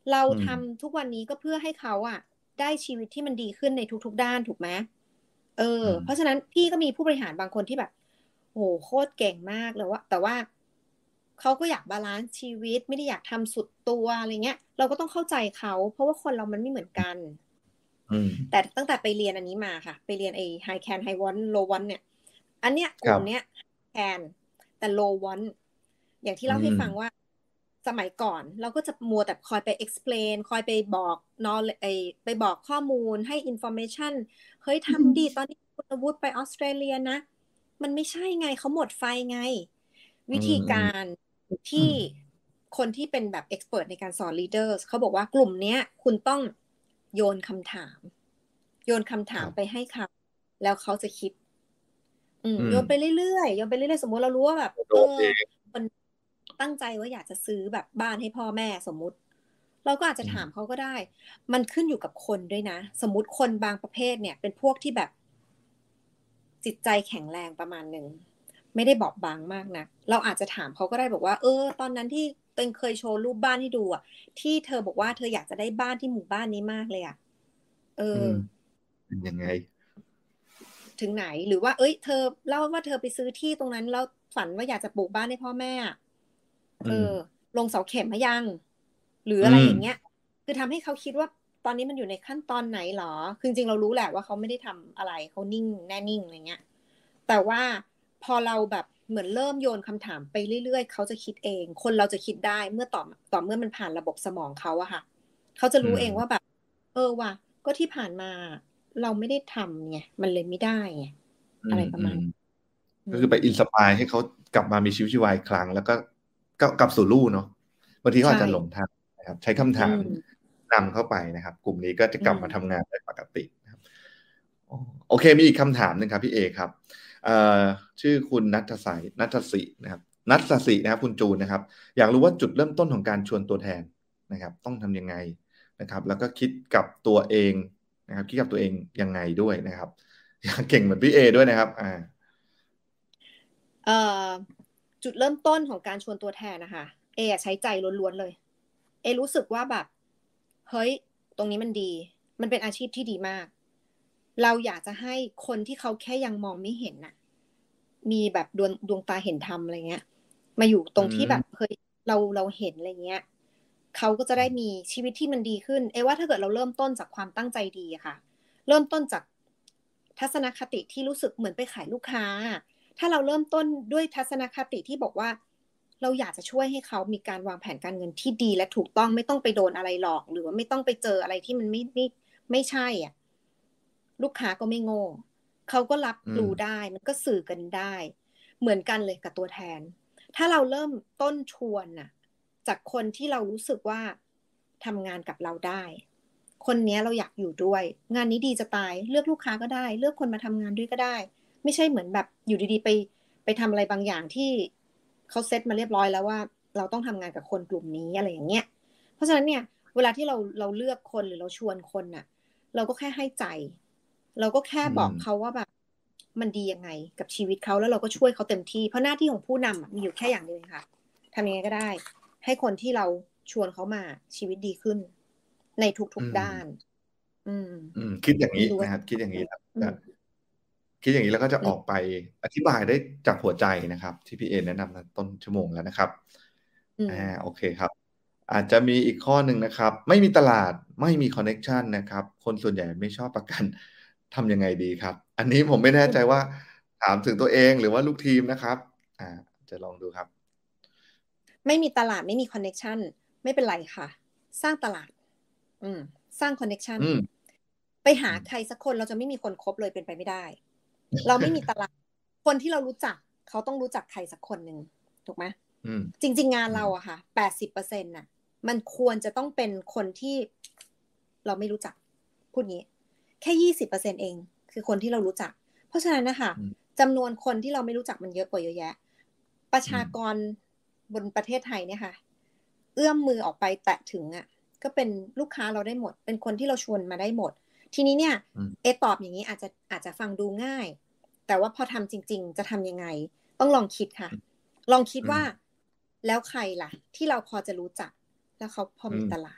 [SPEAKER 3] เราทำทุกวันนี้ก็เพื่อให้เขาอ่ะได้ชีวิตที่มันดีขึ้นในทุกๆด้านถูกไหมเออเพราะฉะนั้นพี่ก็มีผู้บริหารบางคนที่แบบโหโคตรเก่งมากเลยว่าแต่ว่าเขาก็อยากบาลานซ์ชีวิตไม่ได้อยากทำสุดตัวอะไรเงี้ยเราก็ต้องเข้าใจเขาเพราะว่าคนเรามันไม่เหมือนกันแต่ตั้งแต่ไปเรียนอันนี้มาค่ะไปเรียนไอ้ high can high want low want เนี่ยอันเนี้ยกลุ่มเนี้ย can แต่ low want อย่างที่เล่าให้ฟังว่าสมัยก่อนเราก็จะมัวแต่คอยไป explain คอยไปบอกนอไอไปบอกข้อมูลให้ information เฮ้ยทำดีตอนนี้คุณวุฒิไปออสเตรเลียนะมันไม่ใช่ไงเขาหมดไฟไงวิธีการที่คนที่เป็นแบบ expert ในการสอน leaders เขาบอกว่ากลุ่มเนี้ยคุณต้องโยนคำถามโยนคำถามไปให้เขาแล้วเขาจะคิดอืมโยนไปเรื่อยๆโยนไปเรื่อยๆสมมติเรารู้ว่าแบบเออคนตั้งใจว่าอยากจะซื้อแบบบ้านให้พ่อแม่สมมุติเราก็อาจจะถามเขาก็ได้มันขึ้นอยู่กับคนด้วยนะสมมุติคนบางประเภทเนี่ยเป็นพวกที่แบบจิตใจแข็งแรงประมาณนึงไม่ได้บอบบางมากนะเราอาจจะถามเขาก็ได้บอกว่าเออตอนนั้นที่เต็งเคยโชว์รูปบ้านให้ดูอ่ะที่เธอบอกว่าเธออยากจะได้บ้านที่หมู่บ้านนี้มากเลยอ่ะเออ
[SPEAKER 2] เป็นยังไง
[SPEAKER 3] ถึงไหนหรือว่าเอ้ยเธอเล่าว่าเธอไปซื้อที่ตรงนั้นแล้วฝันว่าอยากจะปลูกบ้านให้พ่อแม่เออลงเสาเข็มมายังหรืออะไรอย่างเงี้ยคือทำให้เขาคิดว่าตอนนี้มันอยู่ในขั้นตอนไหนหรอคือจริงเรารู้แหละว่าเขาไม่ได้ทำอะไรเขานิ่งแน่นิ่งอะไรเงี้ยแต่ว่าพอเราแบบเหมือนเริ่มโยนคำถามไปเรื่อยๆเขาจะคิดเองคนเราจะคิดได้เมื่อต่อต่อเมื่อมันผ่านระบบสมองเขาอะค่ะเขาจะรู้เองว่าแบบเออว่ะก็ที่ผ่านมาเราไม่ได้ทำไงมันเลยไม่ได้ไงอะไรประมาณ
[SPEAKER 2] ก็คือไปอินสปายให้เขากลับมามีชีวิตชีวาอีกครั้งแล้วก็กลับสู่ลู่เนาะบางทีเขาอาจจะหลงทางนะครับใช้คำถามนำเข้าไปนะครับกลุ่มนี้ก็จะกลับมาทำงานได้ปกตินะครับโอเคมีอีกคำถามหนึ่งครับพี่เอครับชื่อคุณนัทศินัทศินะครับนัทศินะครับคุณจูนนะครับอยากรู้ว่าจุดเริ่มต้นของการชวนตัวแทนนะครับต้องทำยังไงนะครับแล้วก็คิดกับตัวเองนะครับคิดกับตัวเองยังไงด้วยนะครับอยากเก่งเหมือนพี่เอด้วยนะครับอ่า
[SPEAKER 3] เอ่อจุดเริ่มต้นของการชวนตัวแทนนะคะเอใช้ใจล้วนๆเลยเอรู้สึกว่าแบบเฮ้ยตรงนี้มันดีมันเป็นอาชีพที่ดีมากเราอยากจะให้คนที่เขาแค่ยังมองไม่เห็นน่ะมีแบบดวงดวงตาเห็นธรรมอะไรเงี้ยมาอยู่ตรงที่แบบเฮ้ยเราเราเห็นอะไรเงี้ยเขาก็จะได้มีชีวิตที่มันดีขึ้นเอว่าถ้าเกิดเราเริ่มต้นจากความตั้งใจดีอะค่ะเริ่มต้นจากทัศนคติที่รู้สึกเหมือนไปขายลูกค้าถ้าเราเริ่มต้นด้วยทัศนคติที่บอกว่าเราอยากจะช่วยให้เขามีการวางแผนการเงินที่ดีและถูกต้องไม่ต้องไปโดนอะไรหลอกหรือว่าไม่ต้องไปเจออะไรที่มันไม่ไม่ไม่ใช่อ่ะลูกค้าก็ไม่โง่เขาก็รับรู้ได้มันก็สื่อกันได้เหมือนกันเลยกับตัวแทนถ้าเราเริ่มต้นชวนน่ะจากคนที่เรารู้สึกว่าทำงานกับเราได้คนนี้เราอยากอยู่ด้วยงานนี้ดีจะตายเลือกลูกค้าก็ได้เลือกคนมาทำงานด้วยก็ได้ไม่ใช่เหมือนแบบอยู่ดีๆไปไปทำอะไรบางอย่างที่เขาเซตมาเรียบร้อยแล้วว่าเราต้องทำงานกับคนกลุ่มนี้อะไรอย่างเงี้ยเพราะฉะนั้นเนี่ยเวลาที่เราเราเลือกคนหรือเราชวนคนน่ะเราก็แค่ให้ใจเราก็แค่บอกเขาว่าแบบมันดียังไงกับชีวิตเขาแล้วเราก็ช่วยเขาเต็มที่เพราะหน้าที่ของผู้นำมีอยู่แค่อย่างเดียวค่ะทำยังไงก็ได้ให้คนที่เราชวนเขามาชีวิตดีขึ้นในทุกๆด้านอืม
[SPEAKER 2] อืมคิดอย่างนี้นะครับคิดอย่างนี้แล้วคิดอย่างนี้แล้วก็จะออกไปอธิบายได้จากหัวใจนะครับที่พี่เอแนะนำต้นชั่วโมงแล้วนะครับอ่าโอเคครับอาจจะมีอีกข้อหนึ่งนะครับไม่มีตลาดไม่มีคอนเน็กชันนะครับคนส่วนใหญ่ไม่ชอบประกันทำยังไงดีครับอันนี้ผมไม่แน่ใจว่าถามถึงตัวเองหรือว่าลูกทีมนะครับอ่าจะลองดูครับ
[SPEAKER 3] ไม่มีตลาดไม่มีคอนเน็กชันไม่เป็นไรค่ะสร้างตลาดอืมสร้างคอนเน็กชันไปหาใครสักคนเราจะไม่มีคนคบเลยเป็นไปไม่ได้เราไม่มีตลาดคนที่เรารู้จักเขาต้องรู้จักใครสักคนหนึ่งถูกไหมจริงๆงานเราอะค่ะแปดสิบเปอร์เซ็นต์น่ะมันควรจะต้องเป็นคนที่เราไม่รู้จักพูดงี้แค่ยี่สิบเปอร์เซ็นต์เองคือคนที่เรารู้จักเพราะฉะนั้นนะคะจำนวนคนที่เราไม่รู้จักมันเยอะกว่าเยอะแยะประชากรบนประเทศไทยเนี่ยค่ะเอื้อมมือออกไปแตะถึงอ่ะก็เป็นลูกค้าเราได้หมดเป็นคนที่เราชวนมาได้หมดทีนี้เนี่ยเอตอบอย่างนี้อาจจะอาจจะฟังดูง่ายแต่ว่าพอทำจริงๆจะทำยังไงต้องลองคิดค่ะลองคิดว่าแล้วใครล่ะที่เราพอจะรู้จักแล้วเขาพอมีตลาด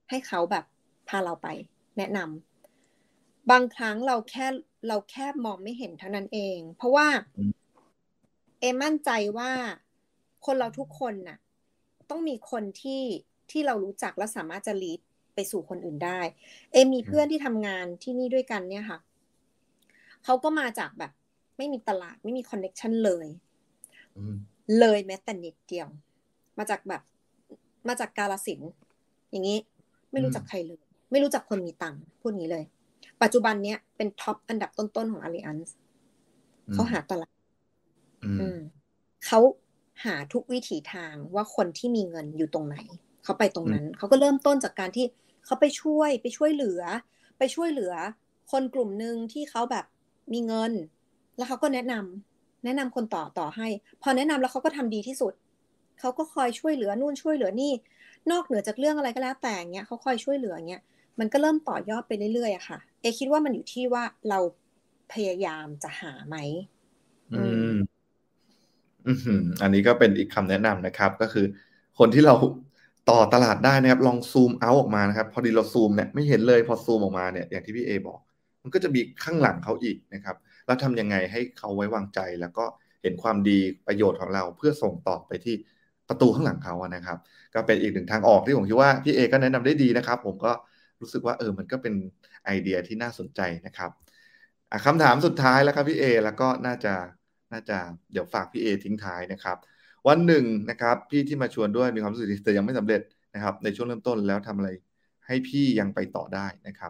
[SPEAKER 3] ให้เขาแบบพาเราไปแนะนำบางครั้งเราแค่เราแค่มองไม่เห็นเท่านั้นเองเพราะว่าเอมั่นใจว่าคนเราทุกคนน่ะต้องมีคนที่ที่เรารู้จักและสามารถจะลีดไปสู่คนอื่นได้เอมีเพื่อนที่ทำงานที่นี่ด้วยกันเนี่ยค่ะเขาก็มาจากแบบไม่มีตลาดไม่มีคอนเนคชั่นเลยเลยแม้แต่นิดเดียวมาจากแบบมาจากกาฬสินธุ์อย่างนี้ไม่รู้จักใครเลยไม่รู้จักคนมีตังค์พูดงี้เลยปัจจุบันเนี้ยเป็นท็อปอันดับต้นๆของ Allianz เขาหาตลาดเขาหาทุกวิถีทางว่าคนที่มีเงินอยู่ตรงไหนเขาไปตรงนั้นเขาก็เริ่มต้นจากการที่เขาไปช่วยไปช่วยเหลือไปช่วยเหลือคนกลุ่มนึงที่เขาแบบมีเงินแล้วเขาก็แนะนำแนะนำคนต่อต่อให้พอแนะนำแล้วเขาก็ทำดีที่สุดเขาก็คอยช่วยเหลือนู่นช่วยเหลือนี่นอกเหนือจากเรื่องอะไรก็แล้วแต่เงี้ยเขาคอยช่วยเหลือเงี้ยมันก็เริ่มต่อยอดไปเรื่อยๆอะค่ะเอคิดว่ามันอยู่ที่ว่าเราพยายามจะหาไหม
[SPEAKER 2] อืมอืมอันนี้ก็เป็นอีกคำแนะนำนะครับก็คือคนที่เราต่อตลาดได้นะครับลองซูมเอาท์ออกมานะครับพอดีเราซูมเนี่ยไม่เห็นเลยพอซูมออกมาเนี่ยอย่างที่พี่เอบอกมันก็จะมีข้างหลังเขาอีกนะครับแล้วทำยังไงให้เขาไว้วางใจแล้วก็เห็นความดีประโยชน์ของเราเพื่อส่งต่อไปที่ประตูข้างหลังเขาอะนะครับก็เป็นอีกหนึ่งทางออกที่ผมคิดว่าพี่เอก็แนะนำได้ดีนะครับผมก็รู้สึกว่าเออมันก็เป็นไอเดียที่น่าสนใจนะครับอ่ะคำถามสุดท้ายแล้วครับพี่เอแล้วก็น่าจะน่าจะเดี๋ยวฝากพี่เอทิ้งท้ายนะครับวันหนึ่งนะครับพี่ที่มาชวนด้วยมีความรู้สึกดีแต่ยังไม่สำเร็จนะครับในช่วงเริ่มต้นแล้วทำอะไรให้พี่ยังไปต่อได้นะครับ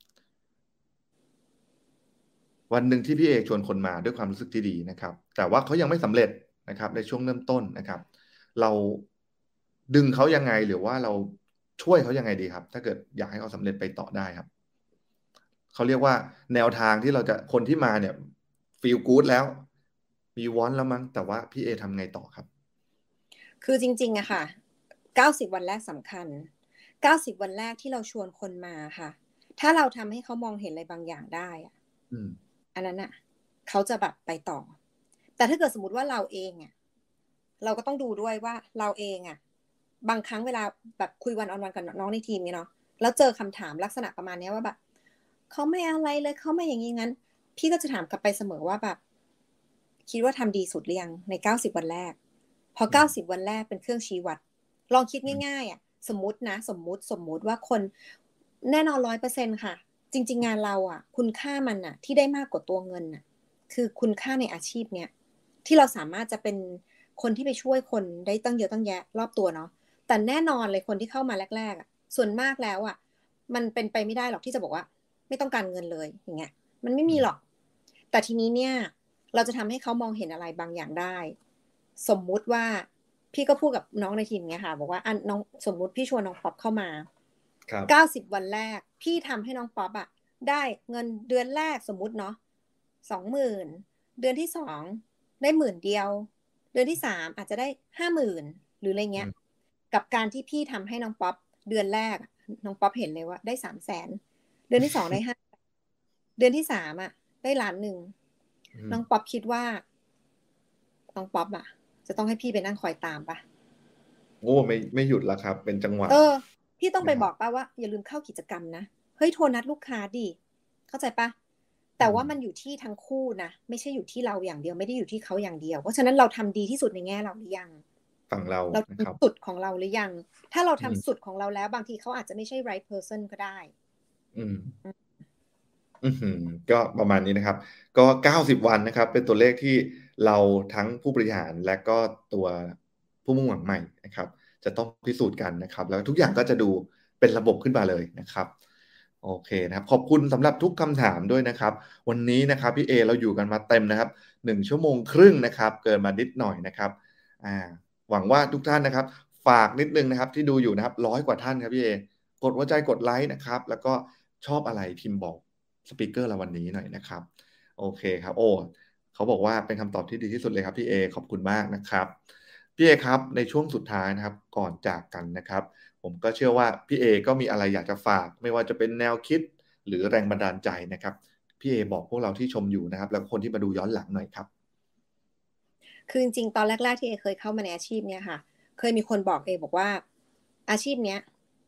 [SPEAKER 2] วันหนึ่งที่พี่เอชวนคนมาด้วยความรู้สึกที่ดีนะครับแต่ว่าเขายังไม่สำเร็จนะครับในช่วงเริ่มต้นนะครับเราดึงเขายังไงหรือว่าเราช่วยเขายังไงดีครับถ้าเกิดอยากให้เขาสำเร็จไปต่อได้ครับเขาเรียกว่าแนวทางที่เราจะคนที่มาเนี่ยฟีลกู๊ดแล้วมีวอนแล้วมั้งแต่ว่าพี่เอทำไงต่อครับ
[SPEAKER 3] คือจริงๆอะค่ะเก้าสิบวันแรกสำคัญเก้าสิบวันแรกที่เราชวนคนมาค่ะถ้าเราทำให้เขามองเห็นอะไรบางอย่างได้อะอันนั้นอะเขาจะแบบไปต่อแต่ถ้าเกิดสมมติว่าเราเองอะเราก็ต้องดูด้วยว่าเราเองอะบางครั้งเวลาแบบคุยวันออนวันกับน้องในทีมเนี่ยเนาะแล้วเจอคำถามลักษณะประมาณนี้ว่าแบบเขาไม่อะไรเลยเขาไม่อย่างนี้งั้นพี่ก็จะถามกลับไปเสมอว่าแบบคิดว่าทำดีสุดหรือยังในเก้าสิบวันแรกพอเก้าสิบวันแรกเป็นเครื่องชี้วัดลองคิดง่ายๆอ่ะสมมุตินะสมมุติสมมุติว่าคนแน่นอน ร้อยเปอร์เซ็นต์ ค่ะจริงๆงานเราอ่ะคุณค่ามันอ่ะที่ได้มากกว่าตัวเงินน่ะคือคุณค่าในอาชีพเนี้ยที่เราสามารถจะเป็นคนที่ไปช่วยคนได้ตั้งเยอะตั้งแยะรอบตัวเนาะแต่แน่นอนเลยคนที่เข้ามาแรกๆอ่ะส่วนมากแล้วอ่ะมันเป็นไปไม่ได้หรอกที่จะบอกว่าไม่ต้องการเงินเลยอย่างเงี้ยมันไม่มีหรอกแต่ทีนี้เนี่ยเราจะทำให้เขามองเห็นอะไรบางอย่างได้สมมุติว่าพี่ก็พูดกับน้องในทีมเงี้ยค่ะบอกว่าอันน้องสมมุติพี่ชวนน้องป๊อปเข้ามาเก้าสิบวันแรกพี่ทำให้น้องป๊อปอ่ะได้เงินเดือนแรกสมมุติเนาะสองหมื่นเดือนที่สองได้หมื่นเดียวเดือนที่สามอาจจะได้ห้าหมื่นหรืออะไรเงี้ยกับการที่พี่ทำให้น้องป๊อปเดือนแรกน้องป๊อปเห็นเลยว่าได้สามแสนเดือนที่สองได้ห้าเดือนที่สามอ่ะได้ล้านหนึ่งน้องป๊อปคิดว่าน้องป๊อปอ่ะจะต้องให้พี่ไปนั่งคอยตามปะ
[SPEAKER 2] โอ้ไม่ไม่หยุดละครับเป็นจังหวะ
[SPEAKER 3] เออพี่ต้องไปบอกป้าว่าอย่าลืมเข้ากิจกรรมนะเฮ้ยโทรนัดลูกค้าดิเข้าใจปะแต่ว่ามันอยู่ที่ทั้งคู่นะไม่ใช่อยู่ที่เราอย่างเดียวไม่ได้อยู่ที่เขาอย่างเดียวเพราะฉะนั้นเราทำดีที่สุดในแง่เราหรือยัง
[SPEAKER 2] ฝั่งเรา
[SPEAKER 3] เราทำสุดของเราหรือยังถ้าเราทำสุดของเราแล้วบางทีเขาอาจจะไม่ใช่ right person ก็ได้
[SPEAKER 2] อืมอืมก็ประมาณนี้นะครับก็เก้าสิบวันนะครับเป็นตัวเลขที่เราทั้งผู้บริหารและก็ตัวผู้มุ่งหวังใหม่นะครับจะต้องพิสูจน์กันนะครับแล้วทุกอย่างก็จะดูเป็นระบบขึ้นมาเลยนะครับโอเคนะครับขอบคุณสำหรับทุกคำถามด้วยนะครับวันนี้นะครับพี่เอเราอยู่กันมาเต็มนะครับหนึ่งชั่วโมงครึ่งนะครับเกินมานิดหน่อยนะครับอ่าหวังว่าทุกท่านนะครับฝากนิดนึงนะครับที่ดูอยู่นะครับร้อยกว่าท่านครับพี่เอกดหัวใจกดไลค์นะครับแล้วก็ชอบอะไรพิมพ์บอกสปีกเกอร์เราวันนี้หน่อยนะครับโอเคครับโอ้เขาบอกว่าเป็นคำตอบที่ดีที่สุดเลยครับพี่เอขอบคุณมากนะครับพี่เอครับในช่วงสุดท้ายนะครับก่อนจากกันนะครับผมก็เชื่อว่าพี่เอก็มีอะไรอยากจะฝากไม่ว่าจะเป็นแนวคิดหรือแรงบันดาลใจนะครับพี่เอบอกพวกเราที่ชมอยู่นะครับแล้วคนที่มาดูย้อนหลังหน่อยครับ
[SPEAKER 3] คือจริงๆตอนแรกๆที่เอเคยเข้ามาในอาชีพเนี้ยค่ะเคยมีคนบอกเอบอกว่าอาชีพเนี้ย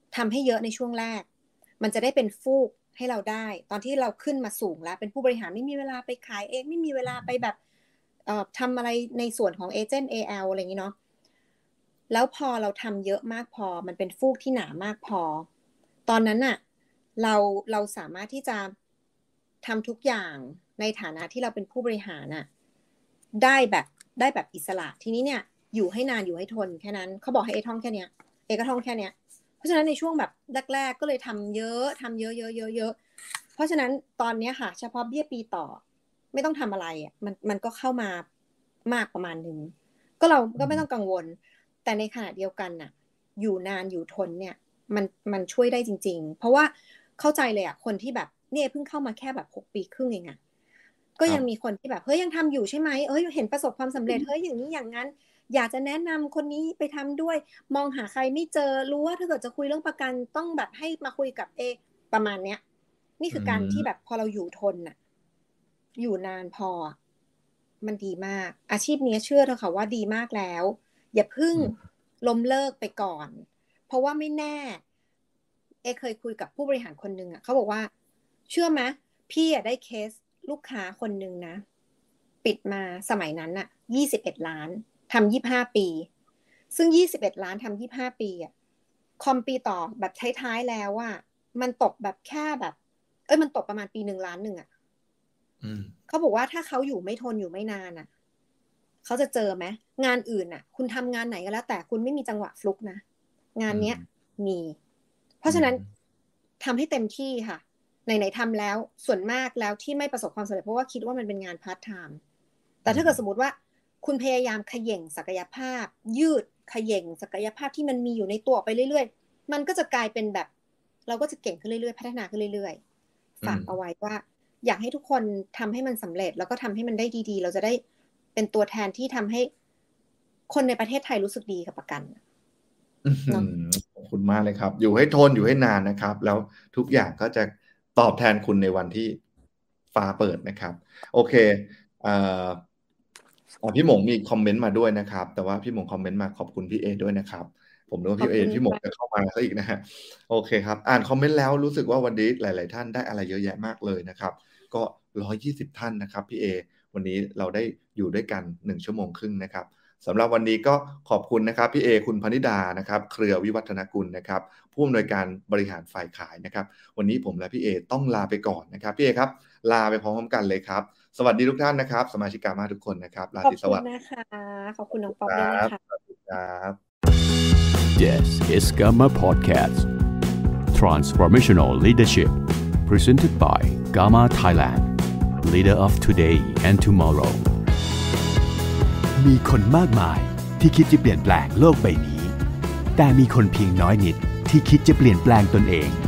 [SPEAKER 3] ทำให้เยอะในช่วงแรกมันจะได้เป็นฟูกให้เราได้ตอนที่เราขึ้นมาสูงแล้วเป็นผู้บริหารไม่มีเวลาไปขายเองไม่มีเวลาไปแบบเอ่อทำอะไรในส่วนของเอเจนต์ เอ แอล อะไรอย่างนี้เนาะแล้วพอเราทำเยอะมากพอมันเป็นฟูกที่หนามากพอตอนนั้นน่ะเราเราสามารถที่จะทำทุกอย่างในฐานะที่เราเป็นผู้บริหารน่ะได้แบบได้แบบอิสระทีนี้เนี่ยอยู่ให้นานอยู่ให้ทนแค่นั้นเขาบอกให้เอท่องแค่เนี้ยเอก็ท่องแค่เนี้ยเพราะฉะนั้นในช่วงแบบแรกๆก็เลยทำเยอะทำเยอะเยอะเยอะเยอะเพราะฉะนั้นตอนนี้ค่ะเฉพาะเบี้ยปีต่อไม่ต้องทำอะไรอ่ะมันมันก็เข้ามามากประมาณนึงก็เราก็ไม่ต้องกังวลแต่ในขณะเดียวกันน่ะอยู่นานอยู่ทนเนี่ยมันมันช่วยได้จริงๆเพราะว่าเข้าใจเลยอ่ะคนที่แบบเนี่ยเพิ่งเข้ามาแค่แบบหกปีครึ่งเองอ่ะก็ยังมีคนที่แบบเฮ้ยยังทำอยู่ใช่ไหมเอ้ยเห็นประสบความสำเร็จเฮ้ยอย่างนี้อย่างนั้นอยากจะแนะนำคนนี้ไปทำด้วยมองหาใครไม่เจอรู้ว่าถ้าเกิดจะคุยเรื่องประกันต้องแบบให้มาคุยกับเอประมาณเนี้ยนี่คือการที่แบบพอเราอยู่ทนน่ะอยู่นานพอมันดีมากอาชีพนี้เชื่อเถอะค่ะว่าดีมากแล้วอย่าพึ่งล้มเลิกไปก่อนเพราะว่าไม่แน่เอเคยคุยกับผู้บริหารคนนึงอ่ะเขาบอกว่าเชื่อไหมพี่อ่ะได้เคสลูกค้าคนนึงนะปิดมาสมัยนั้นน่ะยี่สิบเอ็ดล้านทำยี่สิบห้าปีซึ่งยี่สิบเอ็ดล้านทำยี่สิบห้าปีอ่ะคอมปีต่อแบบท้ายๆแล้วอ่ะมันตกแบบแค่แบบเอ้ยมันตกประมาณปีหนึ่งล้านหนึ่งอ่ะเขาบอกว่าถ้าเขาอยู่ไม่ทนอยู่ไม่นานอ่ะเขาจะเจอไหมงานอื่นอ่ะคุณทำงานไหนก็แล้วแต่คุณไม่มีจังหวะฟลุกนะงานเนี้ยมีเพราะฉะนั้นทำให้เต็มที่ค่ะไหนๆทำแล้วส่วนมากแล้วที่ไม่ประสบความสำเร็จเพราะว่าคิดว่ามันเป็นงานพาร์ทไทม์แต่ถ้าเกิดสมมติว่าคุณพยายามเขย่งศักยภาพยืดเขย่งศักยภาพที่มันมีอยู่ในตัวไปเรื่อยๆมันก็จะกลายเป็นแบบเราก็จะเก่งขึ้นเรื่อยๆพัฒนาขึ้นเรื่อยๆฝากเอาไว้ว่าอยากให้ทุกคนทำให้มันสำเร็จแล้วก็ทำให้มันได้ดีๆเราจะได้เป็นตัวแทนที่ทำให้คนในประเทศไทยรู้สึกดีกับประกัน
[SPEAKER 2] ขอบคุณมากเลยครับอยู่ให้ทนอยู่ให้นานนะครับแล้วทุกอย่างก็จะตอบแทนคุณในวันที่ฟ้าเปิดนะครับโอเคเอ่อพี่หมงมีคอมเมนต์มาด้วยนะครับแต่ว่าพี่หมงคอมเมนต์มาขอบคุณพี่เอด้วยนะครับผมนึกว่าพี่เอพี่หมงจะเข้ามาซะอีกนะฮะโอเคครับอ่านคอมเมนต์แล้วรู้สึกว่าวันนี้หลายๆท่านได้อะไรเยอะแยะมากเลยนะครับก็หนึ่งร้อยยี่สิบท่านนะครับพี่เอวันนี้เราได้อยู่ด้วยกันหนึ่งชั่วโมงครึ่งนะครับสำหรับวันนี้ก็ขอบคุณนะครับพี่เอคุณพนิดานะครับเครือวิวัฒนกุลนะครับผู้อำนวยการบริหารฝ่ายขายนะครับวันนี้ผมและพี่เอต้องลาไปก่อนนะครับพี่เอครับลาไปพร้อมๆกันเลยครับสวัสดีทุกท่านนะครับสมาชิกกามาทุกคนนะครับราตรีสวัสดิ์
[SPEAKER 3] นะคะขอบคุณน้องป๊อปด้วยนะคะ
[SPEAKER 2] สวัสดีครับ
[SPEAKER 1] This is Gamma Podcast Transformational Leadership Presented by Gamma Thailand Leader of Today and Tomorrowมีคนมากมายที่คิดจะเปลี่ยนแปลงโลกใบนี้แต่มีคนเพียงน้อยนิดที่คิดจะเปลี่ยนแปลงตนเอง